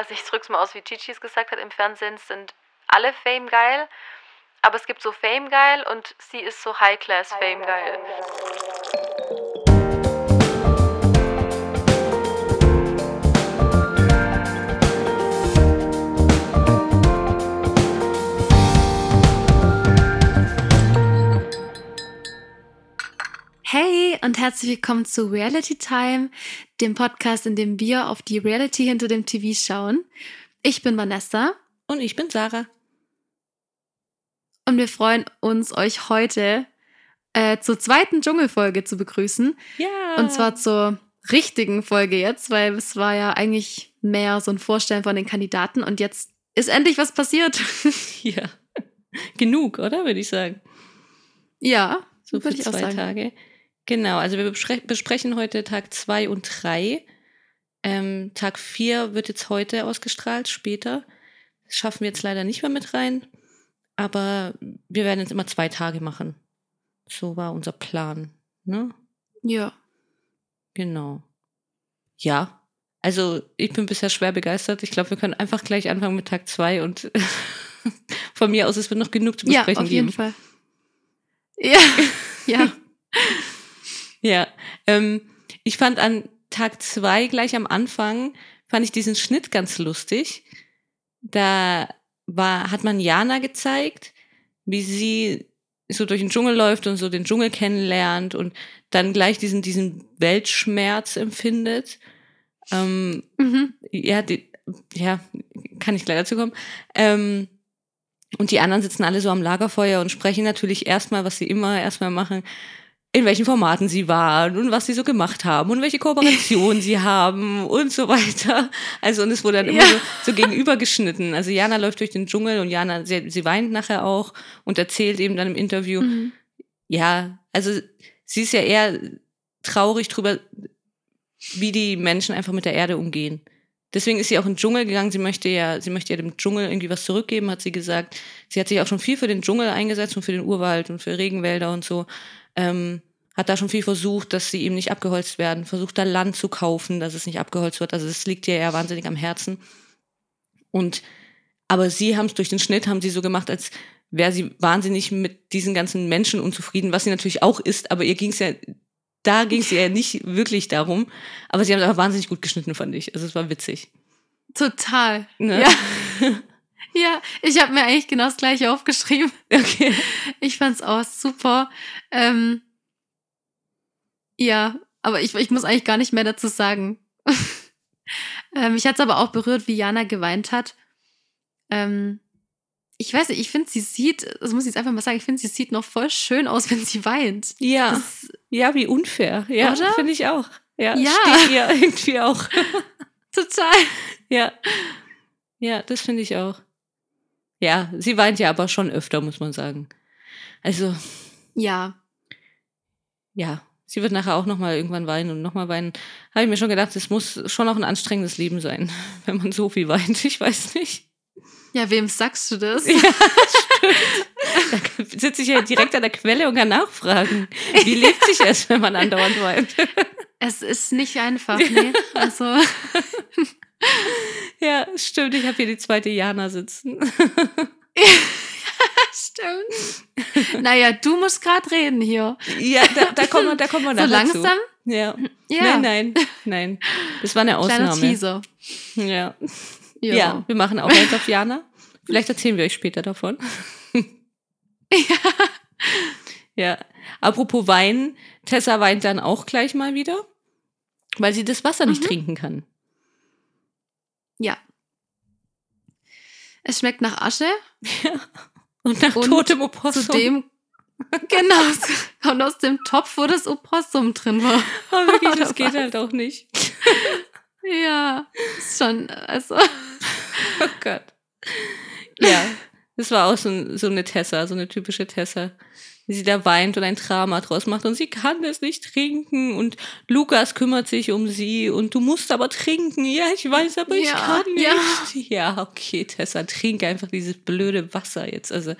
also ich drück's mal aus, wie Gigi es gesagt hat, im Fernsehen sind alle Fame geil, aber es gibt so Fame geil und sie ist so High-Class Fame geil. Hey und herzlich willkommen zu Reality Time, dem Podcast, in dem wir auf die Reality hinter dem TV schauen. Ich bin Vanessa. Und ich bin Sarah. Und wir freuen uns, euch heute zur zweiten Dschungelfolge zu begrüßen. Ja. Und zwar zur richtigen Folge jetzt, weil es war ja eigentlich mehr so ein Vorstellen von den Kandidaten und jetzt ist endlich was passiert. Ja. Genug, oder? Würde ich sagen. Ja, so für würde ich auch 2 sagen. Tage. Genau, also wir besprechen heute Tag 2 und 3. Tag 4 wird jetzt heute ausgestrahlt, später. Das schaffen wir jetzt leider nicht mehr mit rein. Aber wir werden jetzt immer 2 Tage machen. So war unser Plan, ne? Ja. Genau. Ja, also ich bin bisher schwer begeistert. Ich glaube, wir können einfach gleich anfangen mit Tag 2 und von mir aus, es wird noch genug zu besprechen Ja, auf jeden geben. Fall. Ja, ja. Ja, ich fand an Tag 2 gleich am Anfang, fand ich diesen Schnitt ganz lustig. Da hat man Jana gezeigt, wie sie so durch den Dschungel läuft und so den Dschungel kennenlernt und dann gleich diesen Weltschmerz empfindet. Ja, kann ich gleich dazu kommen. Und die anderen sitzen alle so am Lagerfeuer und sprechen natürlich erstmal, was sie immer erstmal machen, in welchen Formaten sie waren und was sie so gemacht haben und welche Kooperationen sie haben und so weiter. Also und es wurde dann immer so gegenübergeschnitten. Also Jana läuft durch den Dschungel und Jana, sie weint nachher auch und erzählt eben dann im Interview, ja, also sie ist ja eher traurig drüber, wie die Menschen einfach mit der Erde umgehen. Deswegen ist sie auch in den Dschungel gegangen. Sie möchte ja dem Dschungel irgendwie was zurückgeben, hat sie gesagt. Sie hat sich auch schon viel für den Dschungel eingesetzt und für den Urwald und für Regenwälder und so. Hat da schon viel versucht, dass sie eben nicht abgeholzt werden. Versucht da Land zu kaufen, dass es nicht abgeholzt wird. Also das liegt ihr ja wahnsinnig am Herzen. Aber sie haben es durch den Schnitt, haben sie so gemacht, als wäre sie wahnsinnig mit diesen ganzen Menschen unzufrieden, was sie natürlich auch ist, aber da ging es ja nicht wirklich darum. Aber sie haben es aber wahnsinnig gut geschnitten, fand ich. Also es war witzig. Total. Ne? Ja. Ja, ich habe mir eigentlich genau das Gleiche aufgeschrieben. Okay. Ich fand's auch super. Ja, aber ich muss eigentlich gar nicht mehr dazu sagen. Mich hat's aber auch berührt, wie Jana geweint hat. Ich weiß nicht, ich finde, sie sieht, das muss ich jetzt einfach mal sagen, ich finde, sie sieht noch voll schön aus, wenn sie weint. Ja, ja, wie unfair. Ja, oder? Finde ich auch. Ja, Ja. Steht ihr irgendwie auch. Total. Ja, das finde ich auch. Ja, sie weint ja aber schon öfter, muss man sagen. Also, Ja, sie wird nachher auch nochmal irgendwann weinen und nochmal weinen. Habe ich mir schon gedacht, es muss schon auch ein anstrengendes Leben sein, wenn man so viel weint. Ich weiß nicht. Ja, wem sagst du das? Ja, stimmt. Da sitze ich ja direkt an der Quelle und kann nachfragen. Wie lebt sich es, wenn man andauernd weint? Es ist nicht einfach, ne? Also. Ja, stimmt. Ich habe hier die zweite Jana sitzen. Stimmt. Naja, du musst gerade reden hier. Ja, da kommen wir So nachher langsam? zu. Ja. Nein. Das war eine Ausnahme. Kleiner Teaser. Ja, wir machen auch eins auf Jana. Vielleicht erzählen wir euch später davon. Ja. Apropos Wein, Tessa weint dann auch gleich mal wieder, weil sie das Wasser nicht trinken kann. Ja. Es schmeckt nach Asche. Ja. Und nach totem Opossum. Zudem, genau, es kommt aus dem Topf, wo das Opossum drin war. Aber wirklich, das geht halt auch nicht. Ja, ist schon, also. Oh Gott. Ja, das war auch so eine Tessa, so eine typische Tessa, wie sie da weint und ein Drama draus macht und sie kann es nicht trinken und Lukas kümmert sich um sie und du musst aber trinken. Ja, ich weiß, aber ich kann nicht. Ja, okay, Tessa, trink einfach dieses blöde Wasser jetzt. Also.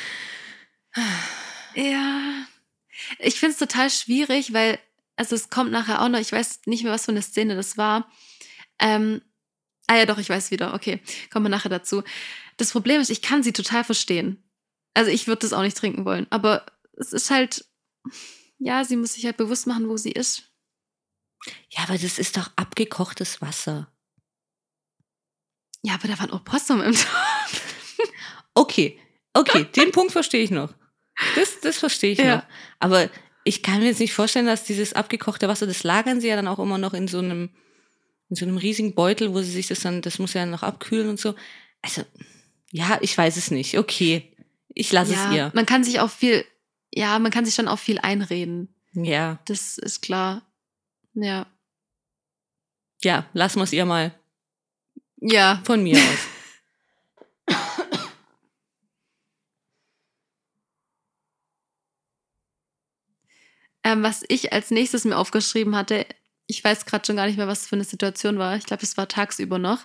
Ja, ich finde es total schwierig, weil, also es kommt nachher auch noch, ich weiß nicht mehr, was für eine Szene das war. Ah ja, doch, ich weiß wieder. Okay, kommen wir nachher dazu. Das Problem ist, ich kann sie total verstehen. Also ich würde das auch nicht trinken wollen. Aber es ist halt, ja, sie muss sich halt bewusst machen, wo sie ist. Ja, aber das ist doch abgekochtes Wasser. Ja, aber da waren Opossum im Topf. Okay, den Punkt verstehe ich noch. Das verstehe ich Ja. noch. Aber ich kann mir jetzt nicht vorstellen, dass dieses abgekochte Wasser, das lagern sie ja dann auch immer noch in so einem riesigen Beutel, wo sie sich das muss ja noch abkühlen und so. Also, ja, ich weiß es nicht. Okay, ich lasse es ihr. Man kann sich schon auch viel einreden. Ja. Das ist klar. Ja. Ja, lassen wir es ihr mal Ja. von mir aus. Was ich als nächstes mir aufgeschrieben hatte, ich weiß gerade schon gar nicht mehr, was für eine Situation war. Ich glaube, es war tagsüber noch.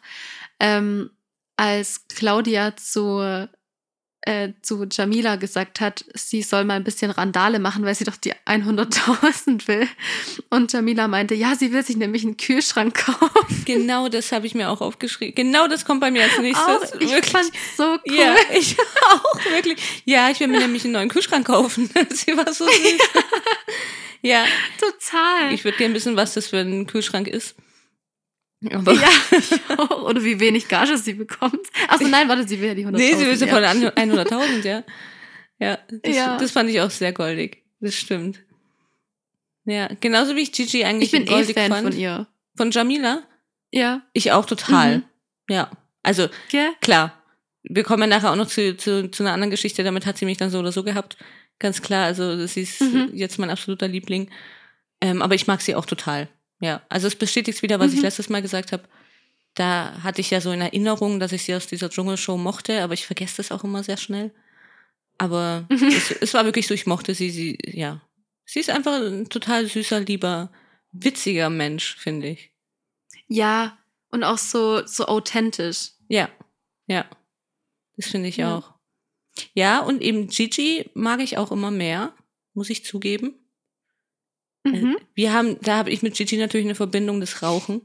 Als Claudia zu Jamila gesagt hat, sie soll mal ein bisschen Randale machen, weil sie doch die 100.000 will. Und Jamila meinte, ja, sie will sich nämlich einen Kühlschrank kaufen. Genau das habe ich mir auch aufgeschrieben. Genau das kommt bei mir als nächstes. Ich fand's so cool. Ja, ich auch, wirklich. Ja, ich will mir nämlich einen neuen Kühlschrank kaufen. Sie war so süß. Ja. Total. Ich würde gerne wissen, was das für ein Kühlschrank ist. Aber ja, ich auch. Oder wie wenig Gage sie bekommt. Achso, nein, warte, sie will ja die 100.000. Nee, sie will sie ja. von 100.000, ja. Ja. Das fand ich auch sehr goldig. Das stimmt. Ja, genauso wie ich Gigi eigentlich Ich bin goldig Fan fand. von ihr. Von Jamila? Ja. Ich auch total. Mhm. Ja, also Ja. klar. Wir kommen ja nachher auch noch zu einer anderen Geschichte. Damit hat sie mich dann so oder so gehabt. Ganz klar, also sie ist jetzt mein absoluter Liebling. Aber ich mag sie auch total. Ja, also es bestätigt wieder, was ich letztes Mal gesagt habe. Da hatte ich ja so in Erinnerung, dass ich sie aus dieser Dschungelshow mochte, aber ich vergesse das auch immer sehr schnell. Aber es war wirklich so, ich mochte sie, ja. Sie ist einfach ein total süßer, lieber, witziger Mensch, finde ich. Ja, und auch so authentisch. Ja. Das finde ich Ja. auch. Ja, und eben Gigi mag ich auch immer mehr, muss ich zugeben. Mhm. Da habe ich mit Gigi natürlich eine Verbindung, das Rauchen.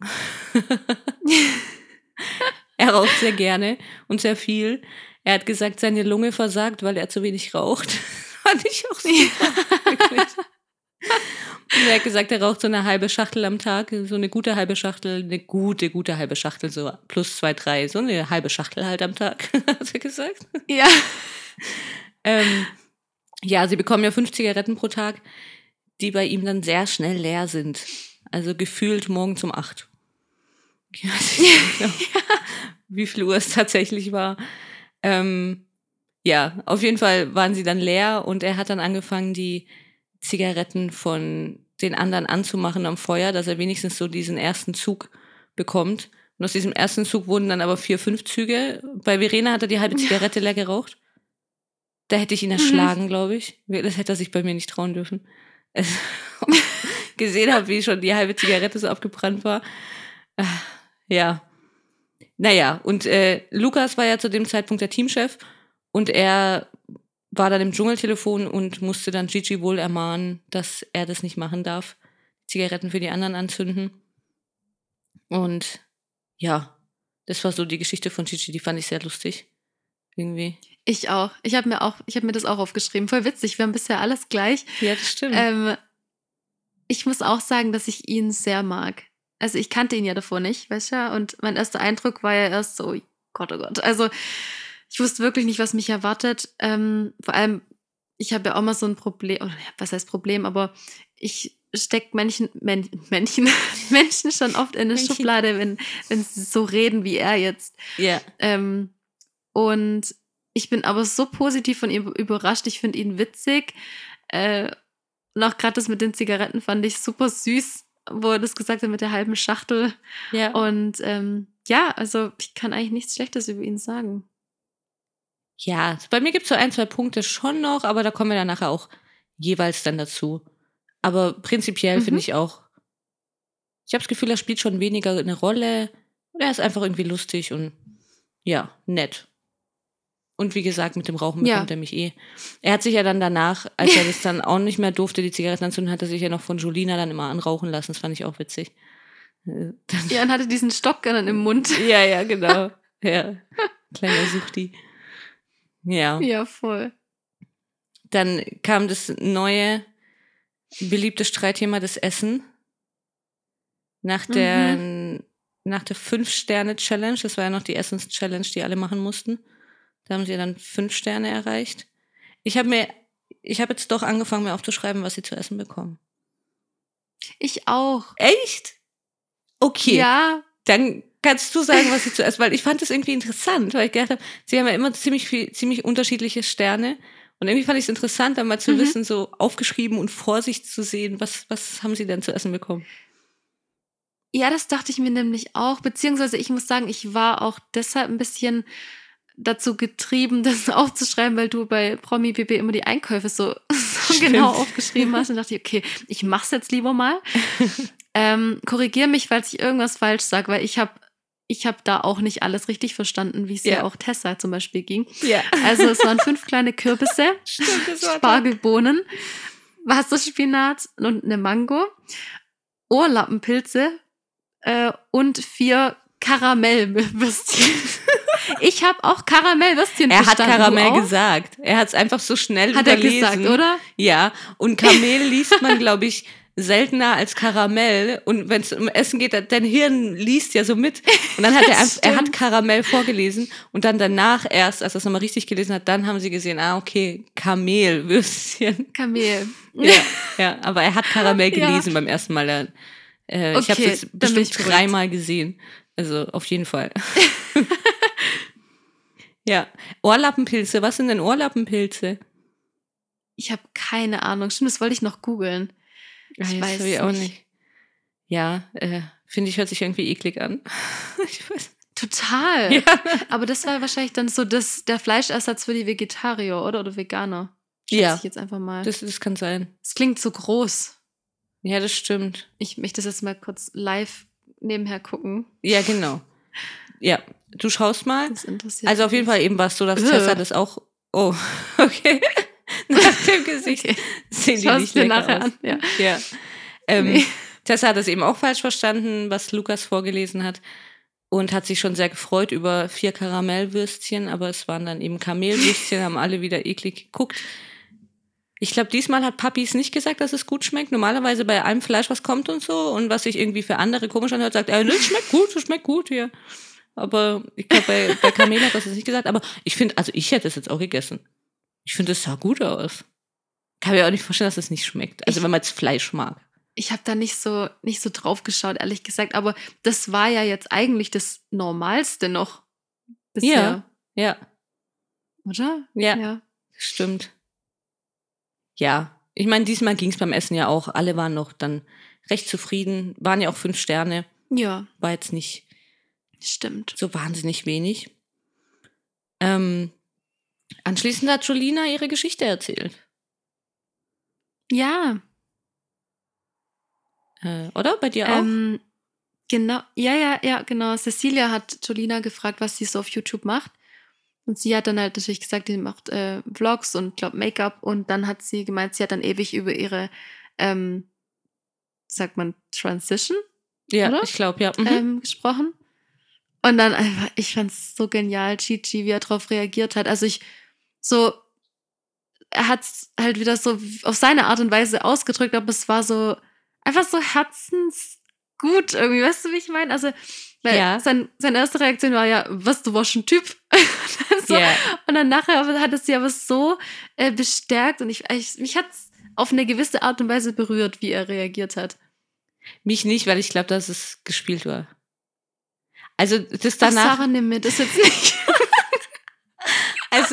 Er raucht sehr gerne und sehr viel. Er hat gesagt, seine Lunge versagt, weil er zu wenig raucht. Fand ich auch super. Und er hat gesagt, er raucht so eine halbe Schachtel am Tag, so eine gute halbe Schachtel, eine gute halbe Schachtel, so plus 2, 3, so eine halbe Schachtel halt am Tag, hat er gesagt. Ja. Ja, sie bekommen ja 5 Zigaretten pro Tag, die bei ihm dann sehr schnell leer sind. Also gefühlt morgens um 8. Ich weiß nicht genau, wie viel Uhr es tatsächlich war. Ja, auf jeden Fall waren sie dann leer und er hat dann angefangen, die Zigaretten von den anderen anzumachen am Feuer, dass er wenigstens so diesen ersten Zug bekommt. Und aus diesem ersten Zug wurden dann aber 4, 5 Züge. Bei Verena hat er die halbe Zigarette leer geraucht. Da hätte ich ihn erschlagen, glaube ich. Das hätte er sich bei mir nicht trauen dürfen. Gesehen habe, wie schon die halbe Zigarette so abgebrannt war. Ja. Naja, und Lukas war ja zu dem Zeitpunkt der Teamchef und er war dann im Dschungeltelefon und musste dann Gigi wohl ermahnen, dass er das nicht machen darf. Zigaretten für die anderen anzünden. Und ja, das war so die Geschichte von Gigi, die fand ich sehr lustig. Irgendwie. Ich auch. Ich habe mir das auch aufgeschrieben. Voll witzig, wir haben bisher alles gleich. Ja, das stimmt. Ich muss auch sagen, dass ich ihn sehr mag. Also ich kannte ihn ja davor nicht, weißt du? Und mein erster Eindruck war ja erst so, Gott, oh Gott. Also ich wusste wirklich nicht, was mich erwartet. Vor allem, ich habe ja auch mal so ein Problem, oder was heißt Problem, aber ich stecke Menschen schon oft in eine Männchen. Schublade, wenn sie so reden wie er jetzt. Ja. Und ich bin aber so positiv von ihm überrascht. Ich finde ihn witzig. Und auch gerade das mit den Zigaretten fand ich super süß, wo er das gesagt hat mit der halben Schachtel. Ja. Und ja, also ich kann eigentlich nichts Schlechtes über ihn sagen. Ja, bei mir gibt es so 1, 2 Punkte schon noch, aber da kommen wir dann nachher auch jeweils dann dazu. Aber prinzipiell finde ich auch, ich habe das Gefühl, er spielt schon weniger eine Rolle. Und er ist einfach irgendwie lustig und ja, nett. Und wie gesagt, mit dem Rauchen bekommt er mich eh. Er hat sich ja dann danach, als er das dann auch nicht mehr durfte, die Zigaretten anzünden, hat er sich ja noch von Julina dann immer anrauchen lassen. Das fand ich auch witzig. Ja, und hatte diesen Stock dann im Mund. Ja, genau. Ja, kleiner Suchti. Ja. Ja, voll. Dann kam das neue, beliebte Streitthema, das Essen. Nach der 5-Sterne-Challenge, das war ja noch die Essens-Challenge, die alle machen mussten. Da haben sie dann 5 Sterne erreicht. Ich habe jetzt doch angefangen, mir aufzuschreiben, was sie zu essen bekommen. Ich auch. Echt? Okay. Ja. Dann kannst du sagen, was sie zu essen, weil ich fand das irgendwie interessant, weil ich gedacht habe, sie haben ja immer ziemlich unterschiedliche Sterne. Und irgendwie fand ich es interessant, dann mal zu wissen, so aufgeschrieben und vor sich zu sehen, was haben sie denn zu essen bekommen? Ja, das dachte ich mir nämlich auch. Beziehungsweise ich muss sagen, ich war auch deshalb ein bisschen dazu getrieben, das aufzuschreiben, weil du bei Promi BB immer die Einkäufe so genau aufgeschrieben hast. Und dachte ich, okay, ich mach's jetzt lieber mal. Korrigier mich, falls ich irgendwas falsch sage, weil ich hab da auch nicht alles richtig verstanden, wie es ja auch Tessa zum Beispiel ging. Ja. Also es waren 5 kleine Kürbisse, Spargelbohnen, Wasserspinat und eine Mango, Ohrlappenpilze und 4 Karamellwürstchen. Ich habe auch Karamellwürstchen verstanden. Er hat Karamell gesagt. Er hat es einfach so schnell überlesen. Hat er gesagt, oder? Ja, und Kamel liest man, glaube ich, seltener als Karamell. Und wenn es um Essen geht, dein Hirn liest ja so mit. Und dann hat er hat Karamell vorgelesen. Und dann danach erst, als er es nochmal richtig gelesen hat, dann haben sie gesehen, okay, Kamelwürstchen. Kamel. Ja, aber er hat Karamell gelesen beim ersten Mal. Ich habe es jetzt bestimmt 3-mal gesehen. Also auf jeden Fall. Ja, Ohrlappenpilze. Was sind denn Ohrlappenpilze? Ich habe keine Ahnung. Stimmt, das wollte ich noch googeln. Ich weiß es auch nicht. Ja, finde ich, hört sich irgendwie eklig an. Ich weiß. Total. Ja. Aber das war wahrscheinlich dann so der Fleischersatz für die Vegetarier, oder Veganer. Schätze ich jetzt einfach mal. Das kann sein. Es klingt so groß. Ja, das stimmt. Ich möchte das jetzt mal kurz live nebenher gucken. Ja, genau. Ja, du schaust mal. Das interessiert also auf jeden Fall eben war es so, dass Tessa das auch... Oh, okay. Nach dem Gesicht sehen die nicht lecker nachher aus. An. Ja. Tessa hat es eben auch falsch verstanden, was Lukas vorgelesen hat. Und hat sich schon sehr gefreut über 4 Karamellwürstchen, aber es waren dann eben Kamelwürstchen, haben alle wieder eklig geguckt. Ich glaube, diesmal hat Papi es nicht gesagt, dass es gut schmeckt. Normalerweise bei allem Fleisch, was kommt und so und was sich irgendwie für andere komisch anhört, sagt er, das schmeckt gut hier. Aber ich glaube, bei Kamel hat das nicht gesagt. Aber ich finde, also ich hätte es jetzt auch gegessen. Ich finde, es sah gut aus. Kann mir auch nicht vorstellen, dass es nicht schmeckt. Also wenn man jetzt Fleisch mag. Ich habe da nicht so drauf geschaut, ehrlich gesagt. Aber das war ja jetzt eigentlich das Normalste noch bisher. Ja. Oder? Ja. Stimmt. Ja, ich meine, diesmal ging es beim Essen ja auch. Alle waren noch dann recht zufrieden. Waren ja auch 5 Sterne. Ja. War jetzt nicht Stimmt. so wahnsinnig wenig. Anschließend hat Jolina ihre Geschichte erzählt. Ja. Oder? Bei dir auch? Genau. Ja, genau. Cecilia hat Jolina gefragt, was sie so auf YouTube macht. Und sie hat dann halt natürlich gesagt, sie macht Vlogs und, glaube Make-up. Und dann hat sie gemeint, sie hat dann ewig über ihre, sagt man, Transition? Ja, oder? Ich glaube, ja. Gesprochen. Und dann einfach, ich fand's so genial, Gigi, wie er darauf reagiert hat. Also er hat's halt wieder so auf seine Art und Weise ausgedrückt, aber es war so, einfach so herzensgut irgendwie, weißt du, wie ich meine? Also, weil seine erste Reaktion war ja, was, du warst ein Typ? Und dann nachher hat es sie aber so bestärkt und mich hat's auf eine gewisse Art und Weise berührt, wie er reagiert hat. Mich nicht, weil ich glaube, dass es gespielt war. Also das danach... Sarah, nimm mir das jetzt nicht. Also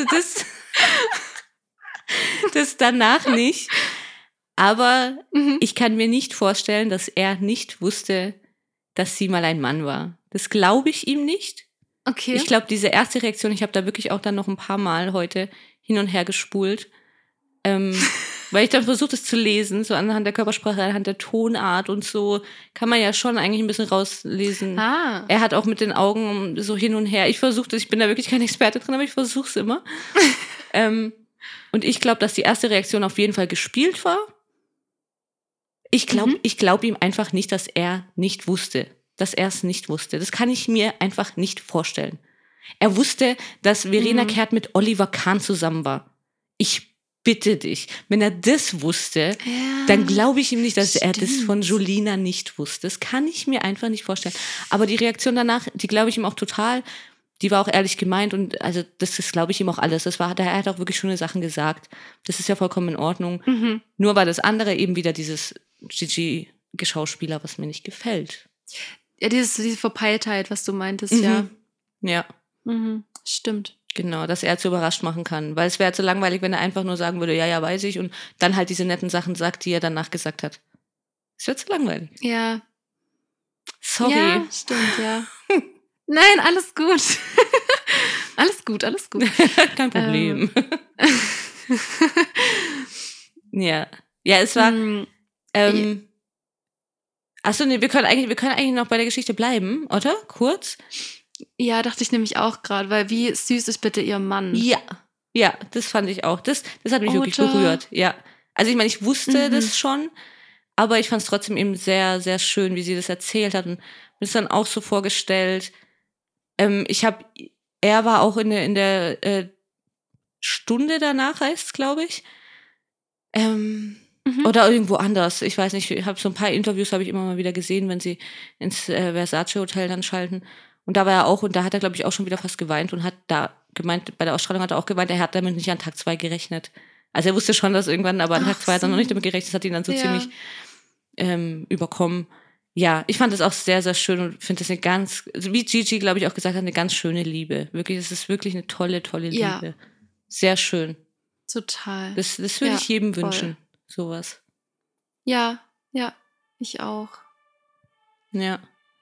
das danach nicht. Aber ich kann mir nicht vorstellen, dass er nicht wusste, dass sie mal ein Mann war. Das glaube ich ihm nicht. Okay. Ich glaube, diese erste Reaktion, ich habe da wirklich auch dann noch ein paar Mal heute hin und her gespult, weil ich dann versucht, es zu lesen, so anhand der Körpersprache, anhand der Tonart und so, kann man ja schon eigentlich ein bisschen rauslesen. Er hat auch mit den Augen so hin und her. Ich bin da wirklich keine Experte drin, aber ich versuche es immer. Und ich glaube, dass die erste Reaktion auf jeden Fall gespielt war. Ich glaube ihm einfach nicht, dass er nicht wusste. dass er es nicht wusste. Das kann ich mir einfach nicht vorstellen. Er wusste, dass Verena Kehrt mit Oliver Kahn zusammen war. Ich bitte dich, wenn er das wusste, dann glaube ich ihm nicht, dass er das von Julina nicht wusste. Das kann ich mir einfach nicht vorstellen. Aber die Reaktion danach, die glaube ich ihm auch total, die war auch ehrlich gemeint und also das ist, glaube ich, ihm auch alles. Er hat auch wirklich schöne Sachen gesagt. Das ist ja vollkommen in Ordnung. Nur war das andere eben wieder dieses Gigi-Geschauspieler, was mir nicht gefällt. Ja, diese Verpeiltheit, was du meintest, ja. Ja. Stimmt. Genau, dass er jetzt so überrascht machen kann. Weil es wäre zu langweilig, wenn er einfach nur sagen würde, ja, weiß ich, und dann halt diese netten Sachen sagt, die er danach gesagt hat. Es wäre zu langweilig. Ja. Sorry. Ja, stimmt, ja. Nein, alles gut. alles gut. Kein Problem. Ja. Ja, es war. Achso, nee, wir können eigentlich noch bei der Geschichte bleiben, oder? Kurz. Ja, dachte ich nämlich auch gerade, weil wie süß ist bitte ihr Mann? Ja, das fand ich auch. Das hat mich wirklich berührt. Ja. Also ich meine, ich wusste das schon, aber ich fand es trotzdem eben sehr, sehr schön, wie sie das erzählt hat und mir das dann auch so vorgestellt. Er war auch in der Stunde danach, heißt es, glaube ich. Oder irgendwo anders. Ich weiß nicht, ich habe so ein paar Interviews habe ich immer mal wieder gesehen, wenn sie ins Versace Hotel dann schalten. Und da war er auch, und da hat er, glaube ich, auch schon wieder fast geweint und hat da gemeint, bei der Ausstrahlung hat er auch gemeint, er hat damit nicht an Tag 2 gerechnet. Also er wusste schon, dass irgendwann, aber an Tag 2 hat er noch nicht damit gerechnet, das hat ihn dann so ziemlich überkommen. Ja, ich fand das auch sehr, sehr schön und finde das also wie Gigi, glaube ich, auch gesagt hat, eine ganz schöne Liebe. Wirklich, es ist wirklich eine tolle, tolle Liebe. Sehr schön. Total. Das würde ich jedem wünschen, sowas. Ja, ich auch. Ja.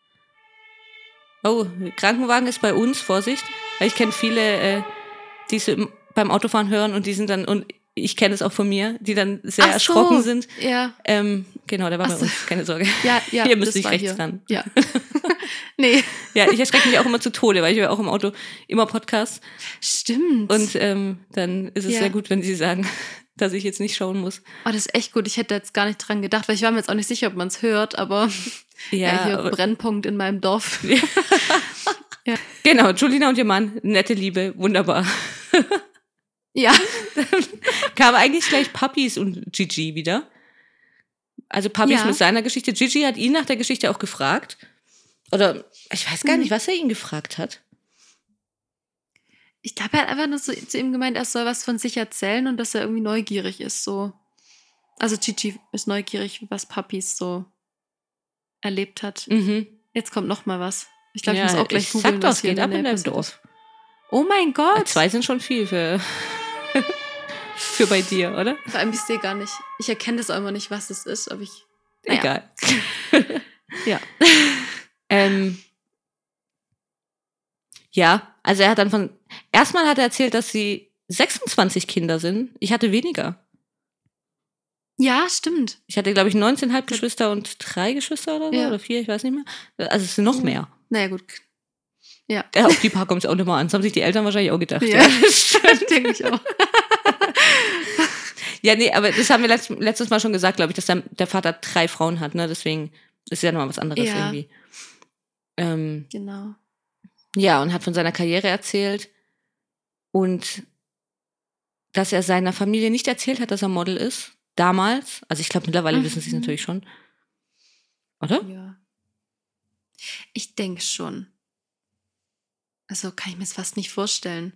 Oh, Krankenwagen ist bei uns, Vorsicht. Weil ich kenne viele, die es beim Autofahren hören und die sind dann, und ich kenne es auch von mir, die dann sehr erschrocken sind. Ja. Genau, der war bei uns, keine Sorge. Ja, hier müsste ich rechts ran. Ja. Nee. Ja, ich erschrecke mich auch immer zu Tode, weil ich höre auch im Auto immer Podcasts. Stimmt. Und dann ist es sehr gut, wenn sie sagen, dass ich jetzt nicht schauen muss. Oh, das ist echt gut. Ich hätte jetzt gar nicht dran gedacht, weil ich war mir jetzt auch nicht sicher, ob man es hört, aber hier Brennpunkt in meinem Dorf. Ja. Genau, Julina und ihr Mann, nette Liebe, wunderbar. Ja. Dann kam eigentlich gleich Puppies und Gigi wieder. Also Puppies mit seiner Geschichte. Gigi hat ihn nach der Geschichte auch gefragt. Oder ich weiß gar nicht, was er ihn gefragt hat. Ich glaube, er hat einfach nur so zu ihm gemeint, er soll was von sich erzählen und dass er irgendwie neugierig ist. So. Also Gigi ist neugierig, was Puppies so erlebt hat. Jetzt kommt noch mal was. Ich glaube, ich muss auch gleich googeln, was geht ab in deinem Dorf. Oh mein Gott. 2 sind schon viel für bei dir, oder? Vor allem, ich sehe gar nicht. Ich erkenne das auch immer nicht, was es ist, ob ich. Egal. Ja. Ja, also er hat dann erstmal hat er erzählt, dass sie 26 Kinder sind. Ich hatte weniger. Ja, stimmt. Ich hatte, glaube ich, 19 Halbgeschwister und 3 Geschwister oder so, oder 4, ich weiß nicht mehr. Also es sind noch mehr. Naja, gut. Ja. Auf die paar kommt es auch nicht mal an. Das haben sich die Eltern wahrscheinlich auch gedacht. Ja, stimmt, denke ich auch. Ja, nee, aber das haben wir letztes Mal schon gesagt, glaube ich, dass der Vater 3 Frauen hat, ne? Deswegen ist ja nochmal was anderes irgendwie. Genau. Ja, und hat von seiner Karriere erzählt und dass er seiner Familie nicht erzählt hat, dass er Model ist. Damals. Also ich glaube, mittlerweile wissen sie es natürlich schon. Oder? Ja. Ich denke schon. Also kann ich mir das fast nicht vorstellen.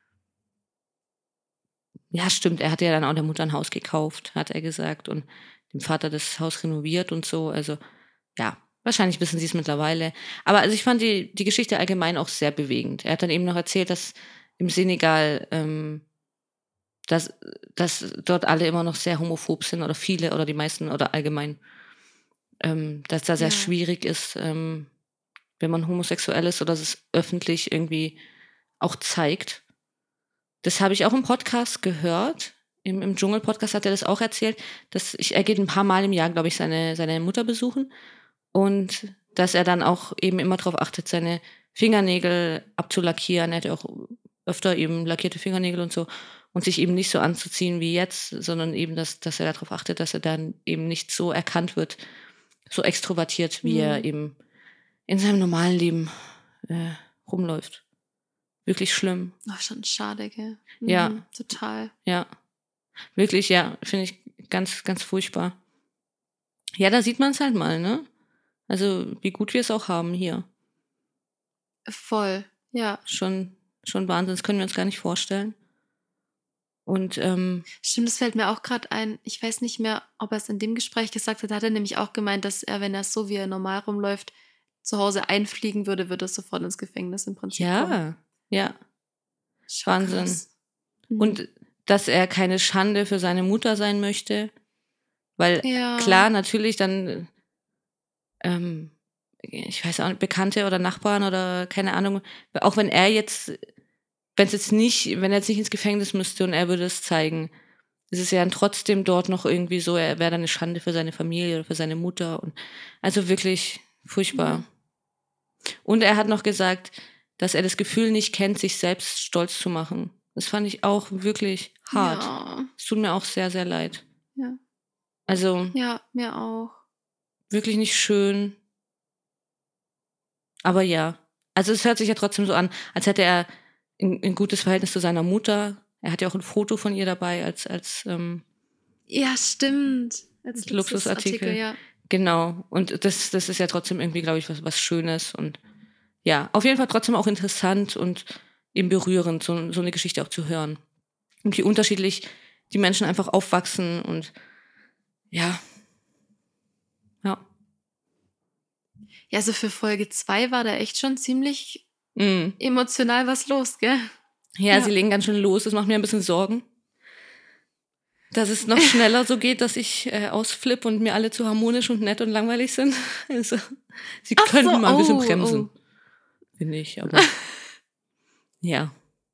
Ja, stimmt. Er hatte ja dann auch der Mutter ein Haus gekauft, hat er gesagt. Und dem Vater das Haus renoviert und so. Also ja, wahrscheinlich wissen sie es mittlerweile. Aber also ich fand die Geschichte allgemein auch sehr bewegend. Er hat dann eben noch erzählt, dass im Senegal dass dort alle immer noch sehr homophob sind oder viele oder die meisten oder allgemein, dass da sehr schwierig ist, wenn man homosexuell ist oder es öffentlich irgendwie auch zeigt. Das habe ich auch im Podcast gehört. Im Dschungel-Podcast hat er das auch erzählt, dass er geht ein paar Mal im Jahr, glaube ich, seine Mutter besuchen und dass er dann auch eben immer darauf achtet, seine Fingernägel abzulackieren. Er hat ja auch öfter eben lackierte Fingernägel und so. Und sich eben nicht so anzuziehen wie jetzt, sondern eben, dass er darauf achtet, dass er dann eben nicht so erkannt wird, so extrovertiert, wie er eben in seinem normalen Leben rumläuft. Wirklich schlimm. Ach, schon schade, gell? Ja. Total. Ja. Wirklich, ja, finde ich ganz, ganz furchtbar. Ja, da sieht man es halt mal, ne? Also, wie gut wir es auch haben hier. Voll, ja. Schon Wahnsinn, das können wir uns gar nicht vorstellen. Und Stimmt, das fällt mir auch gerade ein. Ich weiß nicht mehr, ob er es in dem Gespräch gesagt hat. Da hat er nämlich auch gemeint, dass er, wenn er so wie er normal rumläuft, zu Hause einfliegen würde er sofort ins Gefängnis im Prinzip kommen. ja, Schon Wahnsinn. krass. Und dass er keine Schande für seine Mutter sein möchte. Weil Ja. klar, natürlich dann, ich weiß auch nicht, Bekannte oder Nachbarn oder keine Ahnung, auch wenn er jetzt nicht ins Gefängnis müsste und er würde es zeigen, ist es ja dann trotzdem dort noch irgendwie so, er wäre dann eine Schande für seine Familie oder für seine Mutter. Und also wirklich furchtbar. Und er hat noch gesagt, dass er das Gefühl nicht kennt, sich selbst stolz zu machen. Das fand ich auch wirklich hart. Ja. Es tut mir auch sehr, sehr leid. Ja. Also Ja, mir auch. wirklich nicht schön. Aber ja, also es hört sich ja trotzdem so an, als hätte er ein gutes Verhältnis zu seiner Mutter. Er hat ja auch ein Foto von ihr dabei als Ja, stimmt. Als Luxusartikel. ja. Genau. Und das ist ja trotzdem irgendwie, glaube ich, was Schönes. Und ja, auf jeden Fall trotzdem auch interessant und eben berührend, so eine Geschichte auch zu hören. Und wie unterschiedlich die Menschen einfach aufwachsen und ja. Ja. Ja, also für Folge 2 war da echt schon ziemlich Mhm. emotional was los, gell? Ja, sie legen ganz schön los. Das macht mir ein bisschen Sorgen. Dass es noch schneller so geht, dass ich ausflippe und mir alle zu harmonisch und nett und langweilig sind. Also, sie könnten mal ein bisschen bremsen. Finde ich, aber ja.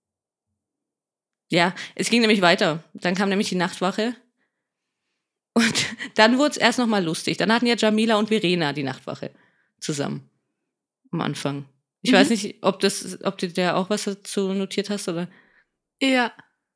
Ja, es ging nämlich weiter. Dann kam nämlich die Nachtwache. Und dann wurde es erst noch mal lustig. Dann hatten ja Jamila und Verena die Nachtwache zusammen. Am Anfang. Ich weiß nicht, ob du da auch was dazu notiert hast, oder? Ja.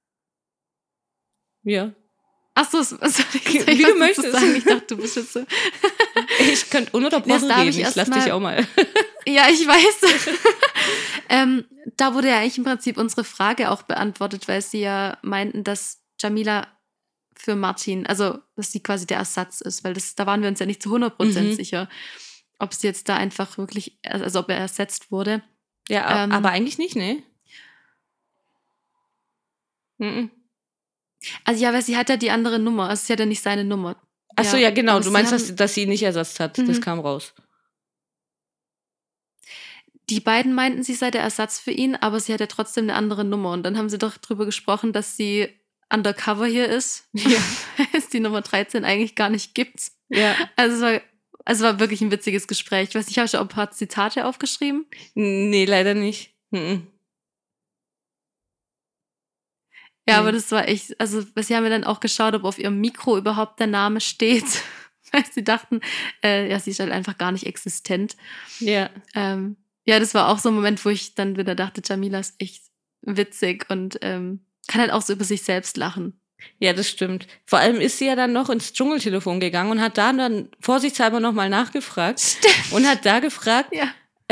Ja. Achso, wie Wie du möchtest. Sagen. Ich dachte, du bist jetzt so. Ich könnte ununterbrochen reden. Ich lass dich auch mal. Ja, ich weiß. Da wurde ja eigentlich im Prinzip unsere Frage auch beantwortet, weil sie ja meinten, dass Jamila für Martin, also dass sie quasi der Ersatz ist, weil da waren wir uns ja nicht zu 100% sicher, ob sie jetzt da einfach wirklich, also ob er ersetzt wurde. Ja, aber eigentlich nicht, ne? Mhm. Also ja, weil sie hat ja die andere Nummer, also sie hat ja nicht seine Nummer. Achso, ja, genau, du meinst, dass sie ihn nicht ersetzt hat, das kam raus. Die beiden meinten, sie sei der Ersatz für ihn, aber sie hat ja trotzdem eine andere Nummer. Und dann haben sie doch drüber gesprochen, dass sie undercover hier ist, weil es die Nummer 13 eigentlich gar nicht gibt. Ja. Also es war wirklich ein witziges Gespräch. Ich weiß nicht, habe ich auch ein paar Zitate aufgeschrieben? Nee, leider nicht. Mhm. Ja, aber das war echt, also sie haben ja dann auch geschaut, ob auf ihrem Mikro überhaupt der Name steht. Weil sie dachten, ja, sie ist halt einfach gar nicht existent. Ja. Ja, das war auch so ein Moment, wo ich dann wieder dachte, Jamila ist echt witzig und kann halt auch so über sich selbst lachen. Ja, das stimmt. Vor allem ist sie ja dann noch ins Dschungeltelefon gegangen und hat da dann vorsichtshalber nochmal nachgefragt. Stimmt. Und hat da gefragt, Ja.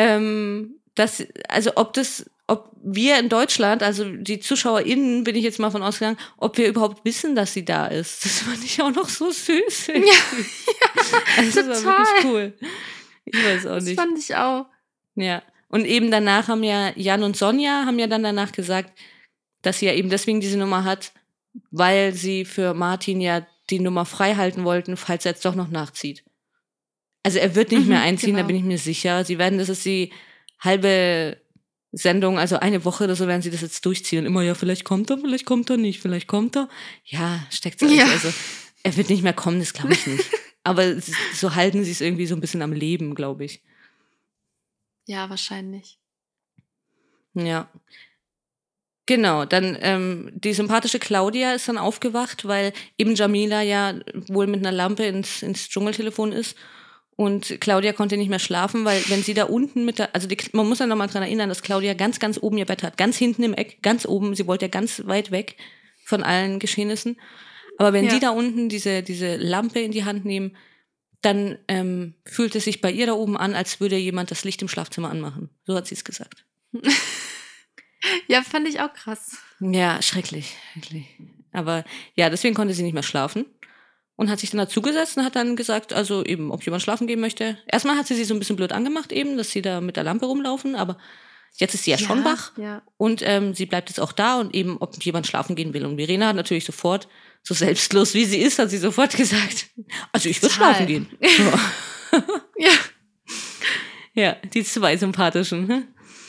ob wir in Deutschland, also die ZuschauerInnen, bin ich jetzt mal von ausgegangen, ob wir überhaupt wissen, dass sie da ist. Das fand ich auch noch so süß. Ja, also total. das war wirklich cool. Ich weiß auch nicht. Das fand ich auch. Ja. Und eben danach haben ja Jan und Sonja haben ja dann danach gesagt, dass sie ja eben deswegen diese Nummer hat, weil sie für Martin ja die Nummer frei halten wollten, falls er jetzt doch noch nachzieht. Also er wird nicht mehr einziehen, genau. Da bin ich mir sicher. Sie werden, das ist die halbe Sendung, also eine Woche oder so werden sie das jetzt durchziehen. Und immer, ja, vielleicht kommt er nicht, vielleicht kommt er. Ja, steckt so. Ja. Also er wird nicht mehr kommen, das glaube ich nicht. Aber so halten sie es irgendwie so ein bisschen am Leben, glaube ich. Ja, wahrscheinlich. Ja. Genau, dann die sympathische Claudia ist dann aufgewacht, weil eben Jamila ja wohl mit einer Lampe ins Dschungeltelefon ist. Und Claudia konnte nicht mehr schlafen, weil wenn sie da unten man muss ja nochmal dran erinnern, dass Claudia ganz, ganz oben ihr Bett hat. Ganz hinten im Eck, ganz oben. Sie wollte ja ganz weit weg von allen Geschehnissen. Aber wenn sie da unten diese Lampe in die Hand nehmen, dann fühlt es sich bei ihr da oben an, als würde jemand das Licht im Schlafzimmer anmachen. So hat sie es gesagt. Ja, fand ich auch krass. Ja, schrecklich, wirklich. Aber ja, deswegen konnte sie nicht mehr schlafen und hat sich dann dazugesetzt und hat dann gesagt, also eben, ob jemand schlafen gehen möchte. Erstmal hat sie so ein bisschen blöd angemacht eben, dass sie da mit der Lampe rumlaufen, aber jetzt ist sie ja schon wach Ja. und sie bleibt jetzt auch da und eben, ob jemand schlafen gehen will. Und Verena hat natürlich sofort, so selbstlos wie sie ist, hat sie sofort gesagt, also ich würde Total. schlafen gehen. Ja. Ja. Ja, die zwei sympathischen. Hm?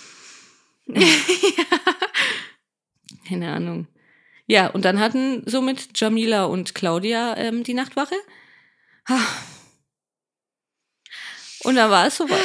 Keine Ahnung. Ja, und dann hatten somit Jamila und Claudia die Nachtwache. Und dann war es soweit.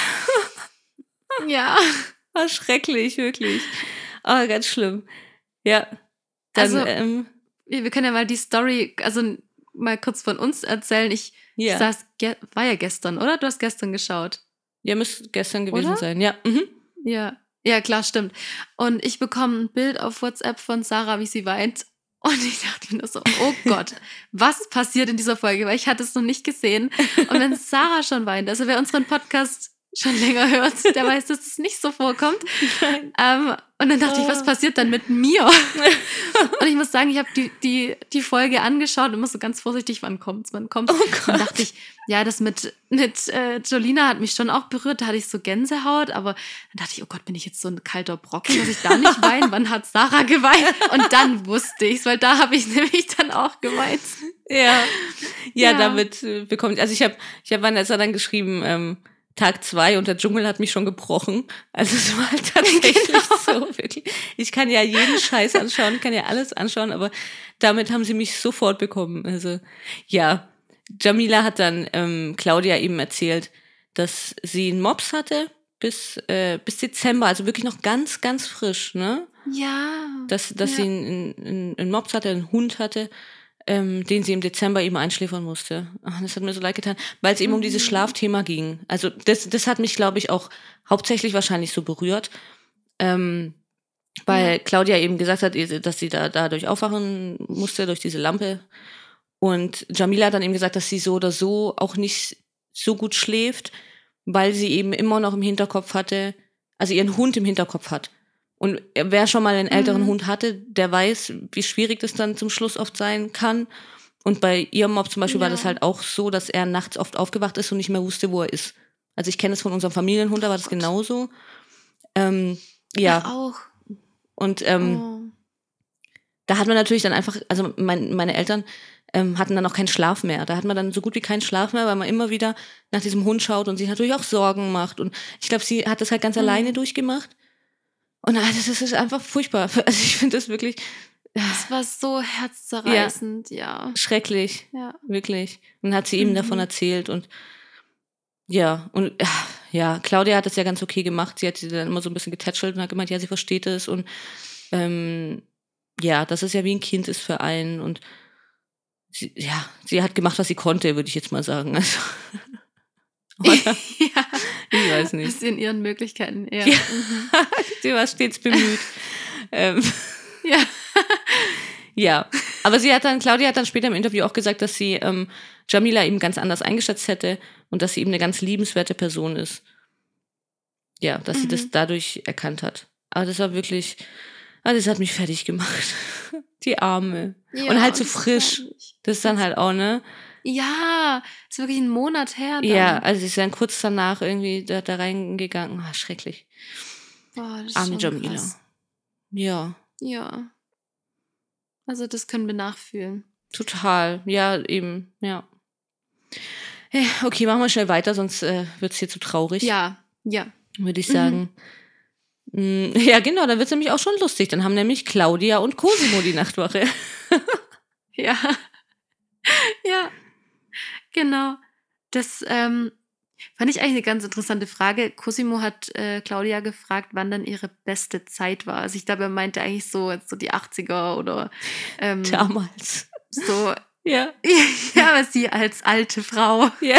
Ja. War schrecklich, wirklich. Aber ganz schlimm. Ja. Dann, Also, wir können ja mal die Story, also mal kurz von uns erzählen. Ich ja. war ja gestern, oder? Du hast gestern geschaut. Ja, müsste gestern gewesen Oder? sein. Ja. Mhm. Ja. Ja, klar, stimmt. Und ich bekomme ein Bild auf WhatsApp von Sarah, wie sie weint. Und ich dachte mir nur so, oh Gott, was passiert in dieser Folge? Weil ich hatte es noch nicht gesehen. Und wenn Sarah schon weint, also wer unseren Podcast schon länger hört, der weiß, dass es nicht so vorkommt. Und dann dachte ich, was passiert dann mit mir? Und ich muss sagen, ich habe die Folge angeschaut und immer so ganz vorsichtig, wann kommt's? Oh Und Gott. dann dachte ich, ja, das mit Jolina hat mich schon auch berührt, da hatte ich so Gänsehaut, aber dann dachte ich, oh Gott, bin ich jetzt so ein kalter Brocken, dass ich da nicht weine? Wann hat Sarah geweint? Und dann wusste ich's, weil da habe ich nämlich dann auch geweint. Ja. Ja, Ja. damit bekommt, also ich hab Vanessa dann geschrieben, Tag 2 und der Dschungel hat mich schon gebrochen. Also es war halt tatsächlich so, wirklich. Ich kann ja jeden Scheiß anschauen, kann ja alles anschauen, aber damit haben sie mich sofort bekommen. Also ja, Jamila hat dann Claudia eben erzählt, dass sie einen Mops hatte bis Dezember, also wirklich noch ganz, ganz frisch, ne? Ja. Dass ja. sie einen Mops hatte, einen Hund hatte, den sie im Dezember eben einschläfern musste. Ach, das hat mir so leid getan, weil es eben um dieses Schlafthema ging. Also das hat mich, glaube ich, auch hauptsächlich wahrscheinlich so berührt, weil Claudia eben gesagt hat, dass sie dadurch aufwachen musste, durch diese Lampe. Und Jamila hat dann eben gesagt, dass sie so oder so auch nicht so gut schläft, weil sie eben immer noch im Hinterkopf hatte, also ihren Hund im Hinterkopf hat. Und wer schon mal einen älteren Hund hatte, der weiß, wie schwierig das dann zum Schluss oft sein kann. Und bei ihrem Mob zum Beispiel war das halt auch so, dass er nachts oft aufgewacht ist und nicht mehr wusste, wo er ist. Also ich kenne es von unserem Familienhund, da war das genauso. Ja. Auch. Und da hat man natürlich dann einfach, also meine Eltern hatten dann auch keinen Schlaf mehr. Da hat man dann so gut wie keinen Schlaf mehr, weil man immer wieder nach diesem Hund schaut und sich natürlich auch Sorgen macht. Und ich glaube, sie hat das halt ganz alleine durchgemacht. Und das ist einfach furchtbar. Also ich finde das wirklich Es war so herzzerreißend, ja. schrecklich. Ja. Wirklich. Und dann hat sie ihm davon erzählt und ja, Claudia hat das ja ganz okay gemacht. Sie hat sie dann immer so ein bisschen getätschelt und hat gemeint, ja, sie versteht es und ja, dass es ja wie ein Kind ist für einen und sie hat gemacht, was sie konnte, würde ich jetzt mal sagen. Also, oder? Ja. Ich weiß nicht. Das ist in ihren Möglichkeiten, ja. Ja. Sie war stets bemüht. Ja. Ja, aber Claudia hat dann später im Interview auch gesagt, dass sie Jamila eben ganz anders eingeschätzt hätte und dass sie eben eine ganz liebenswerte Person ist. Ja, dass sie das dadurch erkannt hat. Aber das war wirklich, das hat mich fertig gemacht. Die Arme. Ja, und halt so das frisch. glaub ich. Das ist dann halt auch, ne? Ja, ist wirklich ein Monat her dann. Ja, also sie ist dann kurz danach irgendwie da reingegangen. Ah, schrecklich. Boah, das ist Arme schon Jamila. krass. Ja, Ja. Also das können wir nachfühlen. total. Ja, eben, ja. Okay, machen wir schnell weiter, sonst wird es hier zu traurig. Ja. Würde ich sagen. Ja, genau, dann wird es nämlich auch schon lustig. Dann haben nämlich Claudia und Cosimo die Nachtwache. Ja. Ja. Genau. Das fand ich eigentlich eine ganz interessante Frage. Cosimo hat Claudia gefragt, wann dann ihre beste Zeit war. Also ich glaube, er meinte eigentlich so die 80er oder Damals. so. Ja. Ja, aber sie als alte Frau. Ja.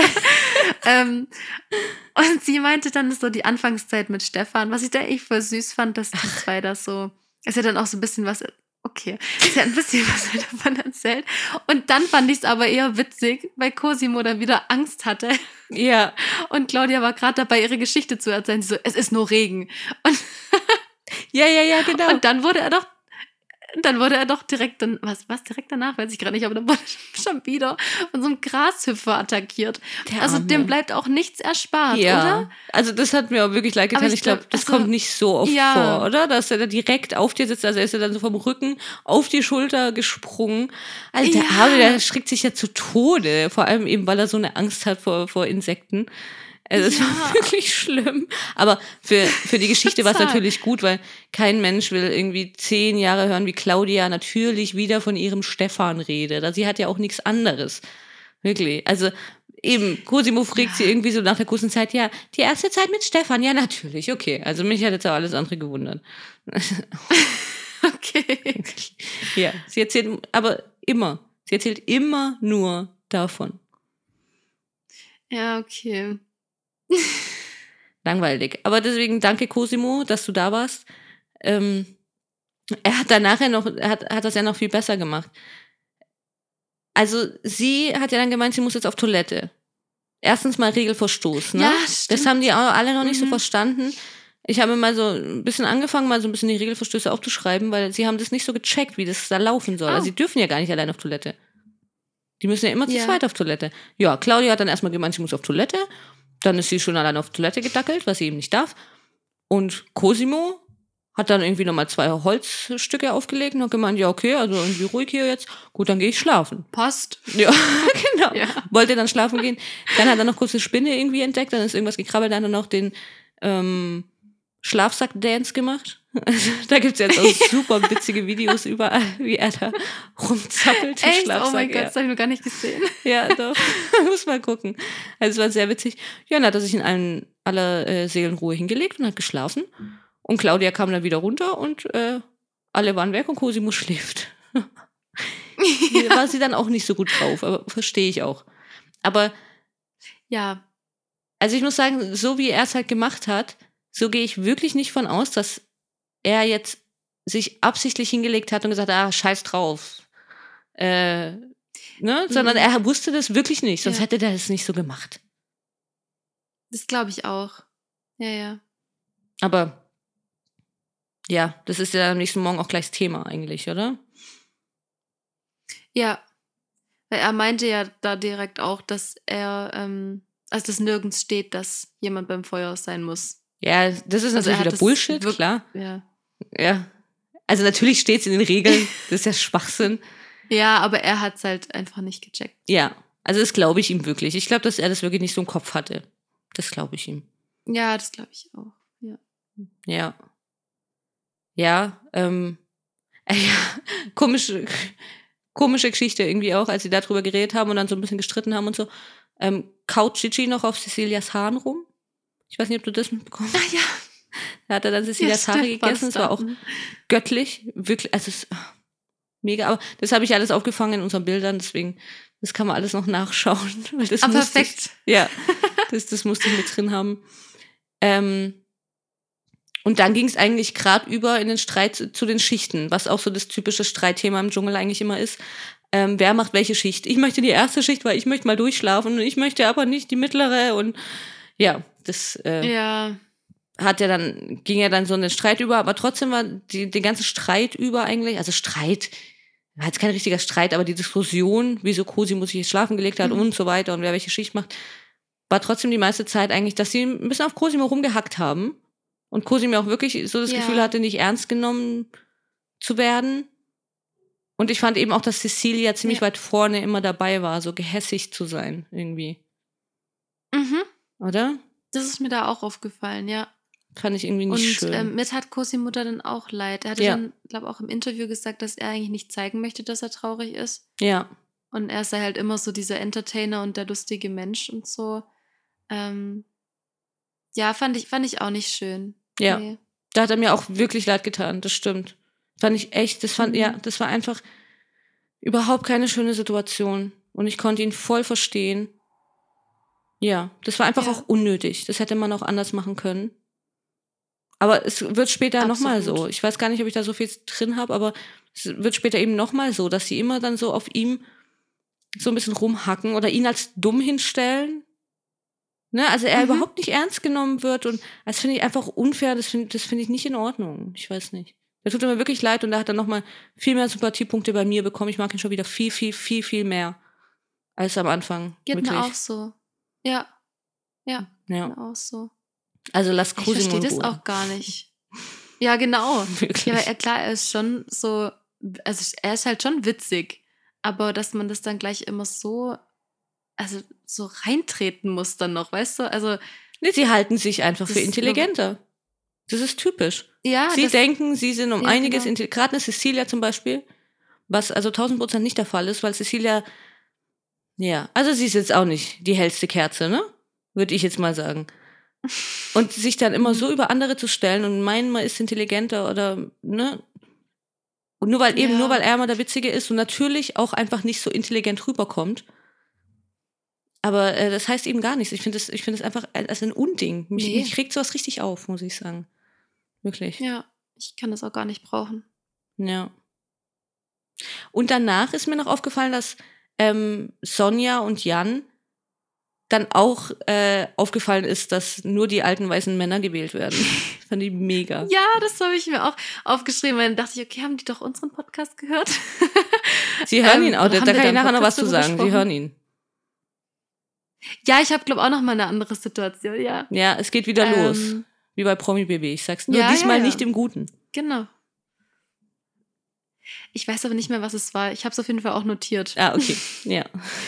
Und sie meinte dann so die Anfangszeit mit Stefan, was ich da echt voll süß fand, dass die zwei da so, ist ja dann auch so ein bisschen was Okay, sie hat ein bisschen was davon erzählt. Und dann fand ich es aber eher witzig, weil Cosimo dann wieder Angst hatte. Ja. Und Claudia war gerade dabei, ihre Geschichte zu erzählen. Sie so, es ist nur Regen. Ja, genau. Und dann wurde er doch direkt direkt danach, weiß ich gerade nicht, aber dann wurde er schon wieder von so einem Grashüpfer attackiert. Der Also Arme. dem bleibt auch nichts erspart, ja. oder? Also das hat mir auch wirklich leid getan. Aber Ich glaube, das also, kommt nicht so oft ja. vor, oder? Dass er da direkt auf dir sitzt. Also er ist ja dann so vom Rücken auf die Schulter gesprungen. Also der Ja. Arme, der schreckt sich ja zu Tode. Vor allem eben, weil er so eine Angst hat vor Insekten. Also das war wirklich schlimm. Aber für die Geschichte war es natürlich gut, weil kein Mensch will irgendwie 10 Jahre hören, wie Claudia natürlich wieder von ihrem Stefan redet. Also sie hat ja auch nichts anderes. Wirklich. Also eben, Cosimo fragt sie irgendwie so nach der kurzen Zeit, ja, die erste Zeit mit Stefan, ja natürlich, okay. Also mich hat jetzt auch alles andere gewundert. Okay. Ja, sie erzählt immer nur davon. Ja, okay. Langweilig. Aber deswegen danke Cosimo, dass du da warst. Er hat das ja noch viel besser gemacht. Also sie hat ja dann gemeint, sie muss jetzt auf Toilette. Erstens mal Regelverstoß, ne? Ja, stimmt. Das haben die auch alle noch nicht so verstanden. Ich habe mal so ein bisschen angefangen, mal so ein bisschen die Regelverstöße aufzuschreiben, weil sie haben das nicht so gecheckt, wie das da laufen soll. Oh. Also sie dürfen ja gar nicht allein auf Toilette. Die müssen ja immer zu zweit auf Toilette. Ja, Claudia hat dann erstmal gemeint, sie muss auf Toilette. Dann ist sie schon allein auf Toilette gedackelt, was sie eben nicht darf. Und Cosimo hat dann irgendwie nochmal 2 Holzstücke aufgelegt und hat gemeint, ja, okay, also irgendwie ruhig hier jetzt. Gut, dann gehe ich schlafen. Passt. Ja, genau. Ja. Wollte dann schlafen gehen. Dann hat er noch kurz eine Spinne irgendwie entdeckt, dann ist irgendwas gekrabbelt, dann hat er noch den Schlafsack-Dance gemacht. Also, da gibt es jetzt auch super witzige Videos überall, wie er da rumzappelt im Echt? Schlafsack. Oh mein Gott, ja. das habe ich noch gar nicht gesehen. Ja, doch. Muss mal gucken. Also es war sehr witzig. Ja, dann hat er sich in aller Seelenruhe hingelegt und hat geschlafen. Und Claudia kam dann wieder runter und alle waren weg und Cosimo schläft. War sie dann auch nicht so gut drauf, aber verstehe ich auch. Aber Ja. also ich muss sagen, so wie er es halt gemacht hat, so gehe ich wirklich nicht von aus, dass er jetzt sich absichtlich hingelegt hat und gesagt, scheiß drauf. Sondern er wusste das wirklich nicht, sonst hätte er das nicht so gemacht. Das glaube ich auch. Ja. Aber ja, das ist ja am nächsten Morgen auch gleich das Thema eigentlich, oder? Ja. Weil er meinte ja da direkt auch, dass er, also dass nirgends steht, dass jemand beim Feuer sein muss. Ja, das ist Also natürlich wieder Bullshit, klar. Ja. Also natürlich steht es in den Regeln, das ist ja Schwachsinn. Ja, aber er hat es halt einfach nicht gecheckt. Ja, also das glaube ich ihm wirklich. Ich glaube, dass er das wirklich nicht so im Kopf hatte. Das glaube ich ihm. Ja, das glaube ich auch. Ja. Ja, komische Geschichte irgendwie auch, als sie darüber geredet haben und dann so ein bisschen gestritten haben und so. Kaut Gigi noch auf Cecilias Haaren rum. Ich weiß nicht, ob du das mitbekommen hast. Ja. Da hat er dann Cecilias Haare gegessen. Das war auch göttlich. Wirklich, also es ist mega. Aber das habe ich alles aufgefangen in unseren Bildern, deswegen, das kann man alles noch nachschauen. Weil das perfekt. Ja, das musste ich mit drin haben. Und dann ging es eigentlich gerade über in den Streit zu den Schichten, was auch so das typische Streitthema im Dschungel eigentlich immer ist. Wer macht welche Schicht? Ich möchte die erste Schicht, weil ich möchte mal durchschlafen und ich möchte aber nicht die mittlere. Und ja, das ging ja dann so in den Streit über, aber trotzdem war den ganzen Streit über eigentlich, also Streit, war jetzt kein richtiger Streit, aber die Diskussion, wieso Cosimo sich jetzt schlafen gelegt hat und so weiter und wer welche Schicht macht, war trotzdem die meiste Zeit eigentlich, dass sie ein bisschen auf Cosimo rumgehackt haben und Cosimo auch wirklich so das Gefühl hatte, nicht ernst genommen zu werden. Und ich fand eben auch, dass Cecilia ziemlich weit vorne immer dabei war, so gehässig zu sein irgendwie. Oder? Das ist mir da auch aufgefallen, ja. Fand ich irgendwie nicht schön. Und mir tat Cosimo dann auch leid. Er hatte dann, glaube ich, auch im Interview gesagt, dass er eigentlich nicht zeigen möchte, dass er traurig ist. Ja. Und er sei halt immer so dieser Entertainer und der lustige Mensch und so. Ja, fand ich auch nicht schön. Ja. Nee. Da hat er mir auch wirklich leid getan, das stimmt. Fand ich echt, das war einfach überhaupt keine schöne Situation. Und ich konnte ihn voll verstehen. Ja, das war einfach auch unnötig. Das hätte man auch anders machen können. Aber es wird später nochmal so. Ich weiß gar nicht, ob ich da so viel drin habe, aber es wird später eben nochmal so, dass sie immer dann so auf ihm so ein bisschen rumhacken oder ihn als dumm hinstellen. Ne? Also er überhaupt nicht ernst genommen wird und das finde ich einfach unfair, das find ich nicht in Ordnung. Ich weiß nicht. Der tut mir wirklich leid und da hat er nochmal viel mehr Sympathiepunkte bei mir bekommen. Ich mag ihn schon wieder viel, viel, viel, viel mehr als am Anfang. Geht wirklich. mir auch so. Ja. Ja, Ja. mir auch so. Also lass Ich Cosimo verstehe in das Ruhe. auch gar nicht. Ja, genau. Wirklich. Ja, aber klar, er ist schon so, also er ist halt schon witzig, aber dass man das dann gleich immer so, also so reintreten muss dann noch, weißt du? Also, Nee, sie halten sich einfach Das für ist intelligenter. Das ist typisch. ja, Sie denken, sie sind um ja, einiges, genau. gerade eine Cecilia zum Beispiel, was also 1000% nicht der Fall ist, weil Cecilia, ja, also sie ist jetzt auch nicht die hellste Kerze, ne? Würde ich jetzt mal sagen. Und sich dann immer so über andere zu stellen und meinen, man ist intelligenter oder, ne? Und nur weil Ja. er mal der Witzige ist und natürlich auch einfach nicht so intelligent rüberkommt. Aber das heißt eben gar nichts. Ich finde das einfach als ein Unding. Nee. Mich regt sowas richtig auf, muss ich sagen. Wirklich. Ja, ich kann das auch gar nicht brauchen. Ja. Und danach ist mir noch aufgefallen, dass Sonja und Jan dann auch aufgefallen ist, dass nur die alten weißen Männer gewählt werden. Das fand ich mega. Ja, das habe ich mir auch aufgeschrieben, weil dann dachte ich, okay, haben die doch unseren Podcast gehört? Sie hören ihn auch, oder da haben wir kann ich da einen nachher noch was Podcast zu drüber sagen. Sie gesprochen? hören ihn. Ja, ich habe, glaube ich, auch noch mal eine andere Situation, ja. Ja, es geht wieder los. Wie bei Promi BB. Ich sag's nur, Ja, diesmal ja. nicht im Guten. Genau. Ich weiß aber nicht mehr, was es war. Ich habe es auf jeden Fall auch notiert. Ah, okay. Ja.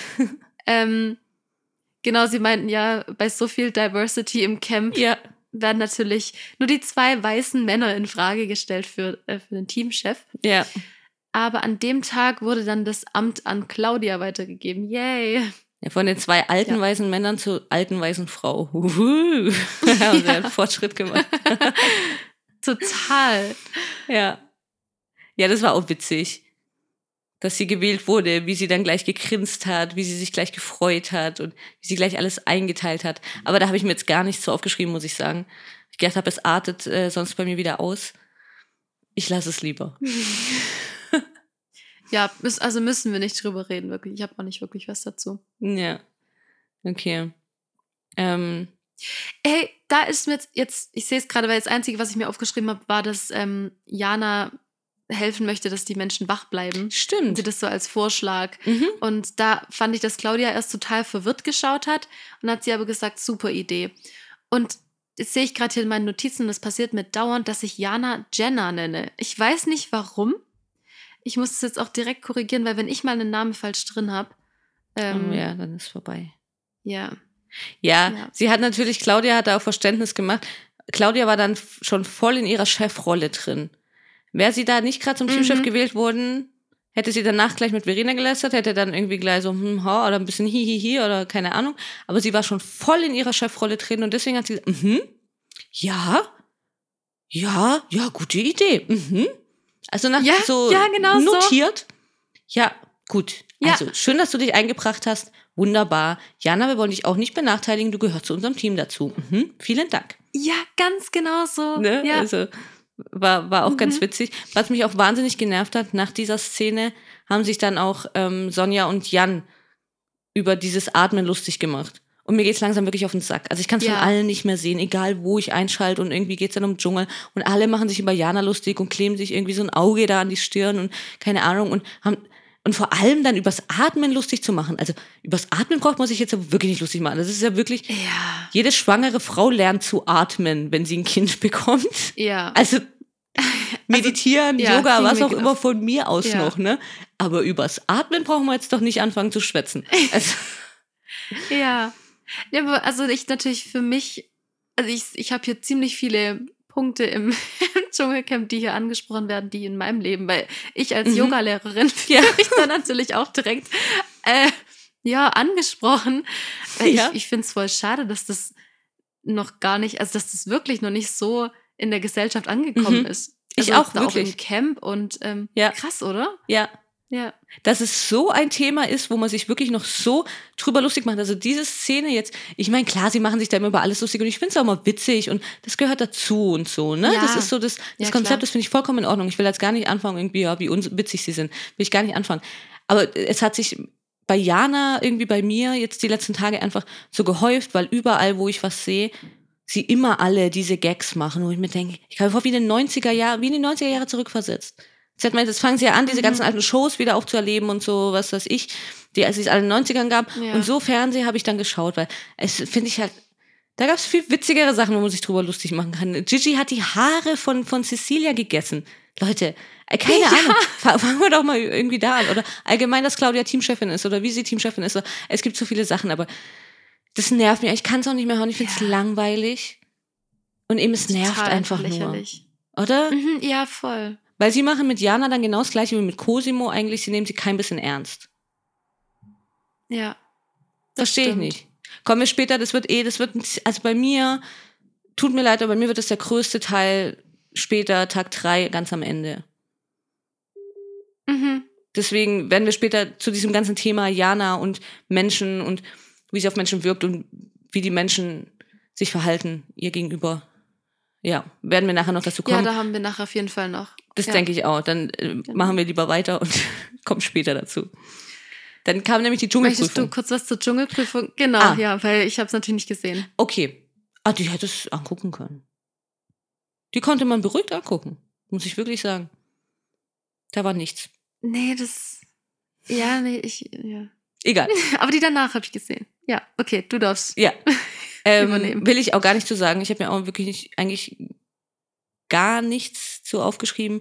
Genau, sie meinten ja, bei so viel Diversity im Camp Ja. werden natürlich nur die 2 weißen Männer in Frage gestellt für den Teamchef. Ja. Aber an dem Tag wurde dann das Amt an Claudia weitergegeben. Yay! Ja, von den 2 alten Ja. weißen Männern zur alten weißen Frau. Uhu. Haben sie einen Fortschritt gemacht. Total. Ja. Ja, das war auch witzig. Dass sie gewählt wurde, wie sie dann gleich gegrinst hat, wie sie sich gleich gefreut hat und wie sie gleich alles eingeteilt hat. Aber da habe ich mir jetzt gar nichts so aufgeschrieben, muss ich sagen. Ich gedacht habe, es artet sonst bei mir wieder aus. Ich lasse es lieber. Ja, müssen wir nicht drüber reden, wirklich. Ich habe auch nicht wirklich was dazu. Ja. Okay. Ey, da ist mir jetzt ich sehe es gerade, weil das Einzige, was ich mir aufgeschrieben habe, war, dass Jana helfen möchte, dass die Menschen wach bleiben. Und Stimmt. sie das so als Vorschlag. Mhm. Und da fand ich, dass Claudia erst total verwirrt geschaut hat und hat sie aber gesagt, super Idee. Und jetzt sehe ich gerade hier in meinen Notizen, und das passiert mir dauernd, dass ich Jana Jenna nenne. Ich weiß nicht warum. Ich muss es jetzt auch direkt korrigieren, weil wenn ich mal einen Namen falsch drin habe, Oh ja, dann ist vorbei. ja. Ja, Ja. sie hat natürlich, Claudia hat da auch Verständnis gemacht. Claudia war dann schon voll in ihrer Chefrolle drin. Wäre sie da nicht gerade zum Teamchef gewählt worden, hätte sie danach gleich mit Verena gelästert, hätte dann irgendwie gleich so, ha, oder ein bisschen hihihi oder keine Ahnung. Aber sie war schon voll in ihrer Chefrolle drin und deswegen hat sie gesagt, ja, gute Idee. Also nach Ja, so ja, genau so. notiert. Ja, gut. Ja. Also schön, dass du dich eingebracht hast. Wunderbar. Jana, wir wollen dich auch nicht benachteiligen. Du gehörst zu unserem Team dazu. Vielen Dank. Ja, ganz genau so. Ne? Ja. Also war auch ganz witzig. Was mich auch wahnsinnig genervt hat, nach dieser Szene haben sich dann auch Sonja und Jan über dieses Atmen lustig gemacht. Und mir geht's langsam wirklich auf den Sack. Also ich kann es Ja. von allen nicht mehr sehen, egal wo ich einschalte und irgendwie geht's dann um Dschungel und alle machen sich über Jana lustig und kleben sich irgendwie so ein Auge da an die Stirn und keine Ahnung und vor allem dann übers Atmen lustig zu machen. Also übers Atmen braucht man sich jetzt aber wirklich nicht lustig machen. Das ist ja wirklich, Ja. jede schwangere Frau lernt zu atmen, wenn sie ein Kind bekommt. Ja. Also meditieren, ja, Yoga, ging was mir auch genau. immer von mir aus Ja. noch, ne? Aber übers Atmen brauchen wir jetzt doch nicht anfangen zu schwätzen. Also, Ja. Ja, aber also ich natürlich für mich, also ich habe hier ziemlich viele Punkte im Dschungelcamp, die hier angesprochen werden, die in meinem Leben, weil ich als Yogalehrerin fühle mich da natürlich auch direkt angesprochen. Weil Ja. ich finde es voll schade, dass das noch gar nicht, also dass das wirklich noch nicht so in der Gesellschaft angekommen ist. Ich Also auch, da wirklich. Auch im Camp und Ja. krass, oder? ja. Ja. Dass es so ein Thema ist, wo man sich wirklich noch so drüber lustig macht. Also diese Szene jetzt, ich meine, klar, sie machen sich da immer über alles lustig und ich finde es auch mal witzig und das gehört dazu und so, ne? Ja. Das ist so das Ja, Konzept, klar. das finde ich vollkommen in Ordnung. Ich will jetzt gar nicht anfangen, irgendwie, ja, wie witzig sie sind. Will ich gar nicht anfangen. Aber es hat sich bei Jana irgendwie bei mir jetzt die letzten Tage einfach so gehäuft, weil überall, wo ich was sehe, sie immer alle diese Gags machen, wo ich mir denke, ich habe vor wie in die 90er Jahre zurückversetzt. Jetzt fangen sie ja an, diese ganzen alten Shows wieder aufzuerleben und so, was weiß ich, als es alle in den 90ern gab. Ja. Und so Fernsehen habe ich dann geschaut, weil es finde ich halt, da gab es viel witzigere Sachen, wo man sich drüber lustig machen kann. Gigi hat die Haare von Cecilia gegessen. Leute, keine Ahnung, fangen wir doch mal irgendwie da an. Oder allgemein, dass Claudia Teamchefin ist oder wie sie Teamchefin ist. Es gibt so viele Sachen, aber das nervt mich. Ich kann es auch nicht mehr hören. Ich finde es langweilig. Und eben, es nervt Total einfach lächerlich. nur. Oder? Mhm, ja, voll. Weil sie machen mit Jana dann genau das Gleiche wie mit Cosimo eigentlich. Sie nehmen sie kein bisschen ernst. Ja. Verstehe ich stimmt. nicht. Kommen wir später, also bei mir, tut mir leid, aber bei mir wird das der größte Teil später, Tag 3, ganz am Ende. Mhm. Deswegen werden wir später zu diesem ganzen Thema Jana und Menschen und wie sie auf Menschen wirkt und wie die Menschen sich verhalten ihr gegenüber. Ja, werden wir nachher noch dazu kommen. Ja, da haben wir nachher auf jeden Fall noch. Das ja. denke ich auch. Dann machen wir lieber weiter und kommen später dazu. Dann kam nämlich die Dschungelprüfung. Möchtest du kurz was zur Dschungelprüfung? Genau, ja, weil ich habe es natürlich nicht gesehen. Okay. Die hätte es angucken können. Die konnte man beruhigt angucken, muss ich wirklich sagen. Da war nichts. Nee, ja. Egal. Aber die danach habe ich gesehen. Ja, okay, du darfst. Ja. Übernehmen. Will ich auch gar nicht zu sagen. Ich habe mir auch wirklich eigentlich gar nichts zu aufgeschrieben.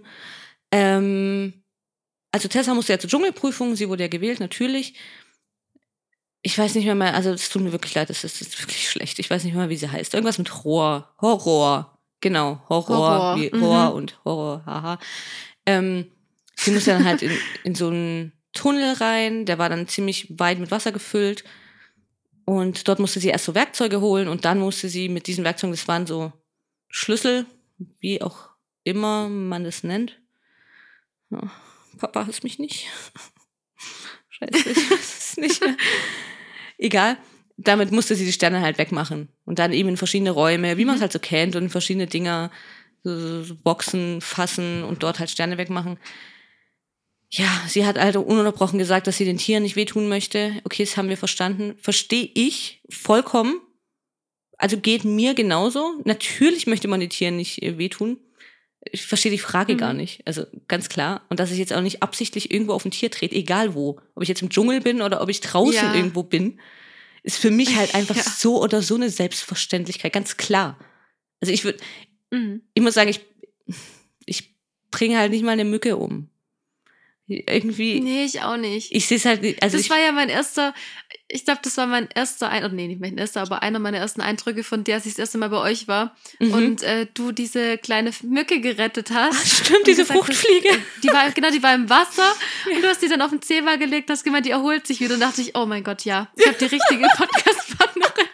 Also Tessa musste ja zur Dschungelprüfung, sie wurde ja gewählt, natürlich. Ich weiß nicht mehr, also es tut mir wirklich leid, das ist wirklich schlecht. Ich weiß nicht mehr, wie sie heißt. Irgendwas mit Horror. Genau, Horror. Wie Horror und Horror, haha. Sie musste dann halt in so einen Tunnel rein, der war dann ziemlich weit mit Wasser gefüllt. Und dort musste sie erst so Werkzeuge holen und dann musste sie mit diesen Werkzeugen, das waren so Schlüssel, wie auch immer man das nennt. Oh, Papa hasst mich nicht. Scheiße, ich weiß es nicht mehr. Egal. Damit musste sie die Sterne halt wegmachen. Und dann eben in verschiedene Räume, wie man es halt so kennt, und in verschiedene Dinger, so Boxen, fassen und dort halt Sterne wegmachen. Ja, sie hat also ununterbrochen gesagt, dass sie den Tieren nicht wehtun möchte. Okay, das haben wir verstanden. Verstehe ich vollkommen. Also geht mir genauso. Natürlich möchte man den Tieren nicht wehtun. Ich verstehe die Frage gar nicht. Also ganz klar. Und dass ich jetzt auch nicht absichtlich irgendwo auf ein Tier trete, egal wo. Ob ich jetzt im Dschungel bin oder ob ich draußen irgendwo bin, ist für mich halt einfach so oder so eine Selbstverständlichkeit. Ganz klar. Also ich muss sagen, ich bringe halt nicht mal eine Mücke um. Irgendwie. Nee, ich auch nicht. Ich sehe es halt nicht. Also das war ja mein erster, ich glaube, das war mein erster nicht mein erster, aber einer meiner ersten Eindrücke, von der ich das erste Mal bei euch war. Und du diese kleine Mücke gerettet hast. Ach, stimmt, diese Fruchtfliege. Die war im Wasser und du hast die dann auf den Zewa gelegt, hast gemeint, die erholt sich wieder. Und dachte ich, oh mein Gott, ja, ich habe die richtige Podcast-Partnerin.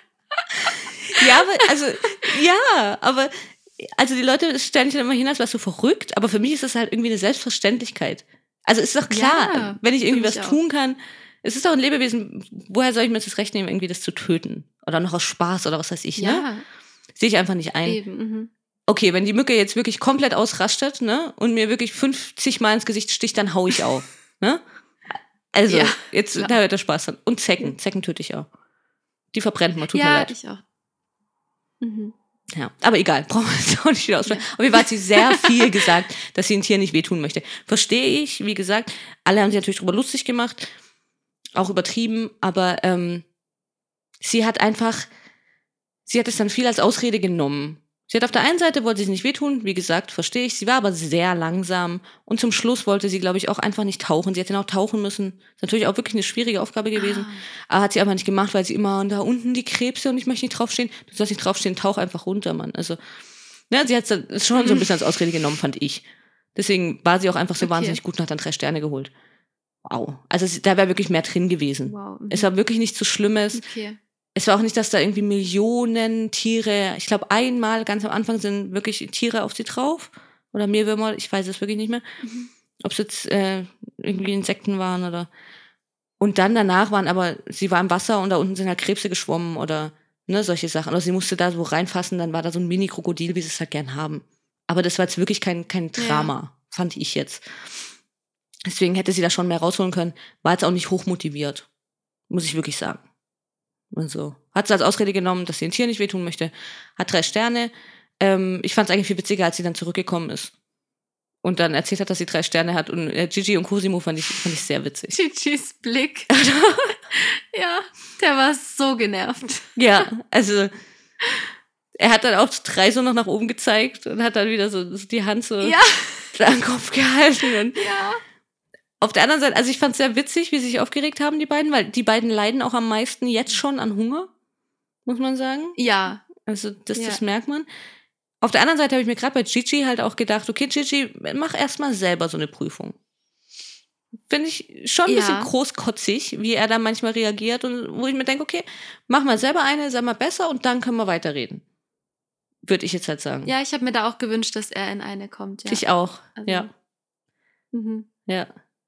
aber die Leute stellen sich dann immer hin, als wärst du verrückt, aber für mich ist das halt irgendwie eine Selbstverständlichkeit. Also es ist doch klar, wenn ich irgendwie was tun kann, es ist doch ein Lebewesen, woher soll ich mir das Recht nehmen, irgendwie das zu töten? Oder noch aus Spaß oder was weiß ich, ne? Sehe ich einfach nicht ein. Eben, Okay, wenn die Mücke jetzt wirklich komplett ausrastet, ne, und mir wirklich 50 Mal ins Gesicht sticht, dann hau ich auf, ne? Also, da hört der Spaß dann. Und Zecken töte ich auch. Die verbrennt man, tut mir leid. Ja, ich auch. Ja, aber egal, brauchen wir jetzt auch nicht wieder ausführen. Auf jeden Fall hat sie sehr viel gesagt, dass sie ein Tier nicht wehtun möchte. Verstehe ich, wie gesagt. Alle haben sich natürlich drüber lustig gemacht, auch übertrieben, aber sie hat es dann viel als Ausrede genommen. Sie hat auf der einen Seite, wollte sie nicht wehtun, wie gesagt, verstehe ich. Sie war aber sehr langsam und zum Schluss wollte sie, glaube ich, auch einfach nicht tauchen. Sie hätte dann auch tauchen müssen. Ist natürlich auch wirklich eine schwierige Aufgabe gewesen. Aber hat sie aber nicht gemacht, weil sie immer, und da unten die Krebse und ich möchte nicht draufstehen. Du sollst nicht draufstehen, tauch einfach runter, Mann. Also, ne, sie hat es schon so ein bisschen als Ausrede genommen, fand ich. Deswegen war sie auch einfach so wahnsinnig gut und hat dann 3 Sterne geholt. Wow. Also da wäre wirklich mehr drin gewesen. Wow. Es war wirklich nichts so Schlimmes. Okay. Es war auch nicht, dass da irgendwie Millionen Tiere, ich glaube einmal ganz am Anfang sind wirklich Tiere auf sie drauf oder Meerwürmer, ich weiß es wirklich nicht mehr. Ob es jetzt irgendwie Insekten waren oder. Und dann danach sie war im Wasser und da unten sind halt Krebse geschwommen oder ne, solche Sachen. Oder sie musste da so reinfassen, dann war da so ein Mini-Krokodil, wie sie es halt gern haben. Aber das war jetzt wirklich kein Drama, fand ich jetzt. Deswegen hätte sie da schon mehr rausholen können. War jetzt auch nicht hochmotiviert, muss ich wirklich sagen. Also, hat sie als Ausrede genommen, dass sie ein Tier nicht wehtun möchte. Hat 3 Sterne. Ich fand es eigentlich viel witziger, als sie dann zurückgekommen ist. Und dann erzählt hat, dass sie 3 Sterne hat. Und Gigi und Cosimo fand ich sehr witzig. Gigis Blick. Ja, der war so genervt. Ja, also er hat dann auch 3 so noch nach oben gezeigt und hat dann wieder so die Hand so an den Kopf gehalten. Und auf der anderen Seite, also ich fand es sehr witzig, wie sie sich aufgeregt haben, die beiden, weil die beiden leiden auch am meisten jetzt schon an Hunger, muss man sagen. Ja. Also das merkt man. Auf der anderen Seite habe ich mir gerade bei Gigi halt auch gedacht, okay, Gigi, mach erstmal selber so eine Prüfung. Finde ich schon ein bisschen großkotzig, wie er da manchmal reagiert und wo ich mir denke, okay, mach mal selber eine, sei mal besser und dann können wir weiterreden. Würde ich jetzt halt sagen. Ja, ich habe mir da auch gewünscht, dass er in eine kommt. Ja. Ich auch, Also, ja. Ja.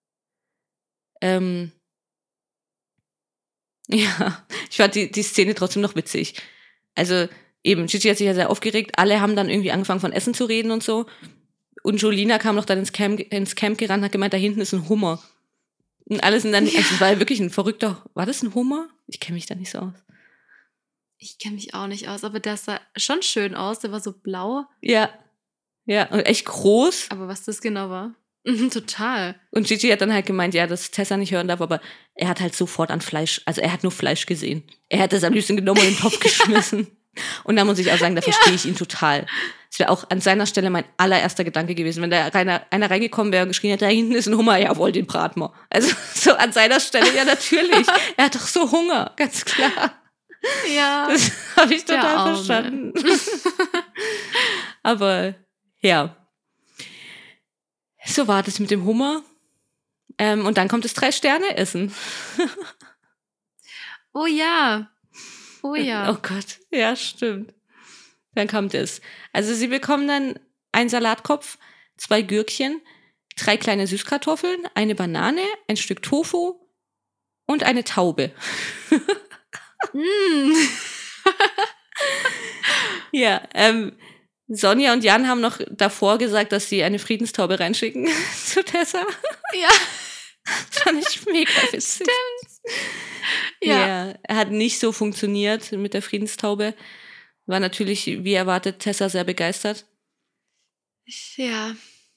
Ja, ich fand die Szene trotzdem noch witzig. Also eben, Gigi hat sich ja sehr aufgeregt. Alle haben dann irgendwie angefangen von Essen zu reden und so. Und Jolina kam noch dann ins Camp gerannt und hat gemeint, da hinten ist ein Hummer. Und alle sind dann, also es war ja wirklich ein verrückter, war das ein Hummer? Ich kenne mich da nicht so aus. Ich kenne mich auch nicht aus, aber der sah schon schön aus. Der war so blau. Ja, und echt groß. Aber was das genau war? Total. Und Gigi hat dann halt gemeint, ja, dass Tessa nicht hören darf, aber er hat halt sofort an Fleisch, also er hat nur Fleisch gesehen. Er hätte es am liebsten genommen und in den Topf geschmissen. Und da muss ich auch sagen, da verstehe ich ihn total. Es wäre auch an seiner Stelle mein allererster Gedanke gewesen, wenn da einer reingekommen wäre und geschrien hätte, da hinten ist ein Hummer, jawohl, den braten wir. Also so an seiner Stelle, ja natürlich. Er hat doch so Hunger, ganz klar. Ja. Das habe ich total verstanden. Aber ja. So war das mit dem Hummer. Und dann kommt das 3-Sterne-Essen. Oh ja. Oh ja. Oh Gott, ja, stimmt. Dann kommt es. Also sie bekommen dann einen Salatkopf, 2 Gürkchen, 3 kleine Süßkartoffeln, eine Banane, ein Stück Tofu und eine Taube. Ja, Sonja und Jan haben noch davor gesagt, dass sie eine Friedenstaube reinschicken zu Tessa. Ja. Das fand ich mega witzig. Stimmt. Ja, hat nicht so funktioniert mit der Friedenstaube. War natürlich, wie erwartet, Tessa sehr begeistert. Ja.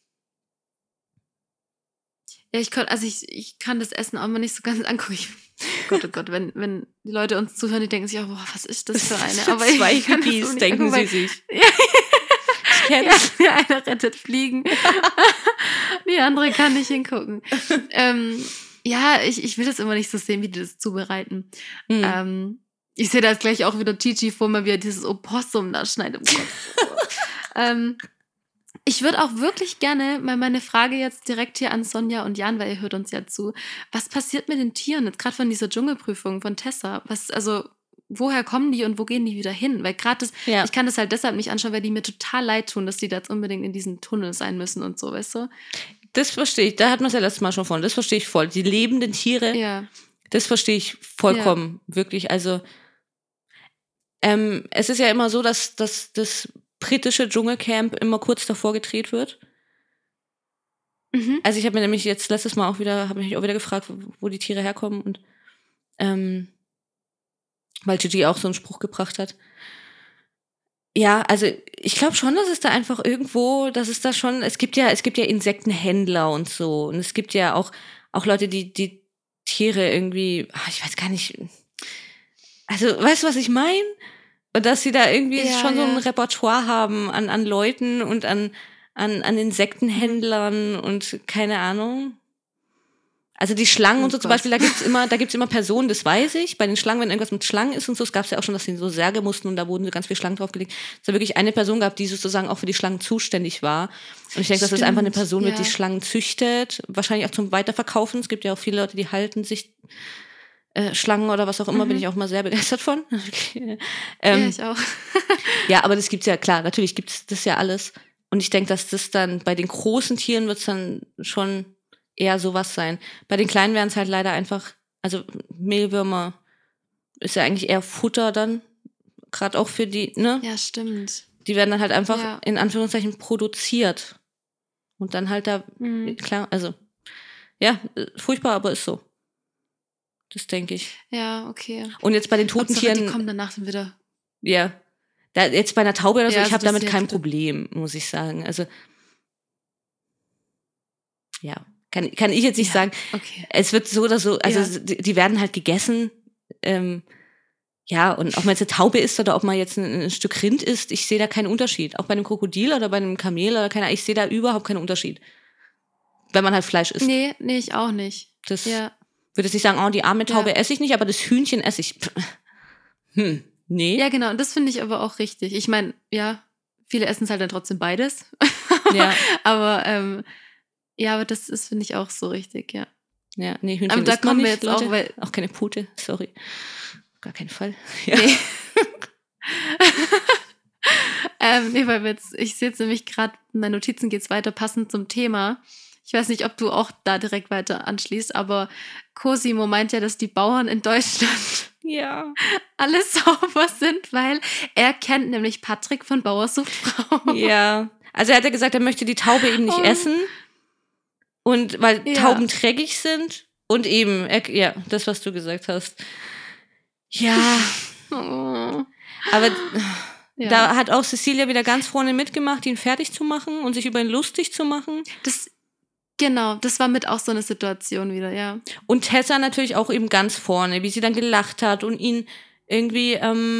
Ja, ich kann das Essen auch mal nicht so ganz angucken. Oh Gott, wenn die Leute uns zuhören, die denken sich auch, boah, was ist das für eine? Aber 2 Hippies, denken sie sich. Ja. Ich kenn's. Ja, einer rettet Fliegen. Die andere kann nicht hingucken. Ja, ich will das immer nicht so sehen, wie die das zubereiten. Ich sehe da jetzt gleich auch wieder Gigi vor mir, wie er dieses Opossum da schneidet. Ich würde auch wirklich gerne mal meine Frage jetzt direkt hier an Sonja und Jan, weil ihr hört uns ja zu. Was passiert mit den Tieren jetzt gerade von dieser Dschungelprüfung von Tessa? Woher kommen die und wo gehen die wieder hin? Weil gerade ich kann das halt deshalb nicht anschauen, weil die mir total leid tun, dass die da jetzt unbedingt in diesem Tunnel sein müssen und so, weißt du? Das verstehe ich. Da hatten wir es ja letztes Mal schon von. Das verstehe ich voll. Die lebenden Tiere, das verstehe ich vollkommen. Wirklich. Also es ist ja immer so, dass das britische Dschungelcamp immer kurz davor gedreht wird. Also ich habe mir nämlich jetzt letztes Mal auch wieder gefragt, wo die Tiere herkommen und weil Gigi auch so einen Spruch gebracht hat. Ja, also ich glaube schon, dass es da einfach irgendwo, es gibt ja Insektenhändler und so und es gibt ja auch Leute, die Tiere irgendwie, ich weiß gar nicht, also weißt du, was ich meine? Und dass sie da irgendwie schon so ein Repertoire haben an Leuten und an Insektenhändlern und keine Ahnung. Also die Schlangen und so zum Beispiel, da gibt's immer Personen, das weiß ich. Bei den Schlangen, wenn irgendwas mit Schlangen ist und so, es gab ja auch schon, dass sie so Särge mussten und da wurden so ganz viele Schlangen draufgelegt. Es hat wirklich eine Person gab, die sozusagen auch für die Schlangen zuständig war. Und ich denke, dass das einfach eine Person wird, die Schlangen züchtet, wahrscheinlich auch zum Weiterverkaufen. Es gibt ja auch viele Leute, die halten sich Schlangen oder was auch immer, bin ich auch mal sehr begeistert von. Okay. Ja, ich auch. Ja, aber das gibt's ja, klar, natürlich gibt's das ja alles. Und ich denke, dass das dann bei den großen Tieren wird's dann schon eher sowas sein. Bei den Kleinen wären es halt leider einfach, also Mehlwürmer ist ja eigentlich eher Futter dann, gerade auch für die, ne? Ja, stimmt. Die werden dann halt einfach Ja. in Anführungszeichen produziert. Und dann halt da, klar, also, ja, furchtbar, aber ist so. Das denke ich. Ja, okay. Und jetzt bei den toten Hauptsache, Tieren. die kommen danach dann wieder. Ja. Jetzt bei einer Taube oder so, Ja, ich also habe das damit ist kein jetzt- Problem, muss ich sagen. Also, ja, kann ich jetzt nicht Ja, sagen. okay. Es wird so oder so, also Ja. die werden halt gegessen. Ja, und ob man jetzt eine Taube isst oder ob man jetzt ein Stück Rind isst, ich sehe da keinen Unterschied. Auch bei einem Krokodil oder bei einem Kamel oder keine Ahnung, ich sehe da überhaupt keinen Unterschied. Wenn man halt Fleisch isst. Nee, ich auch nicht. Das Ja. würde jetzt nicht sagen, oh, die arme Taube Ja. esse ich nicht, aber das Hühnchen esse ich. Nee. Ja, genau. Und das finde ich aber auch richtig. Ich meine, ja, viele essen es halt dann trotzdem beides. Ja. aber aber das ist, finde ich, auch so richtig, ja. Ja, nee, Hühnchen Aber da isst man kommen wir nicht, jetzt auch, Leute. weil- Auch keine Pute, sorry. Auf gar keinen Fall. Ja. Nee. Weil ich sehe jetzt nämlich gerade, in meinen Notizen geht es weiter passend zum Thema. Ich weiß nicht, ob du auch da direkt weiter anschließt, aber Cosimo meint ja, dass die Bauern in Deutschland Ja. alle sauber sind, weil er kennt nämlich Patrick von Bauersucht Frau. Ja. Also er hat ja gesagt, er möchte die Taube eben nicht Oh. essen. Und weil Ja. Tauben dreckig sind. Und eben, ja, das, was du gesagt hast. Ja, Oh. aber Ja. da hat auch Cecilia wieder ganz vorne mitgemacht, ihn fertig zu machen und sich über ihn lustig zu machen. Das war mit auch so eine Situation wieder, ja. Und Tessa natürlich auch eben ganz vorne, wie sie dann gelacht hat und ihn irgendwie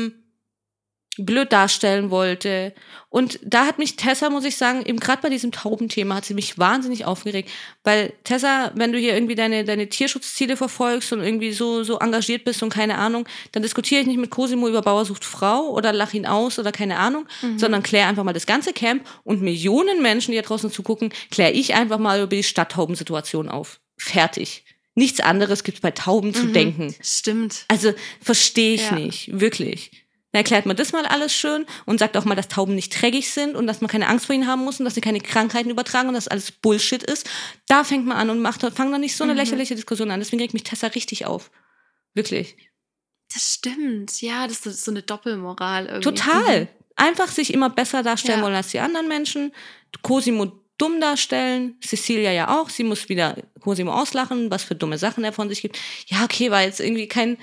blöd darstellen wollte. Und da hat mich Tessa, muss ich sagen, eben gerade bei diesem Taubenthema hat sie mich wahnsinnig aufgeregt. Weil Tessa, wenn du hier irgendwie deine Tierschutzziele verfolgst und irgendwie so engagiert bist und keine Ahnung, dann diskutiere ich nicht mit Cosimo über Bauersucht Frau oder lach ihn aus oder keine Ahnung, sondern kläre einfach mal das ganze Camp und Millionen Menschen, die da draußen zugucken, kläre ich einfach mal über die Stadttaubensituation auf. Fertig. Nichts anderes gibt's bei Tauben zu denken. Stimmt. Also verstehe ich Ja. nicht, wirklich. Dann erklärt man das mal alles schön und sagt auch mal, dass Tauben nicht dreckig sind und dass man keine Angst vor ihnen haben muss und dass sie keine Krankheiten übertragen und dass alles Bullshit ist. Da fängt man an und fang dann nicht so eine lächerliche Diskussion an. Deswegen regt mich Tessa richtig auf. Wirklich. Das stimmt. Ja, das ist so eine Doppelmoral irgendwie. Total. Einfach sich immer besser darstellen Ja. wollen als die anderen Menschen. Cosimo dumm darstellen. Cecilia ja auch. Sie muss wieder Cosimo auslachen, was für dumme Sachen er von sich gibt. Ja, okay, war jetzt irgendwie kein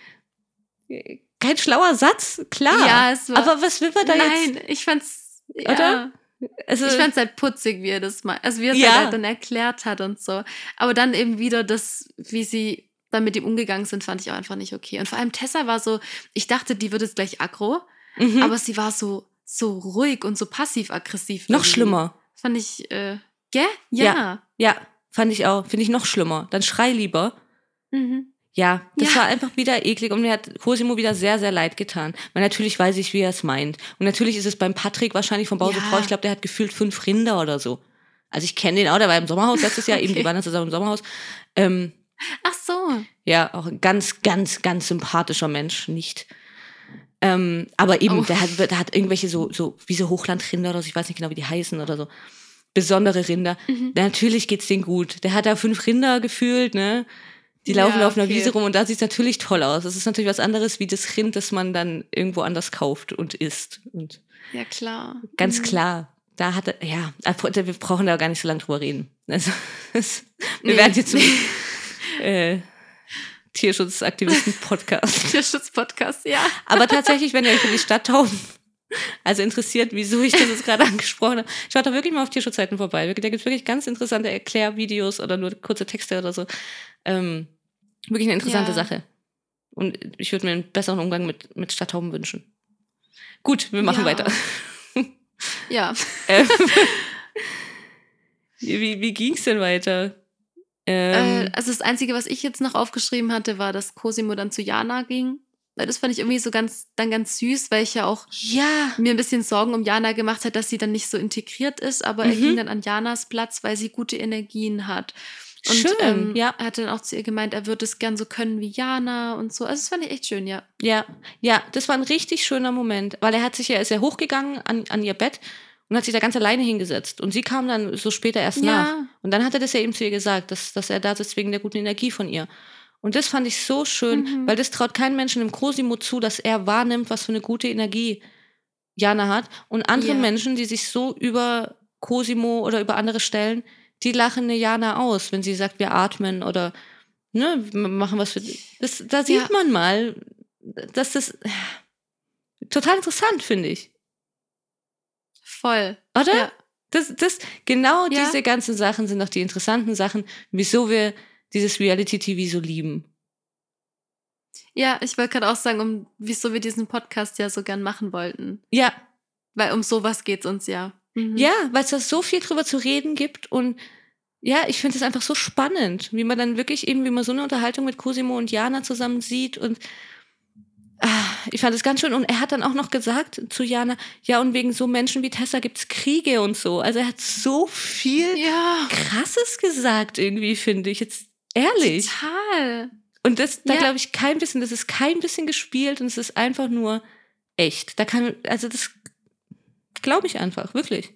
schlauer Satz, klar. Ja, es war- aber was will man da jetzt? Nein, ich fand's. Ja. Oder? Also, Ich fand's halt putzig, wie er das mal, also wie er es Ja. halt dann erklärt hat und so. Aber dann eben wieder das, wie sie dann mit ihm umgegangen sind, fand ich auch einfach nicht okay. Und vor allem Tessa war so, ich dachte, die wird jetzt gleich aggro, aber sie war so ruhig und so passiv-aggressiv. noch irgendwie. schlimmer. Fand ich, gell? Ja. Ja, fand ich auch. Finde ich noch schlimmer. Dann schrei lieber. Mhm. Ja, das Ja. war einfach wieder eklig und mir hat Cosimo wieder sehr, sehr leid getan. Weil natürlich weiß ich, wie er es meint. Und natürlich ist es beim Patrick wahrscheinlich vom Bausucht Ja. Frau, ich glaube, der hat gefühlt 5 Rinder oder so. Also ich kenne den auch, der war im Sommerhaus letztes Jahr, eben, die Okay. waren dann zusammen im Sommerhaus. Ach so. Ja, auch ein ganz, ganz, ganz sympathischer Mensch, nicht. Aber eben, Oh. der hat irgendwelche so wie so Hochlandrinder oder so, ich weiß nicht genau, wie die heißen oder so. Besondere Rinder. Natürlich geht's denen gut. Der hat da 5 Rinder gefühlt, ne? Die laufen Ja, auf einer okay. Wiese rum und da sieht's natürlich toll aus. Das ist natürlich was anderes wie das Rind, das man dann irgendwo anders kauft und isst. Und Ja, klar. ganz klar, da hat er, ja, wir brauchen da gar nicht so lange drüber reden. Also, wir werden jetzt zum Tierschutzaktivisten-Podcast. Tierschutzpodcast, ja. Aber tatsächlich, wenn ihr euch für die Stadttauben interessiert, wieso ich das jetzt gerade angesprochen habe, schaut da wirklich mal auf Tierschutzseiten vorbei. Da gibt es wirklich ganz interessante Erklärvideos oder nur kurze Texte oder so. Wirklich eine interessante Ja. Sache. Und ich würde mir einen besseren Umgang mit Stadttauben wünschen. Gut, wir machen Ja. weiter. Ja. Wie ging's denn weiter? Also das Einzige, was ich jetzt noch aufgeschrieben hatte, war, dass Cosimo dann zu Jana ging. Weil das fand ich irgendwie so ganz süß, weil ich ja auch Ja. mir ein bisschen Sorgen um Jana gemacht hat, dass sie dann nicht so integriert ist, aber er ging dann an Janas Platz, weil sie gute Energien hat. Und Schön, ja. er hat dann auch zu ihr gemeint, er würde es gern so können wie Jana und so. Also das fand ich echt schön, ja. Ja, das war ein richtig schöner Moment, weil er ist ja hochgegangen an ihr Bett und hat sich da ganz alleine hingesetzt. Und sie kam dann so später erst nach. Und dann hat er das ja eben zu ihr gesagt, dass er da sitzt wegen der guten Energie von ihr. Und das fand ich so schön, weil das traut kein Menschen dem Cosimo zu, dass er wahrnimmt, was für eine gute Energie Jana hat. Und andere Menschen, die sich so über Cosimo oder über andere stellen, die lachen eine Jana aus, wenn sie sagt, wir atmen oder ne, wir machen was für das. Da sieht man mal, dass das total interessant, finde ich. Voll. Oder? Ja. Genau diese ganzen Sachen sind doch die interessanten Sachen, wieso wir dieses Reality-TV so lieben. Ja, ich wollte gerade auch sagen, wieso wir diesen Podcast ja so gern machen wollten. Ja. Weil um sowas geht's uns ja. Ja, weil es da so viel drüber zu reden gibt und ja, ich finde es einfach so spannend, wie man dann wirklich eben, wie man so eine Unterhaltung mit Cosimo und Jana zusammen sieht und ich fand es ganz schön. Und er hat dann auch noch gesagt zu Jana, ja, und wegen so Menschen wie Tessa gibt's Kriege und so. Also er hat so viel Krasses gesagt irgendwie, finde ich. Jetzt ehrlich. Total. Und das, da glaube ich das ist kein bisschen gespielt und es ist einfach nur echt. Das glaube ich einfach, wirklich.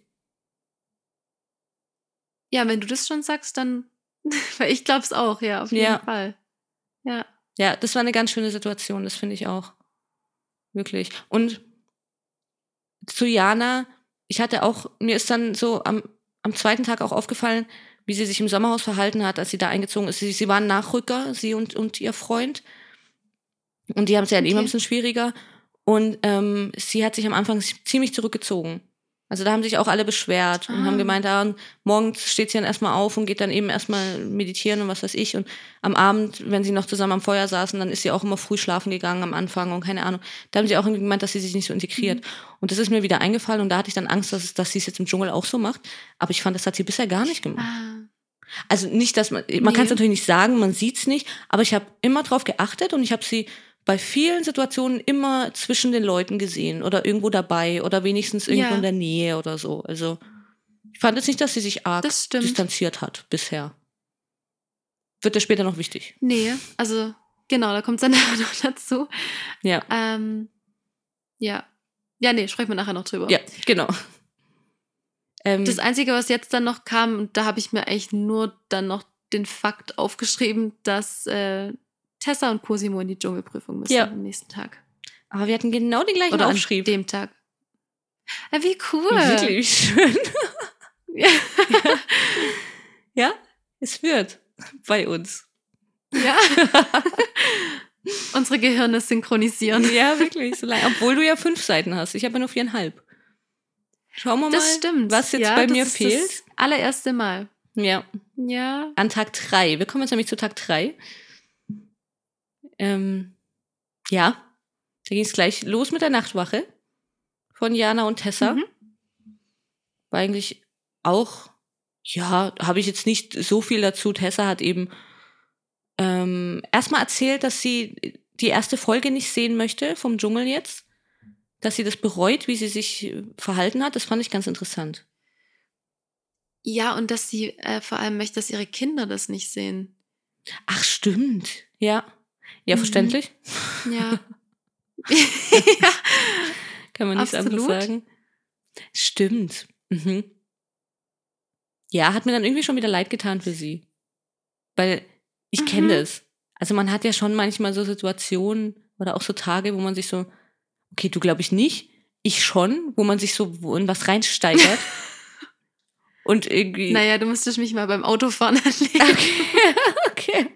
Ja, wenn du das schon sagst, dann, weil ich glaube es auch, ja, auf jeden Fall. Ja. Ja, das war eine ganz schöne Situation, das finde ich auch. Wirklich. Und zu Jana, mir ist dann so am zweiten Tag auch aufgefallen, wie sie sich im Sommerhaus verhalten hat, als sie da eingezogen ist. Sie waren Nachrücker, sie und ihr Freund. Und die haben es ja immer ein bisschen schwieriger. Und sie hat sich am Anfang ziemlich zurückgezogen. Also da haben sich auch alle beschwert und haben gemeint, morgens steht sie dann erstmal auf und geht dann eben erstmal meditieren und was weiß ich. Und am Abend, wenn sie noch zusammen am Feuer saßen, dann ist sie auch immer früh schlafen gegangen am Anfang und keine Ahnung. Da haben sie auch irgendwie gemeint, dass sie sich nicht so integriert. Und das ist mir wieder eingefallen und da hatte ich dann Angst, dass sie es jetzt im Dschungel auch so macht. Aber ich fand, das hat sie bisher gar nicht gemacht. Also nicht, dass man kann es natürlich nicht sagen, man sieht es nicht, aber ich habe immer drauf geachtet und ich habe sie bei vielen Situationen immer zwischen den Leuten gesehen oder irgendwo dabei oder wenigstens irgendwo in der Nähe oder so. Also ich fand jetzt nicht, dass sie sich arg distanziert hat bisher. Wird ja später noch wichtig. Nee, also genau, da kommt es dann noch dazu. Ja. Ja, nee, sprechen wir nachher noch drüber. Ja, genau. Das Einzige, was jetzt dann noch kam, und da habe ich mir eigentlich nur dann noch den Fakt aufgeschrieben, dass Tessa und Cosimo in die Dschungelprüfung müssen am nächsten Tag. Aber wir hatten genau den gleichen Aufschrieb. An dem Tag. Ja, wie cool. Wirklich schön. Ja, es wird bei uns. Ja. Unsere Gehirne synchronisieren. Ja, wirklich. So lange. Obwohl du ja 5 Seiten hast. Ich habe ja nur 4,5. Schauen wir mal, was jetzt bei mir fehlt. Das allererste Mal. Ja. Ja. An Tag 3. Wir kommen jetzt nämlich zu Tag 3. Da ging es gleich los mit der Nachtwache von Jana und Tessa. War eigentlich auch, habe ich jetzt nicht so viel dazu. Tessa hat eben erstmal erzählt, dass sie die erste Folge nicht sehen möchte vom Dschungel jetzt. Dass sie das bereut, wie sie sich verhalten hat. Das fand ich ganz interessant. Ja, und dass sie vor allem möchte, dass ihre Kinder das nicht sehen. Ach, stimmt. Ja. Ja, verständlich. Ja. Kann man nichts anderes sagen. Stimmt. Ja, hat mir dann irgendwie schon wieder leid getan für sie. Weil ich kenne das. Also man hat ja schon manchmal so Situationen oder auch so Tage, wo man sich so, okay, du glaube ich nicht, ich schon, wo man sich so in was reinsteigert. Und irgendwie... Naja, du musstest mich mal beim Autofahren erleben. Okay.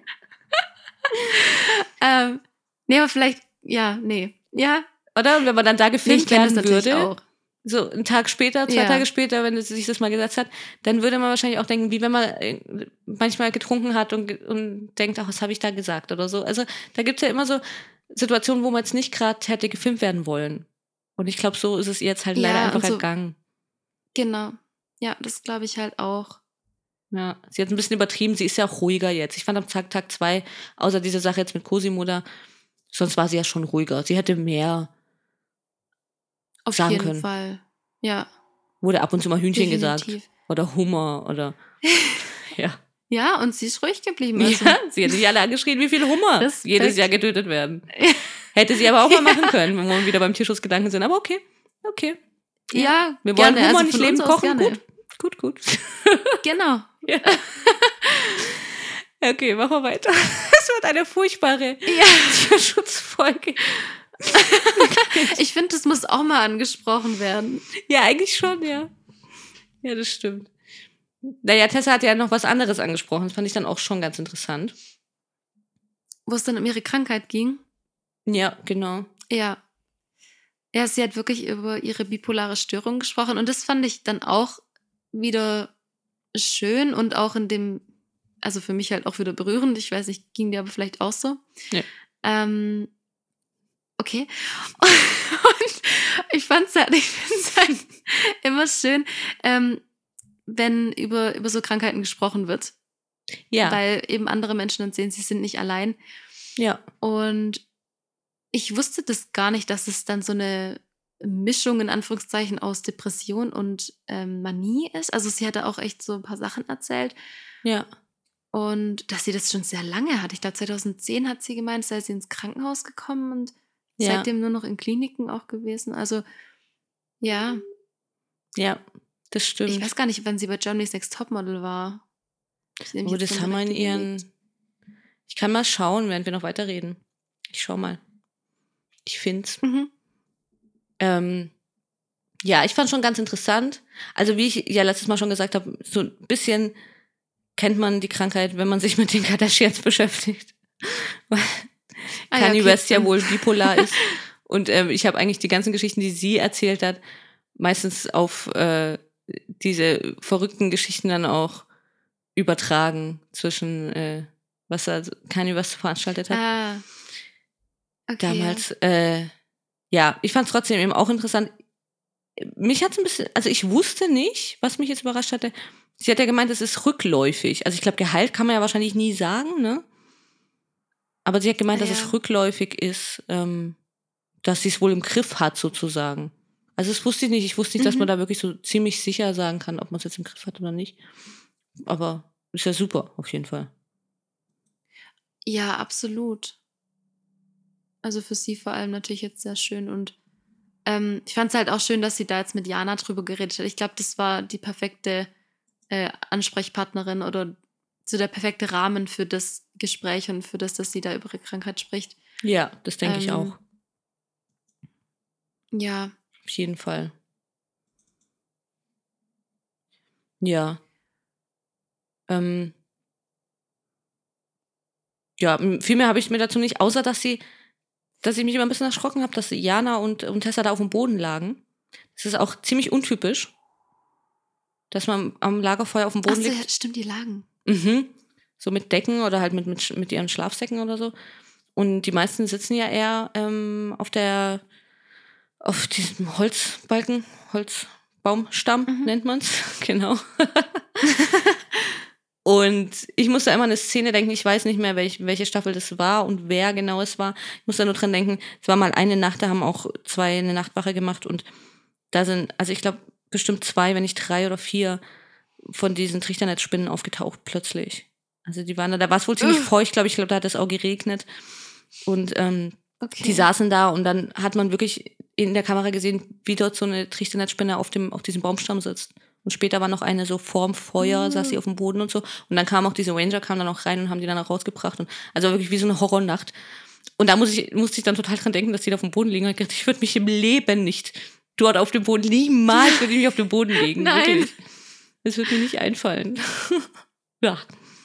Nee, aber vielleicht, ja. Oder? Und wenn man dann da gefilmt werden würde, auch. so einen Tag später, 2 Tage später, wenn es sich das mal gesetzt hat, dann würde man wahrscheinlich auch denken, wie wenn man manchmal getrunken hat und denkt, ach, was habe ich da gesagt oder so. Also da gibt es ja immer so Situationen, wo man jetzt nicht gerade hätte gefilmt werden wollen. Und ich glaube, so ist es ihr jetzt halt leider einfach ergangen. Genau. Ja, das glaube ich halt auch. Ja, sie hat ein bisschen übertrieben, sie ist ja auch ruhiger jetzt. Ich fand am Tag 2, außer diese Sache jetzt mit Cosimo da, sonst war sie ja schon ruhiger. Sie hätte mehr sagen können. Auf jeden Fall, ja. Wurde ab und zu mal Hühnchen Definitiv. gesagt. Oder Hummer oder, ja. Ja, und sie ist ruhig geblieben. Also. Ja, sie hätte sich alle angeschrien, wie viele Hummer jedes Jahr getötet werden. Hätte sie aber auch mal machen können, wenn wir wieder beim Tierschutzgedanken sind. Aber okay. Ja, Wir wollen gerne. Humor Also nicht von leben, uns aus kochen, gerne. gut. Genau. Ja. Okay, machen wir weiter. Es wird eine furchtbare Tierschutzfolge. Ich finde, das muss auch mal angesprochen werden. Ja, eigentlich schon, ja. Ja, das stimmt. Naja, Tessa hat ja noch was anderes angesprochen. Das fand ich dann auch schon ganz interessant. Wo es dann um ihre Krankheit ging. Ja, genau. Ja. Ja, sie hat wirklich über ihre bipolare Störung gesprochen und das fand ich dann auch wieder schön und auch in dem, also für mich halt auch wieder berührend. Ich weiß nicht, ging dir aber vielleicht auch so. Ja. Okay. Und ich find's halt immer schön, wenn über so Krankheiten gesprochen wird. Ja. Weil eben andere Menschen dann sehen, sie sind nicht allein. Ja. Und ich wusste das gar nicht, dass es dann so eine Mischung in Anführungszeichen aus Depression und Manie ist. Also sie hatte auch echt so ein paar Sachen erzählt. Ja. Und dass sie das schon sehr lange hat. Ich glaube, 2010 hat sie gemeint, sei sie ins Krankenhaus gekommen und seitdem nur noch in Kliniken auch gewesen. Also ja. Ja, das stimmt. Ich weiß gar nicht, wann sie bei Germany's Next Topmodel war. Oh, das haben wir in ihren... Ich kann mal schauen, während wir noch weiterreden. Ich schau mal. Ich find's. Mhm. Ja, ich fand schon ganz interessant. Also wie ich ja letztes Mal schon gesagt habe, so ein bisschen kennt man die Krankheit, wenn man sich mit den Kardashians beschäftigt. Kanye West ja wohl bipolar ist. Und ich habe eigentlich die ganzen Geschichten, die sie erzählt hat, meistens auf diese verrückten Geschichten dann auch übertragen zwischen was Kanye West veranstaltet hat. Okay. Damals. Ja, ich fand es trotzdem eben auch interessant. Mich hat es ein bisschen, also ich wusste nicht, was mich jetzt überrascht hatte. Sie hat ja gemeint, es ist rückläufig. Also ich glaube, Gehalt kann man ja wahrscheinlich nie sagen, ne? Aber sie hat gemeint, dass es rückläufig ist, dass sie es wohl im Griff hat, sozusagen. Also das wusste ich nicht. Ich wusste nicht, dass man da wirklich so ziemlich sicher sagen kann, ob man es jetzt im Griff hat oder nicht. Aber ist ja super, auf jeden Fall. Ja, absolut. Also für sie vor allem natürlich jetzt sehr schön. Und ich fand es halt auch schön, dass sie da jetzt mit Jana drüber geredet hat. Ich glaube, das war die perfekte Ansprechpartnerin oder so der perfekte Rahmen für das Gespräch und für das, dass sie da über ihre Krankheit spricht. Ja, das denke ich auch. Ja. Auf jeden Fall. Ja. Ja, viel mehr habe ich mir dazu nicht, außer dass ich mich immer ein bisschen erschrocken habe, dass Jana und Tessa da auf dem Boden lagen. Das ist auch ziemlich untypisch, dass man am Lagerfeuer auf dem Boden liegt. Ja, stimmt, die lagen. Mhm. So mit Decken oder halt mit ihren Schlafsäcken oder so. Und die meisten sitzen ja eher auf diesem Holzbalken, Holzbaumstamm nennt man's, genau. Und ich musste immer an eine Szene denken, ich weiß nicht mehr, welche Staffel das war und wer genau es war. Ich muss da nur dran denken, es war mal eine Nacht, da haben auch 2 eine Nachtwache gemacht und da sind, also ich glaube, bestimmt 2, wenn nicht 3 oder 4 von diesen Trichternetzspinnen aufgetaucht plötzlich. Also die waren da war es wohl ziemlich feucht, glaube ich, da hat es auch geregnet. Und die saßen da und dann hat man wirklich in der Kamera gesehen, wie dort so eine Trichternetzspinne auf diesem Baumstamm sitzt. Und später war noch eine so vorm Feuer, saß sie auf dem Boden und so. Und dann kamen auch diese Ranger, kamen dann auch rein und haben die dann auch rausgebracht. Und also wirklich wie so eine Horrornacht. Und da musste ich dann total dran denken, dass die da auf dem Boden liegen. Und ich würde mich im Leben nicht dort auf dem Boden, niemals würde ich mich auf dem Boden legen. Nein. Wirklich. Das wird mir nicht einfallen. Ja.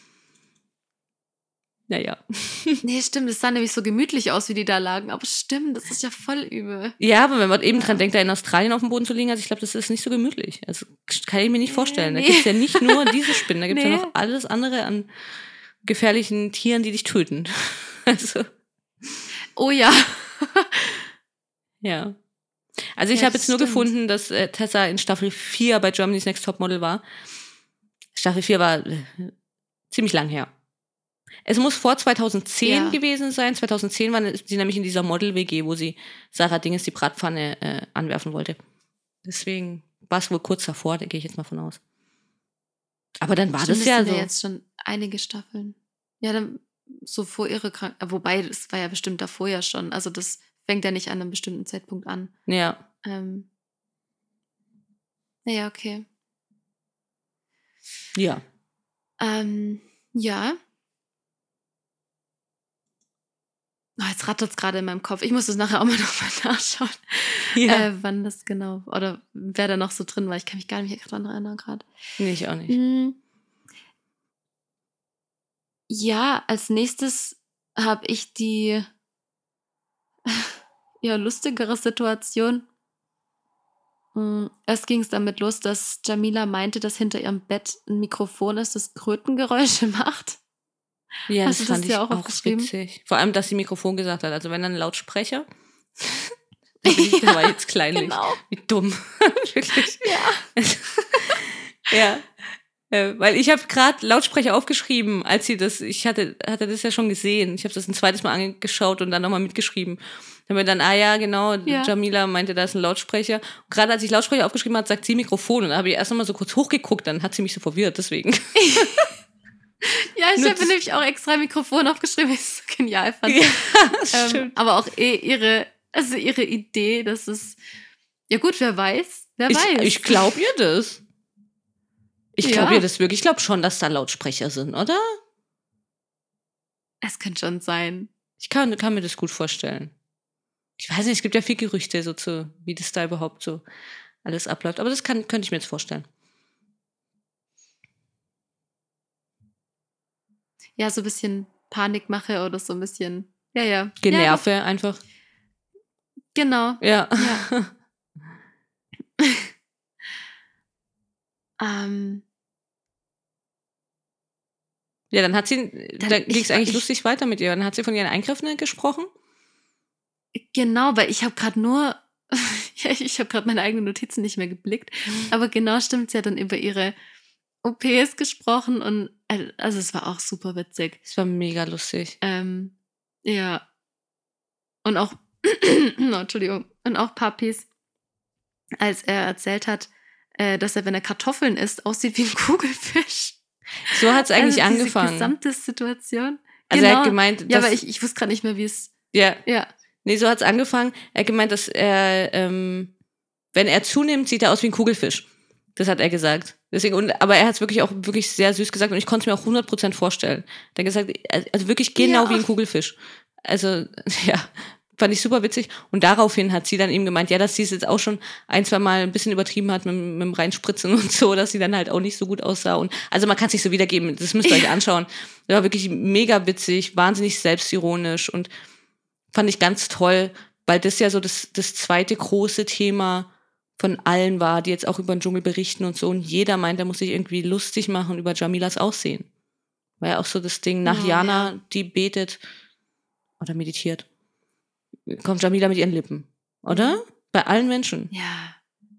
Naja. Nee, stimmt, es sah nämlich so gemütlich aus, wie die da lagen. Aber stimmt, das ist ja voll übel. Ja, aber wenn man eben dran denkt, da in Australien auf dem Boden zu liegen, also ich glaube, das ist nicht so gemütlich. Also kann ich mir nicht vorstellen. Da gibt es ja nicht nur diese Spinnen, da gibt es ja noch alles andere an gefährlichen Tieren, die dich töten. Also. Oh ja. Ja. Also ich habe jetzt nur gefunden, dass Tessa in Staffel 4 bei Germany's Next Topmodel war. Staffel 4 war ziemlich lang her. Es muss vor 2010 gewesen sein. 2010 war sie nämlich in dieser Model-WG, wo sie Sarah Dinges die Bratpfanne anwerfen wollte. Deswegen war es wohl kurz davor, da gehe ich jetzt mal von aus. Aber dann war das ja so. Ja jetzt schon einige Staffeln. Ja, dann so vor ihre Krankheit. Wobei, das war ja bestimmt davor ja schon. Also das fängt ja nicht an einem bestimmten Zeitpunkt an. Ja. Ja, okay. Ja. Ja. Oh, jetzt rattert es gerade in meinem Kopf. Ich muss das nachher auch mal nochmal nachschauen, wann das genau, oder wer da noch so drin war. Ich kann mich gar nicht mehr dran erinnern gerade. Nee, ich auch nicht. Ja, als nächstes habe ich die eher lustigere Situation. Erst ging es damit los, dass Jamila meinte, dass hinter ihrem Bett ein Mikrofon ist, das Krötengeräusche macht. Ja, Hast das du das fand ich dir auch auch aufgeschrieben? witzig. Vor allem, dass sie Mikrofon gesagt hat. Also wenn dann ein Lautsprecher. Der war jetzt kleinlich. Genau. Wie dumm. Wirklich. Ja. Ja. Weil ich habe gerade Lautsprecher aufgeschrieben, als sie das, ich hatte das ja schon gesehen. Ich habe das ein zweites Mal angeschaut und dann nochmal mitgeschrieben. Dann haben wir dann, ja, genau, Ja. Jamila meinte, da ist ein Lautsprecher. Und gerade als ich Lautsprecher aufgeschrieben habe, sagt sie Mikrofon. Und dann habe ich erst nochmal so kurz hochgeguckt, dann hat sie mich so verwirrt, deswegen. Ja, ich Nur habe mir nämlich auch extra ein Mikrofon aufgeschrieben, weil ich es so genial fand. Ja, stimmt. Aber auch ihre Idee, dass es, ja gut, wer weiß. Ich glaube ihr das. Ich glaube Ja. ihr das wirklich. Ich glaube schon, dass da Lautsprecher sind, oder? Es kann schon sein. Ich kann mir das gut vorstellen. Ich weiß nicht, es gibt ja viel Gerüchte, so zu, wie das da überhaupt so alles abläuft. Aber das könnte ich mir jetzt vorstellen. Ja, so ein bisschen Panikmache oder so ein bisschen. Ja. Generve Ja, einfach. genau. Ja. Ja. Ja, dann hat sie, da ging es eigentlich ich- lustig weiter mit ihr. Dann hat sie von ihren Eingriffen gesprochen. Genau, weil ich habe gerade ich habe gerade meine eigenen Notizen nicht mehr geblickt, aber genau stimmt, sie hat dann über ihre OPs gesprochen und also es war auch super witzig. Das war mega lustig. Ja. Und auch, Entschuldigung, und auch Papis, als er erzählt hat, dass er, wenn er Kartoffeln isst, aussieht wie ein Kugelfisch. So hat es eigentlich also diese angefangen. gesamte Situation. Also er hat gemeint, ja, dass, aber ich wusste gerade nicht mehr, wie es. Ja. Ja. Nee, so hat es angefangen. Er hat gemeint, dass er, wenn er zunimmt, sieht er aus wie ein Kugelfisch. Das hat er gesagt. Deswegen, aber er hat es wirklich sehr süß gesagt und ich konnte es mir auch 100% vorstellen. Er hat gesagt, also wirklich genau Ja. wie ein Kugelfisch. Also, ja, fand ich super witzig. Und daraufhin hat sie dann ihm gemeint, ja, dass sie es jetzt auch schon ein, zwei Mal ein bisschen übertrieben hat mit dem Reinspritzen und so, dass sie dann halt auch nicht so gut aussah. Und also man kann es nicht so wiedergeben, das müsst ihr euch anschauen. Das war wirklich mega witzig, wahnsinnig selbstironisch und fand ich ganz toll, weil das ja so das zweite große Thema von allen war, die jetzt auch über den Dschungel berichten und so. Und jeder meint, er muss sich irgendwie lustig machen über Jamilas Aussehen. War ja auch so das Ding, nach Oh, Jana, ja. die betet oder meditiert, kommt Jamila mit ihren Lippen. Oder? Bei allen Menschen. Ja.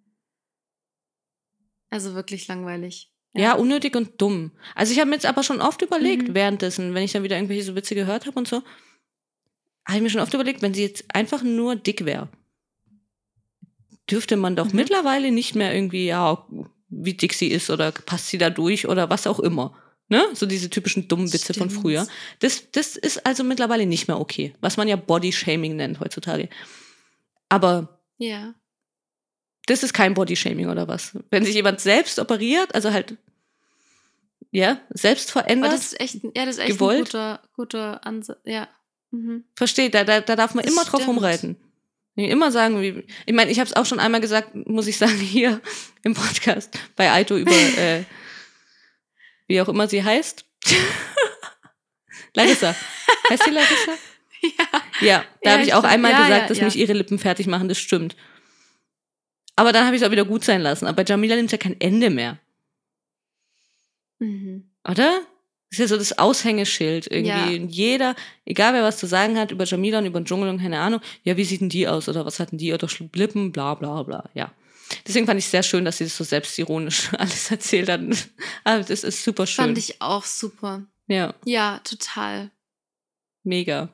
Also wirklich langweilig. Ja, unnötig und dumm. Also ich habe mir jetzt aber schon oft überlegt, Mhm. währenddessen, wenn ich dann wieder irgendwelche so Witze gehört habe und so, habe ich mir schon oft überlegt, wenn sie jetzt einfach nur dick wäre, dürfte man doch mittlerweile nicht mehr irgendwie, ja, wie dick sie ist oder passt sie da durch oder was auch immer. Ne? So diese typischen dummen Witze von Stimmt. früher. Das ist also mittlerweile nicht mehr okay, was man ja Bodyshaming nennt heutzutage. Aber Ja. das ist kein Bodyshaming oder was. Wenn sich jemand selbst operiert, also halt, ja, selbst Aber verändert, das ist echt, gewollt. ein guter Ansatz. Ja. Mhm. versteht, da darf man Das immer drauf stimmt. rumreiten. Immer sagen, ich meine, ich habe es auch schon einmal gesagt, muss ich sagen, hier im Podcast bei Aito über, wie auch immer sie heißt. Larissa. Heißt sie Larissa? Ja. Ja, da Ja, habe ich auch stimmt. einmal Ja, gesagt, ja, dass ja. mich ihre Lippen fertig machen, das stimmt. Aber dann habe ich es auch wieder gut sein lassen. Aber bei Jamila nimmt es ja kein Ende mehr. Mhm. Oder? Das ist ja so das Aushängeschild irgendwie. Ja. Und jeder, egal wer was zu sagen hat über Jamila und über den Dschungel und keine Ahnung, ja, wie sieht denn die aus oder was hatten die oder Lippen, bla bla bla, ja. Deswegen fand ich es sehr schön, dass sie das so selbstironisch alles erzählt hat. Aber das ist super schön. Fand ich auch super. Ja, Ja, total. mega.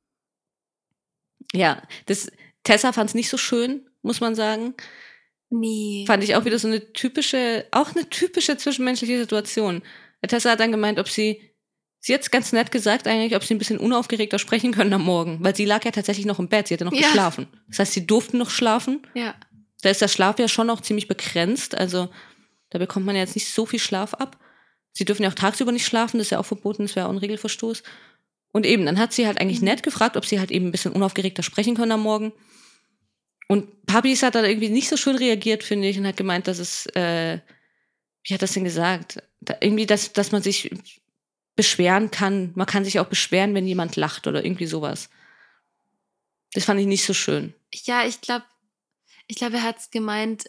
Ja, Tessa fand es nicht so schön, muss man sagen. Nee. Fand ich auch wieder so eine typische zwischenmenschliche Situation. Tessa hat dann gemeint, sie hat's ganz nett gesagt eigentlich, ob sie ein bisschen unaufgeregter sprechen können am Morgen, weil sie lag ja tatsächlich noch im Bett, sie hatte noch Ja. geschlafen. Das heißt, sie durften noch schlafen. Ja. Da ist der Schlaf ja schon auch ziemlich begrenzt. Also da bekommt man ja jetzt nicht so viel Schlaf ab. Sie dürfen ja auch tagsüber nicht schlafen, das ist ja auch verboten, das wäre auch ein Regelverstoß. Und eben, dann hat sie halt eigentlich nett gefragt, ob sie halt eben ein bisschen unaufgeregter sprechen können am Morgen. Und Papis hat dann irgendwie nicht so schön reagiert, finde ich, und hat gemeint, dass es, wie hat das denn gesagt? Irgendwie, dass man sich beschweren kann. Man kann sich auch beschweren, wenn jemand lacht oder irgendwie sowas. Das fand ich nicht so schön. Ja, ich glaube, er hat es gemeint,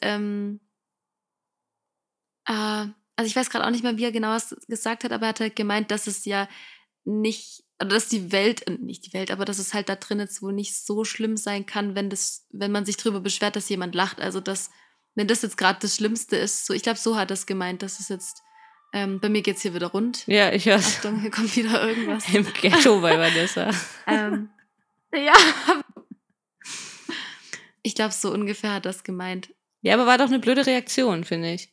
also ich weiß gerade auch nicht mehr, wie er genau es gesagt hat, aber er hat halt gemeint, dass es ja nicht, oder dass die Welt, nicht die Welt, aber dass es halt da drin jetzt wohl nicht so schlimm sein kann, wenn man sich drüber beschwert, dass jemand lacht. Also wenn das jetzt gerade das Schlimmste ist, so, ich glaube, so hat er es gemeint, dass es jetzt, bei mir geht's hier wieder rund. Ja, ich hör's. Achtung, hier kommt wieder irgendwas. Im Ghetto bei Vanessa. Ja. Ich glaube, so ungefähr hat er es gemeint. Ja, aber war doch eine blöde Reaktion, finde ich.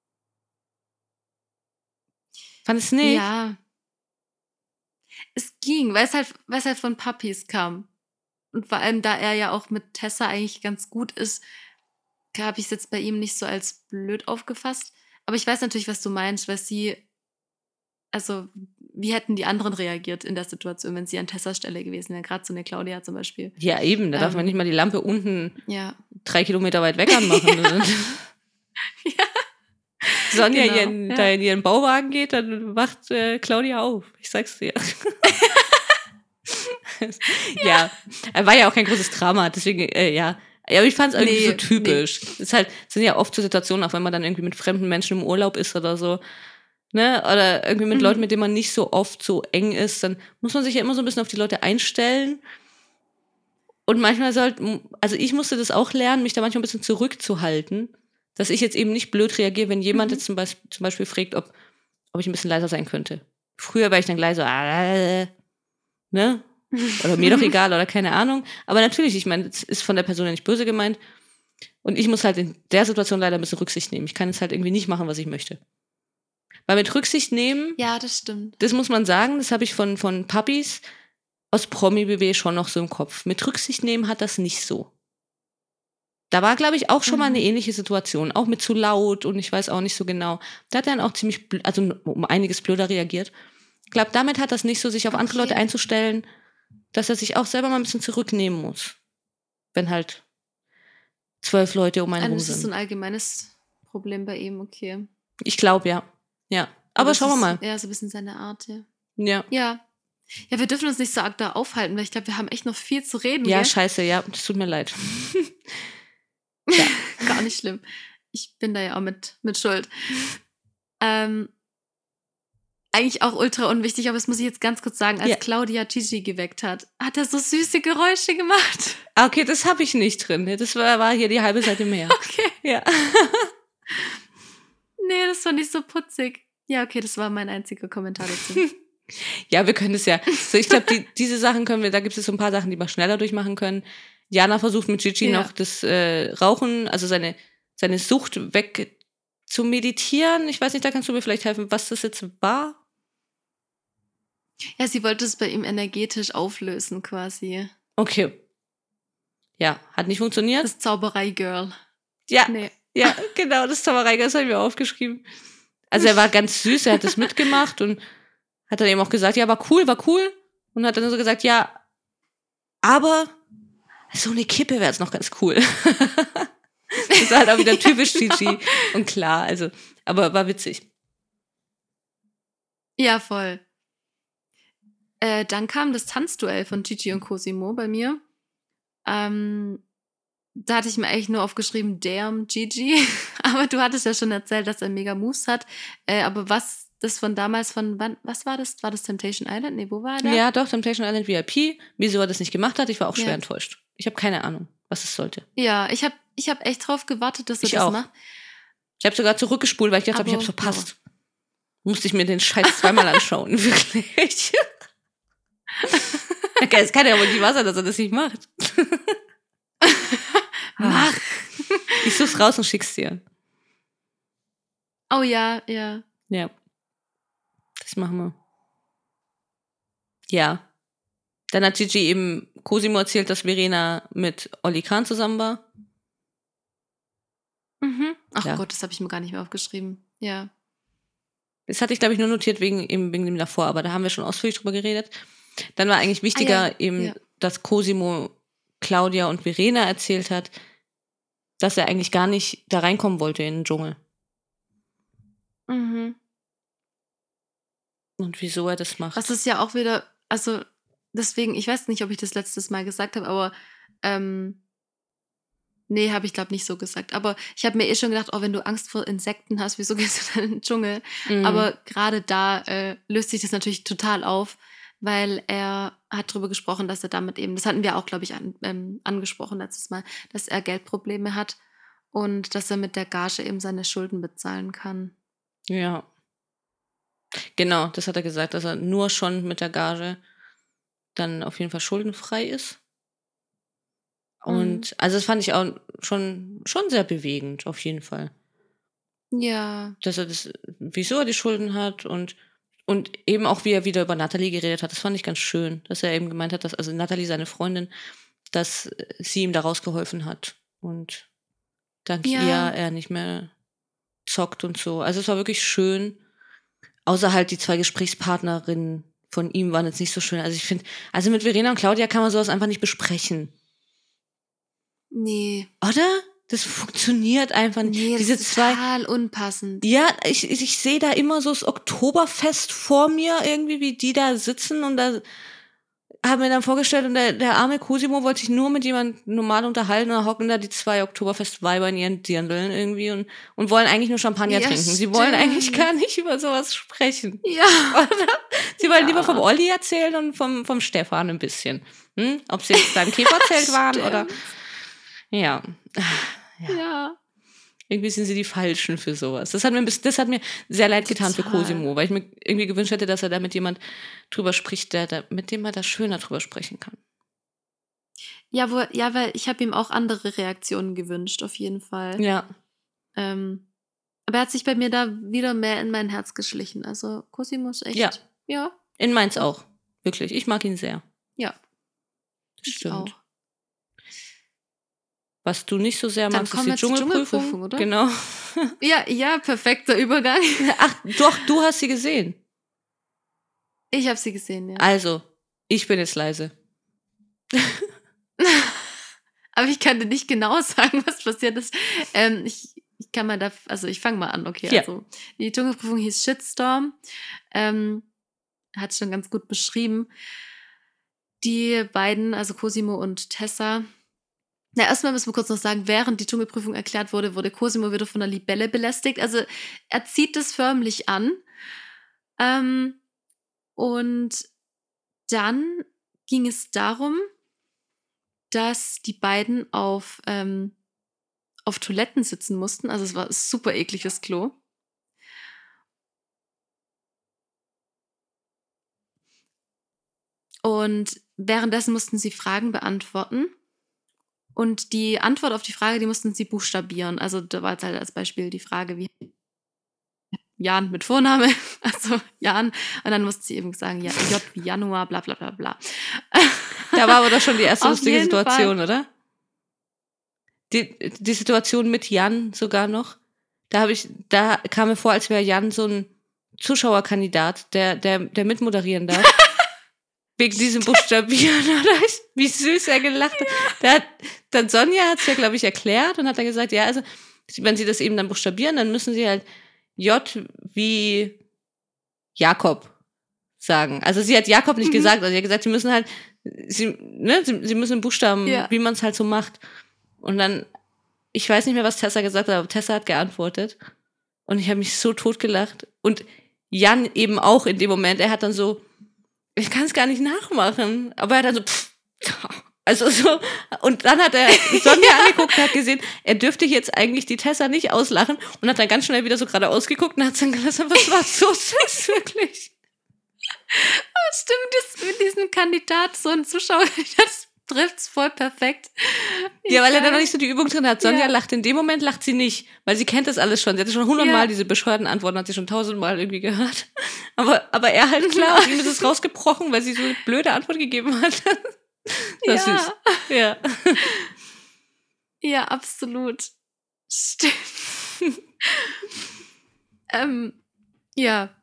Fand es nicht? Ja. Es ging, weil es halt von Puppies kam. Und vor allem, da er ja auch mit Tessa eigentlich ganz gut ist, habe ich es jetzt bei ihm nicht so als blöd aufgefasst. Aber ich weiß natürlich, was du meinst, weil also, wie hätten die anderen reagiert in der Situation, wenn sie an Tessas Stelle gewesen wären? Gerade so eine Claudia zum Beispiel. Ja, eben, da darf man nicht mal die Lampe unten Ja. 3 Kilometer weit weg anmachen. Ja. Sonja Genau, da in ihren Bauwagen geht, dann wacht Claudia auf. Ich sag's dir. Ja, war ja auch kein großes Drama, deswegen, ja. Ja, aber ich fand's irgendwie so typisch. Es sind ja oft so Situationen, auch wenn man dann irgendwie mit fremden Menschen im Urlaub ist oder so, ne? Oder irgendwie mit Leuten, mit denen man nicht so oft so eng ist, dann muss man sich ja immer so ein bisschen auf die Leute einstellen. Und manchmal also ich musste das auch lernen, mich da manchmal ein bisschen zurückzuhalten, dass ich jetzt eben nicht blöd reagiere, wenn jemand jetzt zum Beispiel fragt, ob ich ein bisschen leiser sein könnte. Früher war ich dann gleich so, ne? Oder mir doch egal oder keine Ahnung. Aber natürlich, ich meine, das ist von der Person ja nicht böse gemeint. Und ich muss halt in der Situation leider ein bisschen Rücksicht nehmen. Ich kann jetzt halt irgendwie nicht machen, was ich möchte. Weil mit Rücksicht nehmen, Ja, das stimmt. das muss man sagen, das habe ich von Puppies aus Promi-BB schon noch so im Kopf. Mit Rücksicht nehmen hat das nicht so. Da war, glaube ich, auch schon mal eine ähnliche Situation. Auch mit zu laut und ich weiß auch nicht so genau. Da hat er dann auch ziemlich, also um einiges blöder reagiert. Ich glaube, damit hat das nicht so, sich auf andere Leute einzustellen, dass er sich auch selber mal ein bisschen zurücknehmen muss. Wenn halt 12 Leute um einen rum Das ist so sind. ein allgemeines Problem bei ihm, okay. Ich glaube, ja. Ja. Aber schauen wir mal. Ja, so ein bisschen seine Art, ja. Ja. Ja. Ja, wir dürfen uns nicht so arg da aufhalten, weil ich glaube, wir haben echt noch viel zu reden. Ja, gell? scheiße, ja. Das tut mir leid. Ja. Gar nicht schlimm. Ich bin da ja auch mit Schuld. Eigentlich auch ultra unwichtig, aber das muss ich jetzt ganz kurz sagen, als Claudia Gigi geweckt hat er so süße Geräusche gemacht. Okay, das habe ich nicht drin. Das war hier die halbe Seite mehr. Okay. Ja. Nee, das fand ich so putzig. Ja, okay, das war mein einziger Kommentar dazu. Ja, wir können es ja. So, ich glaube, diese Sachen können wir, da gibt es so ein paar Sachen, die wir schneller durchmachen können. Jana versucht mit Gigi noch das Rauchen, also seine Sucht weg zu meditieren. Ich weiß nicht, da kannst du mir vielleicht helfen, was das jetzt war. Ja, sie wollte es bei ihm energetisch auflösen quasi. Okay. Ja, hat nicht funktioniert. Das Zauberei-Girl. Ja, Nee. ja, genau, das Zauberei-Girl, das habe ich mir aufgeschrieben. Also er war ganz süß, er hat das mitgemacht und hat dann eben auch gesagt, ja, war cool. Und hat dann so gesagt, ja, aber so eine Kippe wäre jetzt noch ganz cool. Das war halt auch wieder typisch Gigi. Und klar, also, aber war witzig. Ja, voll. Dann kam das Tanzduell von Gigi und Cosimo bei mir. Da hatte ich mir eigentlich nur aufgeschrieben, damn, Gigi. Aber du hattest ja schon erzählt, dass er mega Moves hat. Aber was das von damals, was war das? War das Temptation Island? Nee, wo war der? Ja, doch, Temptation Island VIP. Wieso er das nicht gemacht hat, ich war auch schwer enttäuscht. Ich habe keine Ahnung, was es sollte. Ja, ich hab echt drauf gewartet, dass er das auch macht. Ich habe sogar zurückgespult, weil ich gedacht habe, ich habe es verpasst. Musste ich mir den Scheiß zweimal anschauen, wirklich. Okay, es kann ja wohl nicht wahr sein, dass er das nicht macht. Mach! Ich such's raus und schick's dir. Oh ja, ja. Ja. Das machen wir. Ja. Dann hat Gigi eben Cosimo erzählt, dass Verena mit Olli Kahn zusammen war. Und dann hat Gigi eben Cosimo erzählt, dass Verena mit Olli Kahn zusammen war. Und dann hat Gigi eben Cosimo erzählt, dass Verena mit Olli Kahn zusammen war. Und dann hat Gigi eben Cosimo erzählt, dass Verena mit Olli Kahn zusammen war. Und dann hat Gigi eben Cosimo erzählt, dass Verena mit Olli Kahn zusammen war. Ach Ja. Gott, das habe ich mir gar nicht mehr aufgeschrieben. Ja. Das hatte ich, glaube ich, nur notiert wegen dem davor, aber da haben wir schon ausführlich drüber geredet. Dann war eigentlich wichtiger ja. dass Cosimo Claudia und Verena erzählt hat, dass er eigentlich gar nicht da reinkommen wollte in den Dschungel. Mhm. Und wieso er das macht. Was ist ja auch wieder, also deswegen, ich weiß nicht, ob ich das letztes Mal gesagt habe, aber nee, habe ich glaube nicht so gesagt. Aber ich habe mir schon gedacht, oh, wenn du Angst vor Insekten hast, wieso gehst du dann in den Dschungel? Mhm. Aber gerade da löst sich das natürlich total auf, weil er hat darüber gesprochen, dass er damit eben, das hatten wir auch, glaube ich, angesprochen letztes Mal, dass er Geldprobleme hat und dass er mit der Gage eben seine Schulden bezahlen kann. Ja. Genau, das hat er gesagt, dass er nur schon mit der Gage dann auf jeden Fall schuldenfrei ist. Und also das fand ich auch schon sehr bewegend, auf jeden Fall. Ja. Dass er wieso er die Schulden hat und eben auch, wie er wieder über Natalie geredet hat, das fand ich ganz schön, dass er eben gemeint hat, dass, also Natalie, seine Freundin, dass sie ihm da rausgeholfen hat und dank ihr er nicht mehr zockt und so. Also es war wirklich schön, außer halt die 2 Gesprächspartnerinnen von ihm waren jetzt nicht so schön. Also ich finde, also mit Verena und Claudia kann man sowas einfach nicht besprechen. Nee. Oder? Das funktioniert einfach nicht. Nee, das Diese ist 2. total unpassend. Ja, ich sehe da immer so das Oktoberfest vor mir, irgendwie, wie die da sitzen und da haben mir dann vorgestellt und der arme Cosimo wollte sich nur mit jemandem normal unterhalten und da hocken da die 2 Oktoberfest-Weiber in ihren Dirndln irgendwie und wollen eigentlich nur Champagner trinken. Sie wollen eigentlich gar nicht über sowas sprechen. Ja. Oder? Sie wollen lieber vom Olli erzählen und vom Stefan ein bisschen. Ob sie jetzt da im Käferzelt waren oder... Ja. Irgendwie sind sie die Falschen für sowas. Das hat mir sehr leid getan für Cosimo, weil ich mir irgendwie gewünscht hätte, dass er da mit jemand drüber spricht, mit dem er da schöner drüber sprechen kann. Ja, weil ich habe ihm auch andere Reaktionen gewünscht, auf jeden Fall. Ja. Aber er hat sich bei mir da wieder mehr in mein Herz geschlichen. Also Cosimo ist echt... Ja. In meins auch. Wirklich. Ich mag ihn sehr. Ja. Das stimmt. Auch. Was du nicht so sehr Dann magst, ist die Dschungelprüfung, oder? Genau. Ja, perfekter Übergang. Ach, doch, du hast sie gesehen. Ich habe sie gesehen, ja. Also, ich bin jetzt leise. Aber ich kann dir nicht genau sagen, was passiert ist. Ich kann mal also ich fange mal an, okay. Ja. Also die Dschungelprüfung hieß Shitstorm. Hat schon ganz gut beschrieben. Die beiden, also Cosimo und Tessa. Na, erstmal müssen wir kurz noch sagen, während die Dschungelprüfung erklärt wurde Cosimo wieder von einer Libelle belästigt. Also er zieht es förmlich an. Und dann ging es darum, dass die beiden auf Toiletten sitzen mussten. Also es war ein super ekliges Klo. Und währenddessen mussten sie Fragen beantworten. Und die Antwort auf die Frage, die mussten sie buchstabieren. Also da war jetzt halt als Beispiel die Frage, wie Jan mit Vorname, also Jan. Und dann mussten sie eben sagen, ja, J wie Januar, bla bla bla bla. Da war aber doch schon die erste Auf lustige jeden Situation, Fall. oder? Die Situation mit Jan sogar noch. Da kam mir vor, als wäre Jan so ein Zuschauerkandidat, der mitmoderieren darf. Wegen diesem Buchstabieren, oder? Wie süß er gelacht hat. Dann Sonja hat es ja, glaube ich, erklärt und hat dann gesagt, ja, also, wenn sie das eben dann buchstabieren, dann müssen sie halt J wie Jakob sagen. Also sie hat Jakob nicht gesagt, also sie hat gesagt, sie müssen halt, sie müssen Buchstaben, wie man es halt so macht. Und dann, ich weiß nicht mehr, was Tessa gesagt hat, aber Tessa hat geantwortet. Und ich habe mich so totgelacht. Und Jan eben auch in dem Moment, er hat dann so, ich kann es gar nicht nachmachen, aber er hat dann so, also so, und dann hat er Sonja angeguckt und hat gesehen, er dürfte jetzt eigentlich die Tessa nicht auslachen und hat dann ganz schnell wieder so gerade ausgeguckt und hat dann gelassen, aber es war so süß, wirklich. Stimmt, das mit diesem Kandidat, so ein Zuschauer, das trifft es voll perfekt. Ja, weil er da noch nicht so die Übung drin hat. Sonja lacht, in dem Moment lacht sie nicht, weil sie kennt das alles schon. Sie hatte schon 100-mal diese bescheuerten Antworten, hat sie schon 1000-mal irgendwie gehört. Aber er halt, klar, und ihm ist es rausgebrochen, weil sie so eine blöde Antwort gegeben hat. Das ist süß. Ja. Ja, absolut. Stimmt. Ja.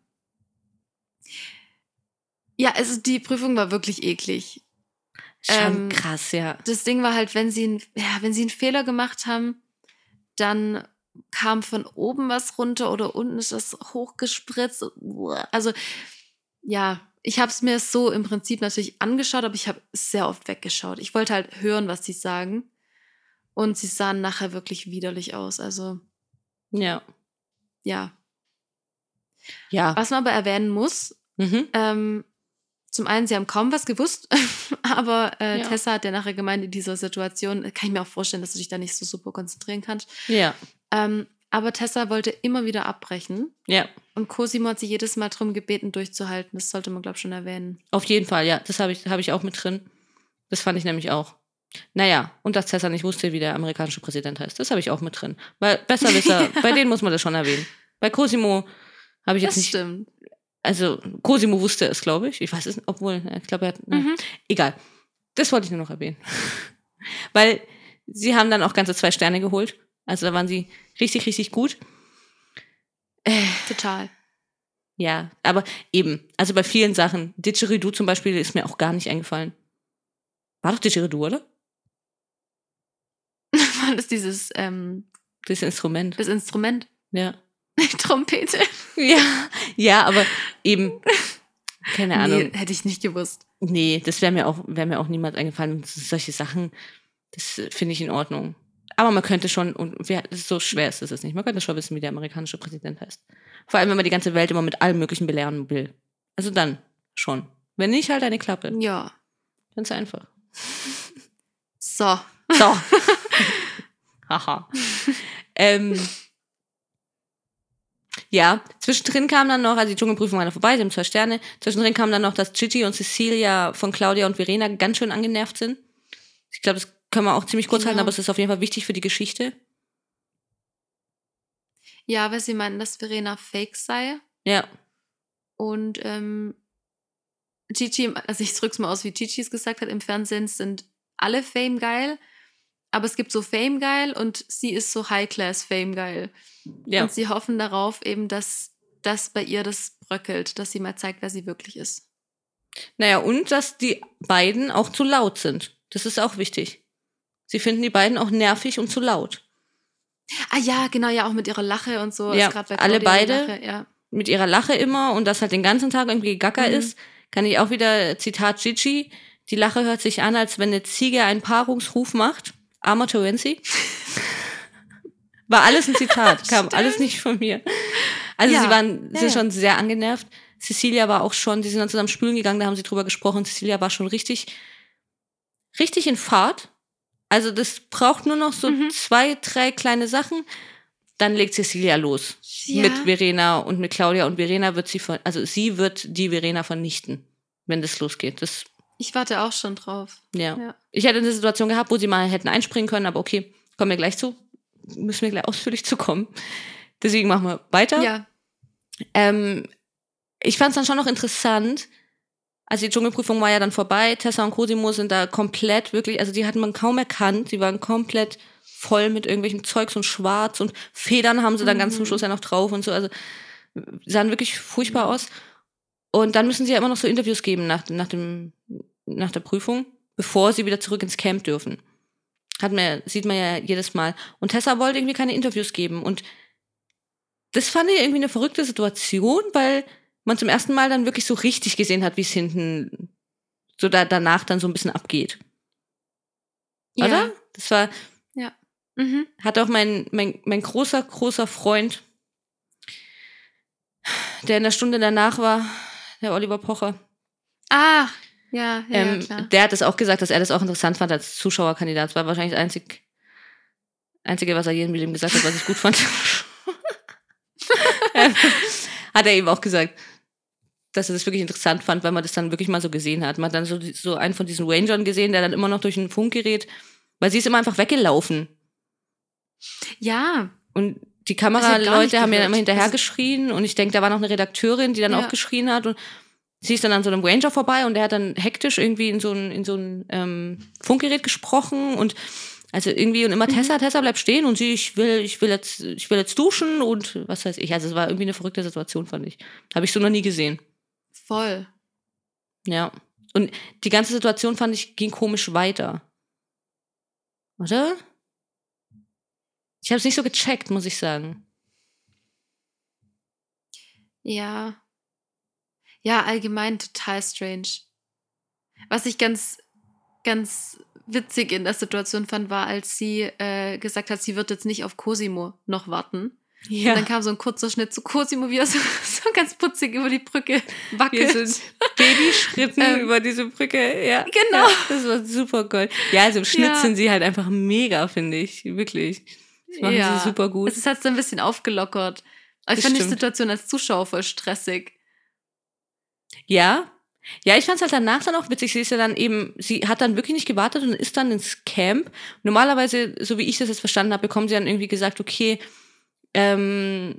Ja, also die Prüfung war wirklich eklig. Schon krass, ja. Das Ding war halt, wenn sie einen Fehler gemacht haben, dann kam von oben was runter oder unten ist das hochgespritzt. Also, ja, ich habe es mir so im Prinzip natürlich angeschaut, aber ich habe sehr oft weggeschaut. Ich wollte halt hören, was sie sagen. Und sie sahen nachher wirklich widerlich aus. Also, Ja. ja. Ja. Was man aber erwähnen muss, zum einen, sie haben kaum was gewusst, aber Tessa hat ja nachher gemeint, in dieser Situation, kann ich mir auch vorstellen, dass du dich da nicht so super konzentrieren kannst. Ja. Aber Tessa wollte immer wieder abbrechen. Ja. Und Cosimo hat sie jedes Mal darum gebeten, durchzuhalten. Das sollte man, glaube ich, schon erwähnen. Auf jeden Fall, ja. Das hab ich auch mit drin. Das fand ich nämlich auch. Naja, und dass Tessa nicht wusste, wie der amerikanische Präsident heißt. Das habe ich auch mit drin. Weil Besserwisser, bei denen muss man das schon erwähnen. Bei Cosimo habe ich jetzt nicht... Stimmt. Also, Cosimo wusste es, glaube ich. Ich weiß es nicht, obwohl, ich glaube, er hat... Egal. Das wollte ich nur noch erwähnen. Weil sie haben dann auch ganze 2 Sterne geholt. Also da waren sie richtig, richtig gut. Total. Ja, aber eben, also bei vielen Sachen, Didgeridoo zum Beispiel ist mir auch gar nicht eingefallen. War doch Didgeridoo, oder? War das dieses... Das Instrument. Das Instrument? Ja. Trompete. Ja, aber eben, keine Ahnung. Nee, hätte ich nicht gewusst. Nee, das wäre mir auch niemals eingefallen. Solche Sachen, das finde ich in Ordnung. Aber man könnte schon, so schwer ist es nicht, man könnte schon wissen, wie der amerikanische Präsident heißt. Vor allem, wenn man die ganze Welt immer mit allem Möglichen belehren will. Also dann schon. Wenn nicht, halt eine Klappe. Ja. Ganz einfach. So. Haha. Ja, zwischendrin kam dann noch, also die Dschungelprüfung war dann vorbei, sie haben 2 Sterne. Zwischendrin kam dann noch, dass Gigi und Cecilia von Claudia und Verena ganz schön angenervt sind. Ich glaube, das können wir auch ziemlich kurz halten, aber es ist auf jeden Fall wichtig für die Geschichte. Ja, weil sie meinten, dass Verena fake sei. Ja. Und Gigi, also ich drück's mal aus, wie Gigi es gesagt hat, im Fernsehen sind alle Fame geil, aber es gibt so Fame geil und sie ist so High-Class Fame geil. Ja. Und sie hoffen darauf eben, dass das bei ihr das bröckelt, dass sie mal zeigt, wer sie wirklich ist. Naja, und dass die beiden auch zu laut sind. Das ist auch wichtig. Sie finden die beiden auch nervig und zu laut. Ah ja, genau, ja, auch mit ihrer Lache und so. Ja, bei alle beide Lache, ja. Mit ihrer Lache immer und das halt den ganzen Tag irgendwie Gacker ist. Kann ich auch wieder, Zitat Gigi, die Lache hört sich an, als wenn eine Ziege einen Paarungsruf macht. Armer Terenzi. War alles ein Zitat, kam alles nicht von mir. Also sie sind schon sehr angenervt. Cecilia war auch schon, die sind dann zusammen spülen gegangen, da haben sie drüber gesprochen. Cecilia war schon richtig in Fahrt. Also das braucht nur noch so 2, 3 kleine Sachen. Dann legt Cecilia los mit Verena und mit Claudia. Und Verena wird sie wird die Verena vernichten, wenn das losgeht. Ich warte auch schon drauf. Ja. Ich hätte eine Situation gehabt, wo sie mal hätten einspringen können, aber okay, kommen wir gleich zu. Müssen wir gleich ausführlich zu kommen. Deswegen machen wir weiter. Ja. Ich fand es dann schon noch interessant. Also die Dschungelprüfung war ja dann vorbei. Tessa und Cosimo sind da komplett wirklich, also die hat man kaum erkannt. Die waren komplett voll mit irgendwelchen Zeugs und schwarz und Federn haben sie dann ganz zum Schluss ja noch drauf und so. Also sahen wirklich furchtbar aus. Und dann müssen sie ja immer noch so Interviews geben nach der Prüfung, bevor sie wieder zurück ins Camp dürfen. Sieht man ja jedes Mal. Und Tessa wollte irgendwie keine Interviews geben. Und das fand ich irgendwie eine verrückte Situation, weil man zum ersten Mal dann wirklich so richtig gesehen hat, wie es hinten so danach dann so ein bisschen abgeht. Ja. Oder? Das war... Ja. Hat auch mein großer, großer Freund, der in der Stunde danach war, der Oliver Pocher. Ah, ja, klar. Der hat es auch gesagt, dass er das auch interessant fand als Zuschauerkandidat. Das war wahrscheinlich das Einzige, was er jedem mit ihm gesagt hat, was ich gut fand. Hat er eben auch gesagt, dass er das wirklich interessant fand, weil man das dann wirklich mal so gesehen hat. Man hat dann so einen von diesen Rangern gesehen, der dann immer noch durch ein Funkgerät, weil sie ist immer einfach weggelaufen. Ja. Und die Kameraleute haben ja immer hinterher geschrien und ich denke, da war noch eine Redakteurin, die dann auch geschrien hat und sie ist dann an so einem Ranger vorbei und der hat dann hektisch irgendwie in so ein Funkgerät gesprochen und Also irgendwie und immer Tessa bleibt stehen und sie, ich will jetzt duschen und was weiß ich. Also es war irgendwie eine verrückte Situation, fand ich. Habe ich so noch nie gesehen. Voll. Ja. Und die ganze Situation, fand ich, ging komisch weiter. Oder? Ich habe es nicht so gecheckt, muss ich sagen. Ja. Ja, allgemein total strange. Was ich ganz, ganz witzig in der Situation fand, war, als sie gesagt hat, sie wird jetzt nicht auf Cosimo noch warten. Ja. Und dann kam so ein kurzer Schnitt zu Cosimo, wie er so ganz putzig über die Brücke Wir wackelt. sind Babyschritten über diese Brücke. Ja. Genau. Ja, das war super geil. Ja, also im Schnitt Ja. sind sie halt einfach mega, finde ich. Wirklich. Das machen sie super gut. Es hat es ein bisschen aufgelockert. Aber ich Das fand die stimmt. Situation als Zuschauer voll stressig. Ja. Ja, ich fand es halt danach dann auch witzig. Sie ist ja dann eben, sie hat dann wirklich nicht gewartet und ist dann ins Camp. Normalerweise, so wie ich das jetzt verstanden habe, bekommen sie dann irgendwie gesagt, okay, ihr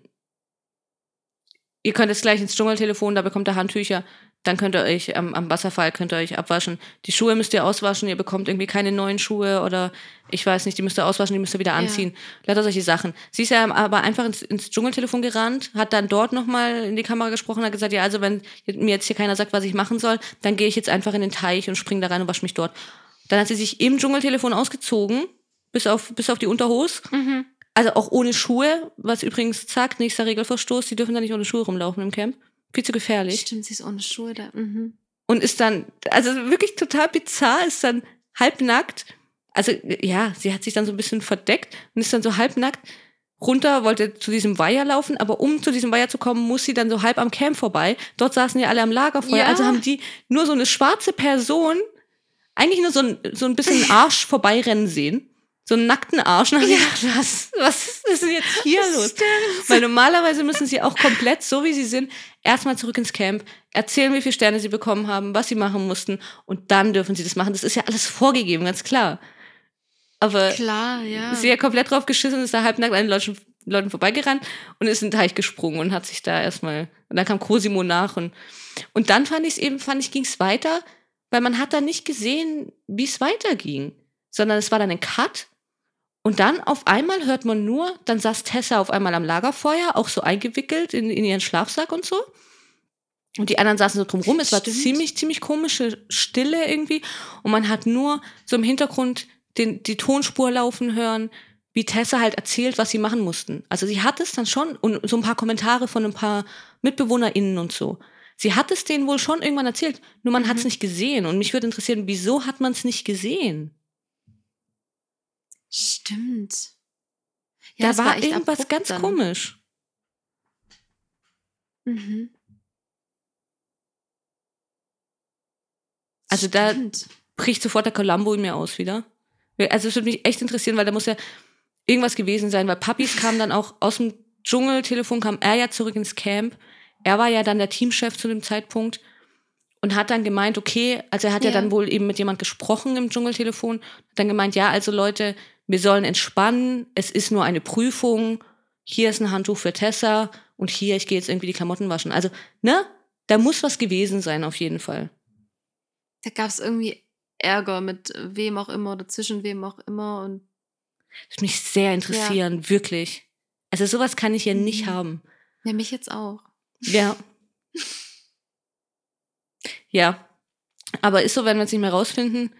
könnt jetzt gleich ins Dschungeltelefon, da bekommt ihr Handtücher, dann könnt ihr euch am Wasserfall könnt ihr euch abwaschen. Die Schuhe müsst ihr auswaschen, ihr bekommt irgendwie keine neuen Schuhe oder ich weiß nicht, die müsst ihr auswaschen, die müsst ihr wieder anziehen. Lauter solche Sachen. Sie ist ja aber einfach ins Dschungeltelefon gerannt, hat dann dort nochmal in die Kamera gesprochen, hat gesagt, ja, also wenn mir jetzt hier keiner sagt, was ich machen soll, dann gehe ich jetzt einfach in den Teich und springe da rein und wasche mich dort. Dann hat sie sich im Dschungeltelefon ausgezogen, bis auf die Unterhose. Mhm. Also auch ohne Schuhe, was übrigens, zack, nächster Regelverstoß, die dürfen da nicht ohne Schuhe rumlaufen im Camp. Viel zu gefährlich. Stimmt, sie ist ohne Schuhe da. Mhm. Und ist dann, also wirklich total bizarr, ist dann halbnackt. Also ja, sie hat sich dann so ein bisschen verdeckt und ist dann so halbnackt runter, wollte zu diesem Weiher laufen, aber um zu diesem Weiher zu kommen, muss sie dann so halb am Camp vorbei. Dort saßen ja alle am Lagerfeuer, Ja. also haben die nur so eine schwarze Person, eigentlich nur so ein bisschen Arsch vorbeirennen sehen. So einen nackten Arsch. Und dann hab ich gedacht, was ist denn jetzt hier los? Weil normalerweise müssen sie auch komplett, so wie sie sind, erstmal zurück ins Camp, erzählen, wie viele Sterne sie bekommen haben, was sie machen mussten und dann dürfen sie das machen. Das ist ja alles vorgegeben, ganz klar. Aber Klar, ja. sie hat komplett drauf geschissen, ist da halbnackt an den Leuten vorbeigerannt und ist in den Teich gesprungen und hat sich da erstmal, und dann kam Cosimo nach und dann ging es weiter, weil man hat dann nicht gesehen, wie es weiterging, sondern es war dann ein Cut. Und dann auf einmal hört man nur, dann saß Tessa auf einmal am Lagerfeuer, auch so eingewickelt in ihren Schlafsack und so. Und die anderen saßen so drumrum. Es war Stimmt. ziemlich komische Stille irgendwie. Und man hat nur so im Hintergrund die Tonspur laufen hören, wie Tessa halt erzählt, was sie machen mussten. Also sie hat es dann schon, und so ein paar Kommentare von ein paar MitbewohnerInnen und so. Sie hat es denen wohl schon irgendwann erzählt, nur man hat es nicht gesehen. Und mich würde interessieren, wieso hat man es nicht gesehen? Stimmt. Da es war echt irgendwas abrupt ganz dann. komisch. Mhm. Also da Stimmt. bricht sofort der Columbo in mir aus wieder. Also es würde mich echt interessieren, weil da muss ja irgendwas gewesen sein, weil Papis kam dann auch aus dem Dschungeltelefon, kam er ja zurück ins Camp. Er war ja dann der Teamchef zu dem Zeitpunkt und hat dann gemeint, okay, also er hat ja Ja. dann wohl eben mit jemand gesprochen im Dschungeltelefon, hat dann gemeint, ja, also Leute, wir sollen entspannen, es ist nur eine Prüfung, hier ist ein Handtuch für Tessa und hier, ich gehe jetzt irgendwie die Klamotten waschen. Also, ne, da muss was gewesen sein auf jeden Fall. Da gab es irgendwie Ärger mit wem auch immer oder zwischen wem auch immer. Und Das würde mich sehr interessieren, wirklich. Also sowas kann ich ja nicht haben. ja, mich jetzt auch. Ja. Ja. Aber ist so, wenn wir es nicht mehr rausfinden.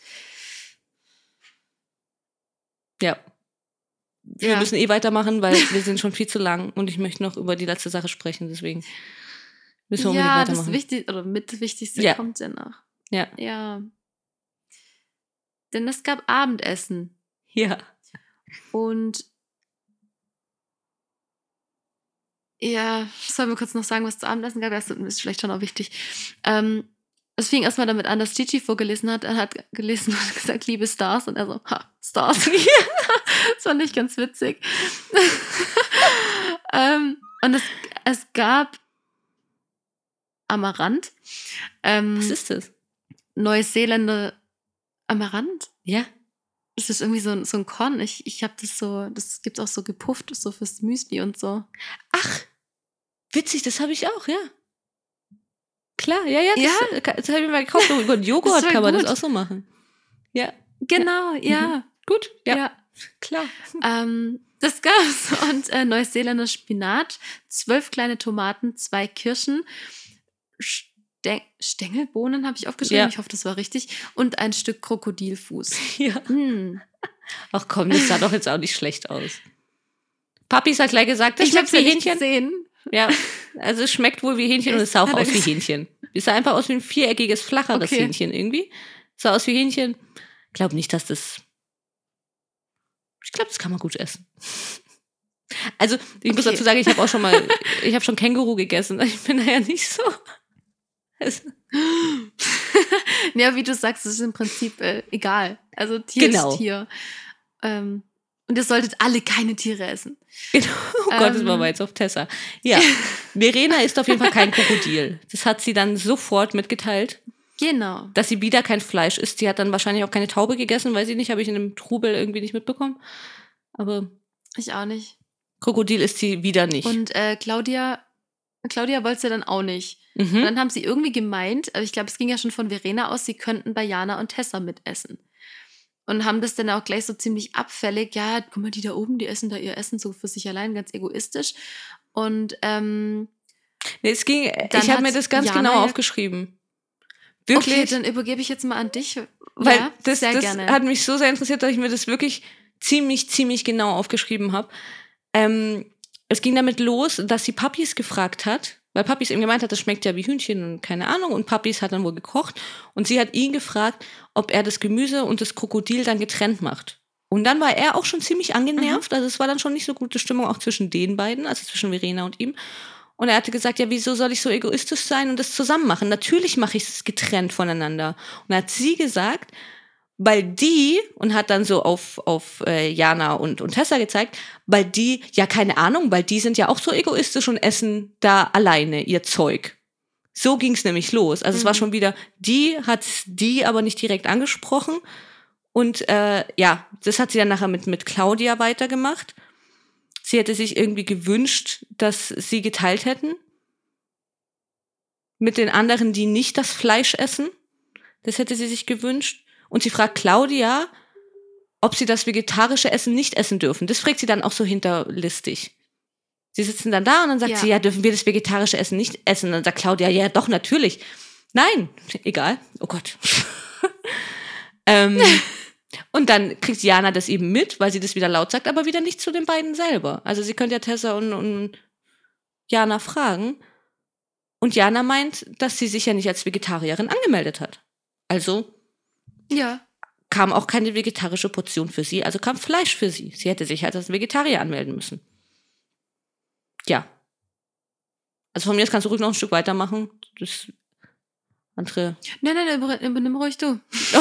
Ja. Wir Ja. müssen weitermachen, weil wir sind schon viel zu lang und ich möchte noch über die letzte Sache sprechen, deswegen müssen wir unbedingt Ja, das weitermachen. Wichtigste oder mit Wichtigste Ja. kommt ja noch. Ja. Ja. Denn es gab Abendessen. Ja. Und ja, sollen wir kurz noch sagen, was es zu Abendessen gab? Das ist vielleicht schon auch wichtig. Es fing erstmal damit an, dass Gigi vorgelesen hat. Er hat gelesen und gesagt, liebe Stars. Und er so, ha, Stars. Das fand ich ganz witzig. Und es gab Amaranth. Was ist das? Neuseeländer Amaranth? Ja. Das ist irgendwie so ein Korn. Ich habe das gibt's auch so gepufft, so fürs Müsli und so. Ach, witzig, das habe ich auch, ja. Klar, ja, das habe ich mal gekauft. Über den Joghurt Das war kann man das gut. auch so machen. Ja. Genau, ja. Gut, ja. Klar. Das gab's. Und Neuseeländer Spinat, 12 kleine Tomaten, 2 Kirschen, Stängelbohnen habe ich aufgeschrieben. Ja. Ich hoffe, das war richtig. Und ein Stück Krokodilfuß. Ja. Hm. Ach komm, das sah doch jetzt auch nicht schlecht aus. Papis hat gleich gesagt, das Ich habe schmeckt es wie nicht Hähnchen. gesehen. Ja, also es schmeckt wohl wie Hähnchen und es sah auch Hat er aus wie gesagt. Hähnchen. Es sah einfach aus wie ein viereckiges, flacheres Okay. Hähnchen irgendwie. Es sah aus wie Hähnchen. Ich glaube nicht, dass das... Ich glaube, das kann man gut essen. Also, ich muss Okay. dazu sagen, ich habe schon Känguru gegessen. Ich bin da ja nicht so... Also, Ja, wie du sagst, es ist im Prinzip egal. Also Tier Genau. ist Tier. Und ihr solltet alle keine Tiere essen. genau. Oh Gott, das war Ähm. mal jetzt auf Tessa. Ja, Verena ist auf jeden Fall kein Krokodil. Das hat sie dann sofort mitgeteilt, Genau. dass sie wieder kein Fleisch isst. Sie hat dann wahrscheinlich auch keine Taube gegessen, weiß ich nicht, habe ich in dem Trubel irgendwie nicht mitbekommen. Aber Ich auch nicht. Krokodil isst sie wieder nicht. Und Claudia wollte es ja dann auch nicht. Und Mhm. dann haben sie irgendwie gemeint, aber ich glaube, es ging ja schon von Verena aus, sie könnten bei Jana und Tessa mitessen. Und haben das dann auch gleich so ziemlich abfällig, ja, guck mal, die da oben, die essen da ihr Essen so für sich allein, ganz egoistisch. Und Nee, es ging, Dann ich habe mir hat das ganz Jana genau ja- aufgeschrieben. Wirklich, okay, dann übergebe ich jetzt mal an dich. weil ja, das sehr gerne. hat mich so sehr interessiert, dass ich mir das wirklich ziemlich genau aufgeschrieben habe. Es ging damit los, dass sie Papis gefragt hat, weil Papis eben gemeint hat, das schmeckt ja wie Hühnchen und keine Ahnung. Und Papis hat dann wohl gekocht und sie hat ihn gefragt, ob er das Gemüse und das Krokodil dann getrennt macht. Und dann war er auch schon ziemlich angenervt. Also es war dann schon nicht so gute Stimmung auch zwischen den beiden, also zwischen Verena und ihm. Und er hatte gesagt, ja, wieso soll ich so egoistisch sein und das zusammen machen? Natürlich mache ich es getrennt voneinander. Und dann hat sie gesagt, weil die, und hat dann so auf Jana und Tessa gezeigt, weil die, ja keine Ahnung, weil die sind ja auch so egoistisch und essen da alleine ihr Zeug. So ging's nämlich los. Also es war schon wieder, die hat's die aber nicht direkt angesprochen. Und ja, das hat sie dann nachher mit Claudia weitergemacht. Sie hätte sich irgendwie gewünscht, dass sie geteilt hätten mit den anderen, die nicht das Fleisch essen. Das hätte sie sich gewünscht. Und sie fragt Claudia, ob sie das vegetarische Essen nicht essen dürfen. Das fragt sie dann auch so hinterlistig. Sie sitzen dann da und dann sagt Ja. sie, ja, dürfen wir das vegetarische Essen nicht essen? Und dann sagt Claudia, ja, doch, natürlich. Nein, egal. Oh Gott. Und dann kriegt Jana das eben mit, weil sie das wieder laut sagt, aber wieder nicht zu den beiden selber. Also sie könnte ja Tessa und Jana fragen. Und Jana meint, dass sie sich ja nicht als Vegetarierin angemeldet hat. Also Ja. kam auch keine vegetarische Portion für sie, also kam Fleisch für sie. Sie hätte sich halt als Vegetarier anmelden müssen. Ja. Also von mir aus kannst du ruhig noch ein Stück weitermachen. Das andere. Nein, übernimm ruhig du.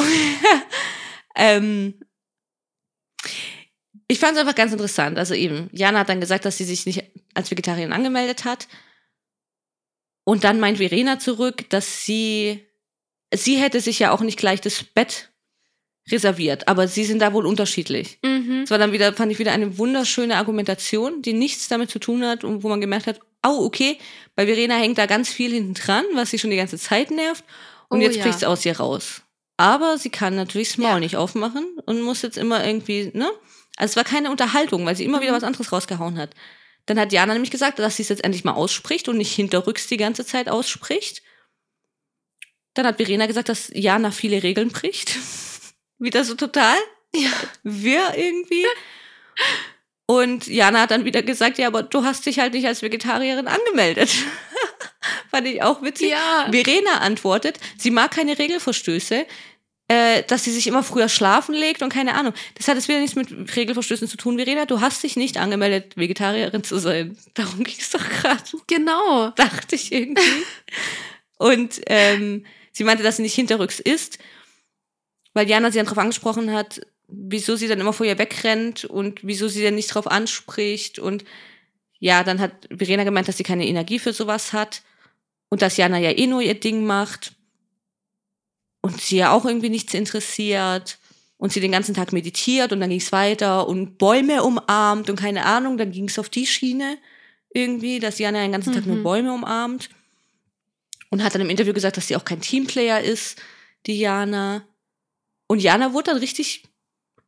Ich fand es einfach ganz interessant. Also eben, Jana hat dann gesagt, dass sie sich nicht als Vegetarierin angemeldet hat. Und dann meint Verena zurück, dass sie hätte sich ja auch nicht gleich das Bett reserviert, aber sie sind da wohl unterschiedlich. Das war dann wieder, fand ich wieder eine wunderschöne Argumentation, die nichts damit zu tun hat und wo man gemerkt hat, okay, bei Verena hängt da ganz viel hinten dran, was sie schon die ganze Zeit nervt und jetzt ja. bricht's aus ihr raus. Aber sie kann natürlich das Maul Ja. nicht aufmachen und muss jetzt immer irgendwie, ne? Also es war keine Unterhaltung, weil sie immer wieder was anderes rausgehauen hat. Dann hat Jana nämlich gesagt, dass sie es jetzt endlich mal ausspricht und nicht hinterrücks die ganze Zeit ausspricht. Dann hat Verena gesagt, dass Jana viele Regeln bricht. Wieder so total wirr irgendwie. Und Jana hat dann wieder gesagt, ja, aber du hast dich halt nicht als Vegetarierin angemeldet. Fand ich auch witzig. Ja. Verena antwortet, sie mag keine Regelverstöße, dass sie sich immer früher schlafen legt und keine Ahnung. Das hat jetzt wieder nichts mit Regelverstößen zu tun. Verena, du hast dich nicht angemeldet, Vegetarierin zu sein. Darum ging es doch gerade. Genau. Dachte ich irgendwie. Und sie meinte, dass sie nicht hinterrücks isst, weil Jana sie dann darauf angesprochen hat, wieso sie dann immer vor ihr wegrennt und wieso sie dann nicht drauf anspricht. Und ja, dann hat Verena gemeint, dass sie keine Energie für sowas hat und dass Jana ja eh nur ihr Ding macht und sie ja auch irgendwie nichts interessiert und sie den ganzen Tag meditiert und dann ging es weiter und Bäume umarmt und keine Ahnung, dann ging es auf die Schiene irgendwie, dass Jana den ganzen Tag nur Bäume umarmt und hat dann im Interview gesagt, dass sie auch kein Teamplayer ist, die Jana. Und Jana wurde dann richtig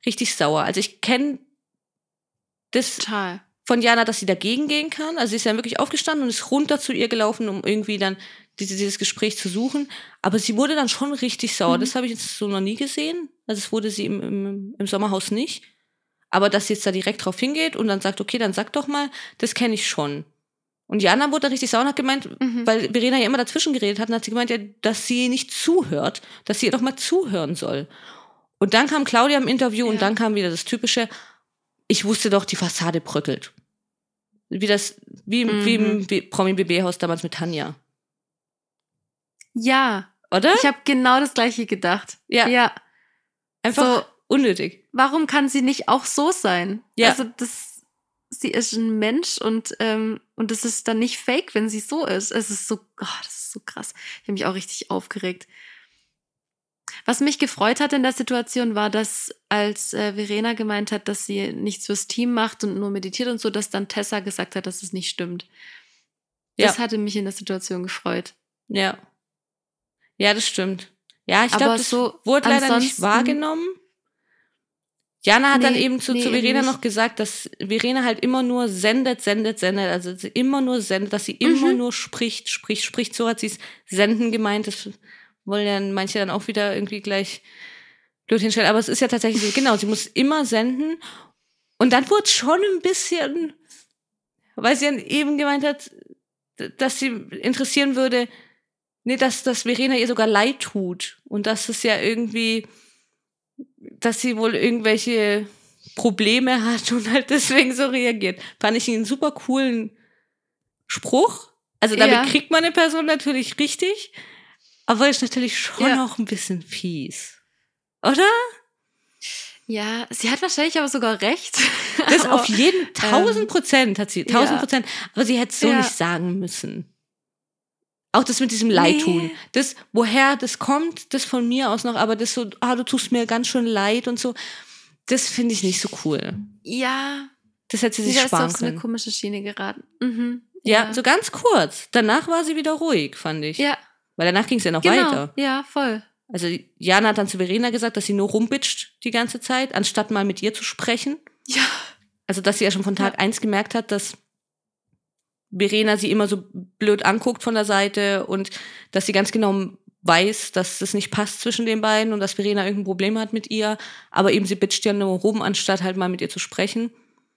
richtig sauer. Also ich kenne das Total. von Jana, dass sie dagegen gehen kann. Also sie ist ja wirklich aufgestanden und ist runter zu ihr gelaufen, um irgendwie dann dieses Gespräch zu suchen. Aber sie wurde dann schon richtig sauer. Das habe ich jetzt so noch nie gesehen. Also es wurde sie im Sommerhaus nicht. Aber dass sie jetzt da direkt drauf hingeht und dann sagt, okay, dann sag doch mal, das kenne ich schon. Und Jana wurde dann richtig sauer und hat gemeint, weil Verena ja immer dazwischen geredet hat, und hat sie gemeint, ja, dass sie nicht zuhört, dass sie ihr doch mal zuhören soll. Und dann kam Claudia im Interview und dann kam wieder das Typische, ich wusste doch, die Fassade bröckelt. Wie im Promi-BB-Haus damals mit Tanja. Ja. Oder? Ich habe genau das Gleiche gedacht. Ja. Einfach unnötig. Warum kann sie nicht auch so sein? Ja. Also sie ist ein Mensch und es ist dann nicht fake, wenn sie so ist. Es ist so, das ist so krass. Ich habe mich auch richtig aufgeregt. Was mich gefreut hat in der Situation war, dass als Verena gemeint hat, dass sie nichts fürs Team macht und nur meditiert und so, dass dann Tessa gesagt hat, dass es nicht stimmt. Das hatte mich in der Situation gefreut. Ja. Ja, das stimmt. Ja, ich glaube, das wurde leider nicht wahrgenommen. Jana hat dann eben zu Verena noch gesagt, dass Verena halt immer nur sendet, also immer nur sendet, dass sie immer nur spricht. So hat sie es senden gemeint. Das wollen ja manche dann auch wieder irgendwie gleich blöd hinstellen. Aber es ist ja tatsächlich so, genau, sie muss immer senden. Und dann wurde es schon ein bisschen, weil sie dann eben gemeint hat, dass sie interessieren würde, dass Verena ihr sogar leid tut. Und dass es ja irgendwie, dass sie wohl irgendwelche Probleme hat und halt deswegen so reagiert. Fand ich einen super coolen Spruch. Also damit kriegt man eine Person natürlich richtig, aber ist natürlich schon auch ein bisschen fies. Oder? Ja, sie hat wahrscheinlich aber sogar recht. Das auf jeden 1000% hat sie, 1000%. Aber sie hätte es so nicht sagen müssen. Auch das mit diesem Leidtun. Das, woher das kommt, das von mir aus noch, aber das so, du tust mir ganz schön leid und so, das finde ich nicht so cool. Ja. Das hätte sie sich sparen können. ist auf so eine komische Schiene geraten. Ja, so ganz kurz. Danach war sie wieder ruhig, fand ich. Ja. Weil danach ging es ja noch weiter. Ja, voll. Also Jana hat dann zu Verena gesagt, dass sie nur rumbitscht die ganze Zeit, anstatt mal mit ihr zu sprechen. Ja. Also dass sie ja schon von Tag 1 gemerkt hat, dass Verena sie immer so blöd anguckt von der Seite und dass sie ganz genau weiß, dass das nicht passt zwischen den beiden und dass Verena irgendein Problem hat mit ihr, aber eben sie bitcht ja nur rum, anstatt halt mal mit ihr zu sprechen.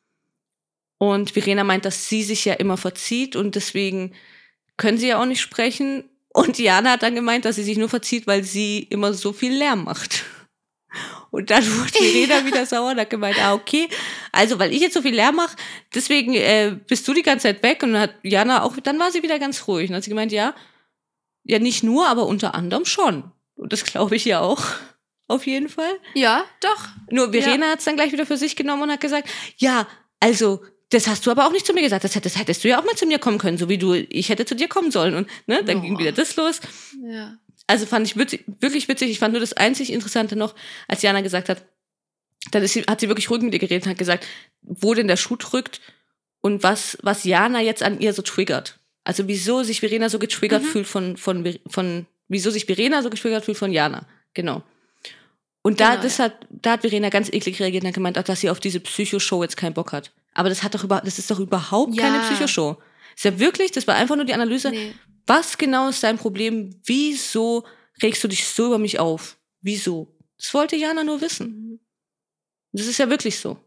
Und Verena meint, dass sie sich ja immer verzieht und deswegen können sie ja auch nicht sprechen. Und Jana hat dann gemeint, dass sie sich nur verzieht, weil sie immer so viel Lärm macht. Und dann wurde Verena wieder sauer und hat gemeint, okay, also weil ich jetzt so viel Lärm mache, deswegen bist du die ganze Zeit weg. Und dann hat Jana auch, dann war sie wieder ganz ruhig. Und dann hat sie gemeint, ja nicht nur, aber unter anderem schon. Und das glaube ich ja auch, auf jeden Fall. Ja, doch. Nur Verena hat es dann gleich wieder für sich genommen und hat gesagt, ja, also das hast du aber auch nicht zu mir gesagt. Das hättest du ja auch mal zu mir kommen können, so wie ich hätte zu dir kommen sollen. Und dann ging wieder das los. Ja. Also fand ich wirklich witzig. Ich fand nur das einzig Interessante noch, als Jana gesagt hat, dann hat sie wirklich ruhig mit ihr geredet und hat gesagt, wo denn der Schuh drückt und was Jana jetzt an ihr so triggert. Also wieso sich Verena so getriggert fühlt wieso sich Verena so getriggert fühlt von Jana. Genau. Und da hat Verena ganz eklig reagiert und hat gemeint, dass sie auf diese Psychoshow jetzt keinen Bock hat. Aber das ist doch überhaupt keine Psychoshow. Ist ja wirklich, das war einfach nur die Analyse. Nee. Was genau ist dein Problem? Wieso regst du dich so über mich auf? Wieso? Das wollte Jana nur wissen. Das ist ja wirklich so.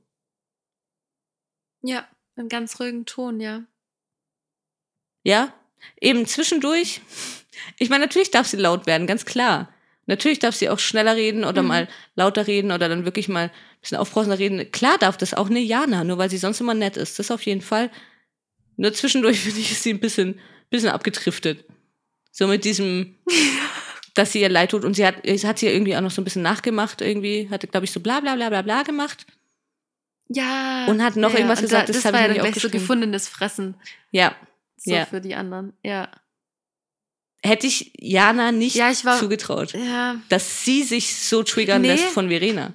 Ja, im ganz ruhigen Ton, ja. Ja, eben zwischendurch. Ich meine, natürlich darf sie laut werden, ganz klar. Natürlich darf sie auch schneller reden oder mal lauter reden oder dann wirklich mal ein bisschen aufbrausender reden. Klar darf das auch eine Jana, nur weil sie sonst immer nett ist. Das auf jeden Fall. Nur zwischendurch, finde ich, ist sie ein bisschen abgedriftet. So mit diesem, dass sie ihr leid tut. Und sie hat sie irgendwie auch noch so ein bisschen nachgemacht irgendwie. Hatte, glaube ich, so bla bla bla bla bla gemacht. Ja. Und hat noch irgendwas gesagt, das habe war ich ja mir dann nicht gleich so aufgeschrieben. gefundenes Fressen. Ja. So für die anderen, ja. Hätte ich Jana nicht zugetraut, dass sie sich so triggern lässt von Verena.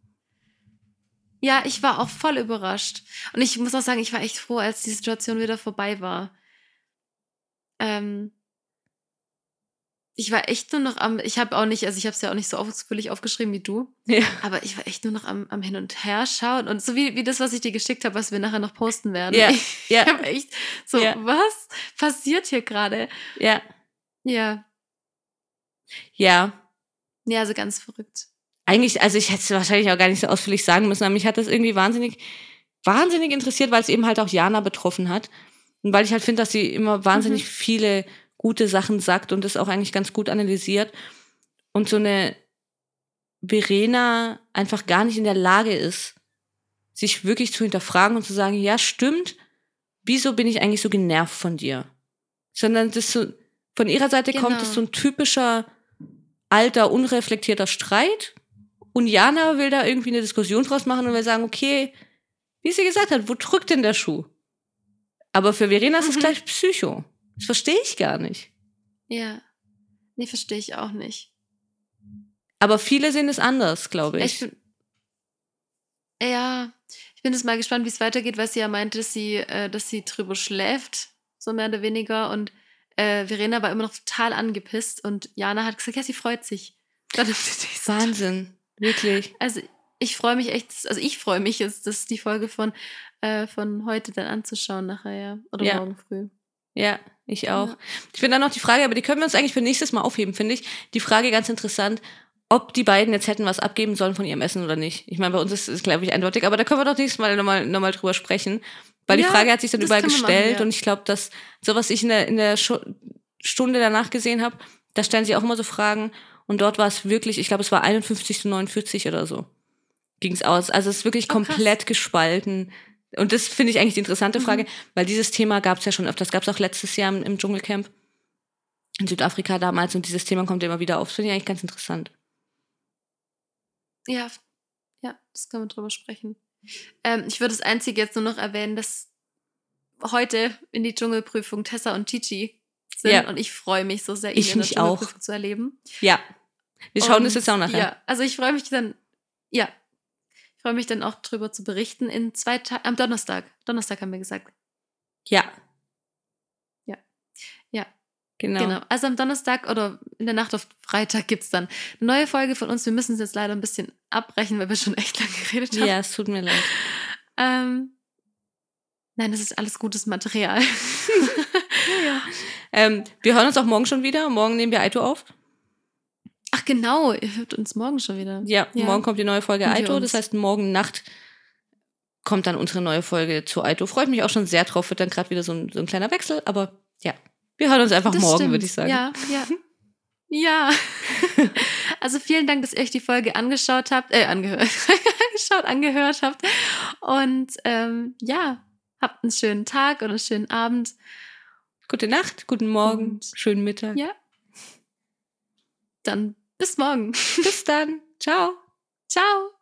Ja, ich war auch voll überrascht. Und ich muss auch sagen, ich war echt froh, als die Situation wieder vorbei war. Ich war echt nur noch ich habe es ja auch nicht so ausführlich aufgeschrieben wie du, Ja. aber ich war echt nur noch am Hin und Her schauen und so wie das, was ich dir geschickt habe, was wir nachher noch posten werden. Ja, Ich ja. habe echt so, Ja. was passiert hier gerade? Ja. Ja, Ja. ja, also ganz verrückt. Eigentlich, also ich hätte es wahrscheinlich auch gar nicht so ausführlich sagen müssen, aber mich hat das irgendwie wahnsinnig interessiert, weil es eben halt auch Jana betroffen hat. Und weil ich halt finde, dass sie immer wahnsinnig viele gute Sachen sagt und das auch eigentlich ganz gut analysiert. Und so eine Verena einfach gar nicht in der Lage ist, sich wirklich zu hinterfragen und zu sagen, ja, stimmt, wieso bin ich eigentlich so genervt von dir? Sondern das so, von ihrer Seite kommt es so ein typischer, alter, unreflektierter Streit. Und Jana will da irgendwie eine Diskussion draus machen und will sagen, okay, wie sie gesagt hat, wo drückt denn der Schuh? Aber für Verena ist es gleich Psycho. Das verstehe ich gar nicht. Ja, nee, verstehe ich auch nicht. Aber viele sehen es anders, glaube ich. Ich bin jetzt mal gespannt, wie es weitergeht, weil sie ja meinte, dass sie drüber schläft, so mehr oder weniger. Und Verena war immer noch total angepisst und Jana hat gesagt, ja, sie freut sich. Wahnsinn, wirklich. Also ich freue mich jetzt, die Folge von heute dann anzuschauen nachher, ja. Oder morgen früh. Ja, ich auch. Ja. Ich finde dann noch die Frage, aber die können wir uns eigentlich für nächstes Mal aufheben, finde ich. Die Frage ganz interessant, ob die beiden jetzt hätten was abgeben sollen von ihrem Essen oder nicht. Ich meine, bei uns ist es, glaube ich, eindeutig, aber da können wir doch nächstes Mal nochmal drüber sprechen. Weil die Frage hat sich dann überall gestellt machen, und ich glaube, dass so was ich in der Stunde danach gesehen habe, da stellen sie auch immer so Fragen und dort war es wirklich, ich glaube, es war 51:49 oder so. Ging es aus. Also es ist wirklich komplett gespalten. Und das finde ich eigentlich die interessante Frage, weil dieses Thema gab es ja schon öfters. Gab es auch letztes Jahr im Dschungelcamp in Südafrika damals und dieses Thema kommt immer wieder auf. Das finde ich eigentlich ganz interessant. Ja, das können wir drüber sprechen. Ich würde das Einzige jetzt nur noch erwähnen, dass heute in die Dschungelprüfung Tessa und Chichi sind und ich freue mich so sehr, ihn in der Dschungelprüfung zu erleben. Ja, wir schauen das jetzt auch nachher. Ja, also ich freue mich dann, auch drüber zu berichten in 2 Tagen, am Donnerstag. Donnerstag haben wir gesagt. Ja. Genau. Also am Donnerstag oder in der Nacht auf Freitag gibt es dann eine neue Folge von uns. Wir müssen es jetzt leider ein bisschen abbrechen, weil wir schon echt lange geredet haben. Ja, es tut mir leid. Nein, das ist alles gutes Material. Wir hören uns auch morgen schon wieder. Morgen nehmen wir Aito auf. Ach genau, ihr hört uns morgen schon wieder. Ja, morgen kommt die neue Folge Aito. Das heißt, morgen Nacht kommt dann unsere neue Folge zu Aito. Freut mich auch schon sehr drauf. Wird dann gerade wieder so ein kleiner Wechsel. Aber ja, wir hören uns einfach morgen, würde ich sagen. Ja. Also vielen Dank, dass ihr euch die Folge angehört habt. Und habt einen schönen Tag oder einen schönen Abend. Gute Nacht, guten Morgen, schönen Mittag. Ja. Dann bis morgen. Bis dann. Ciao. Ciao.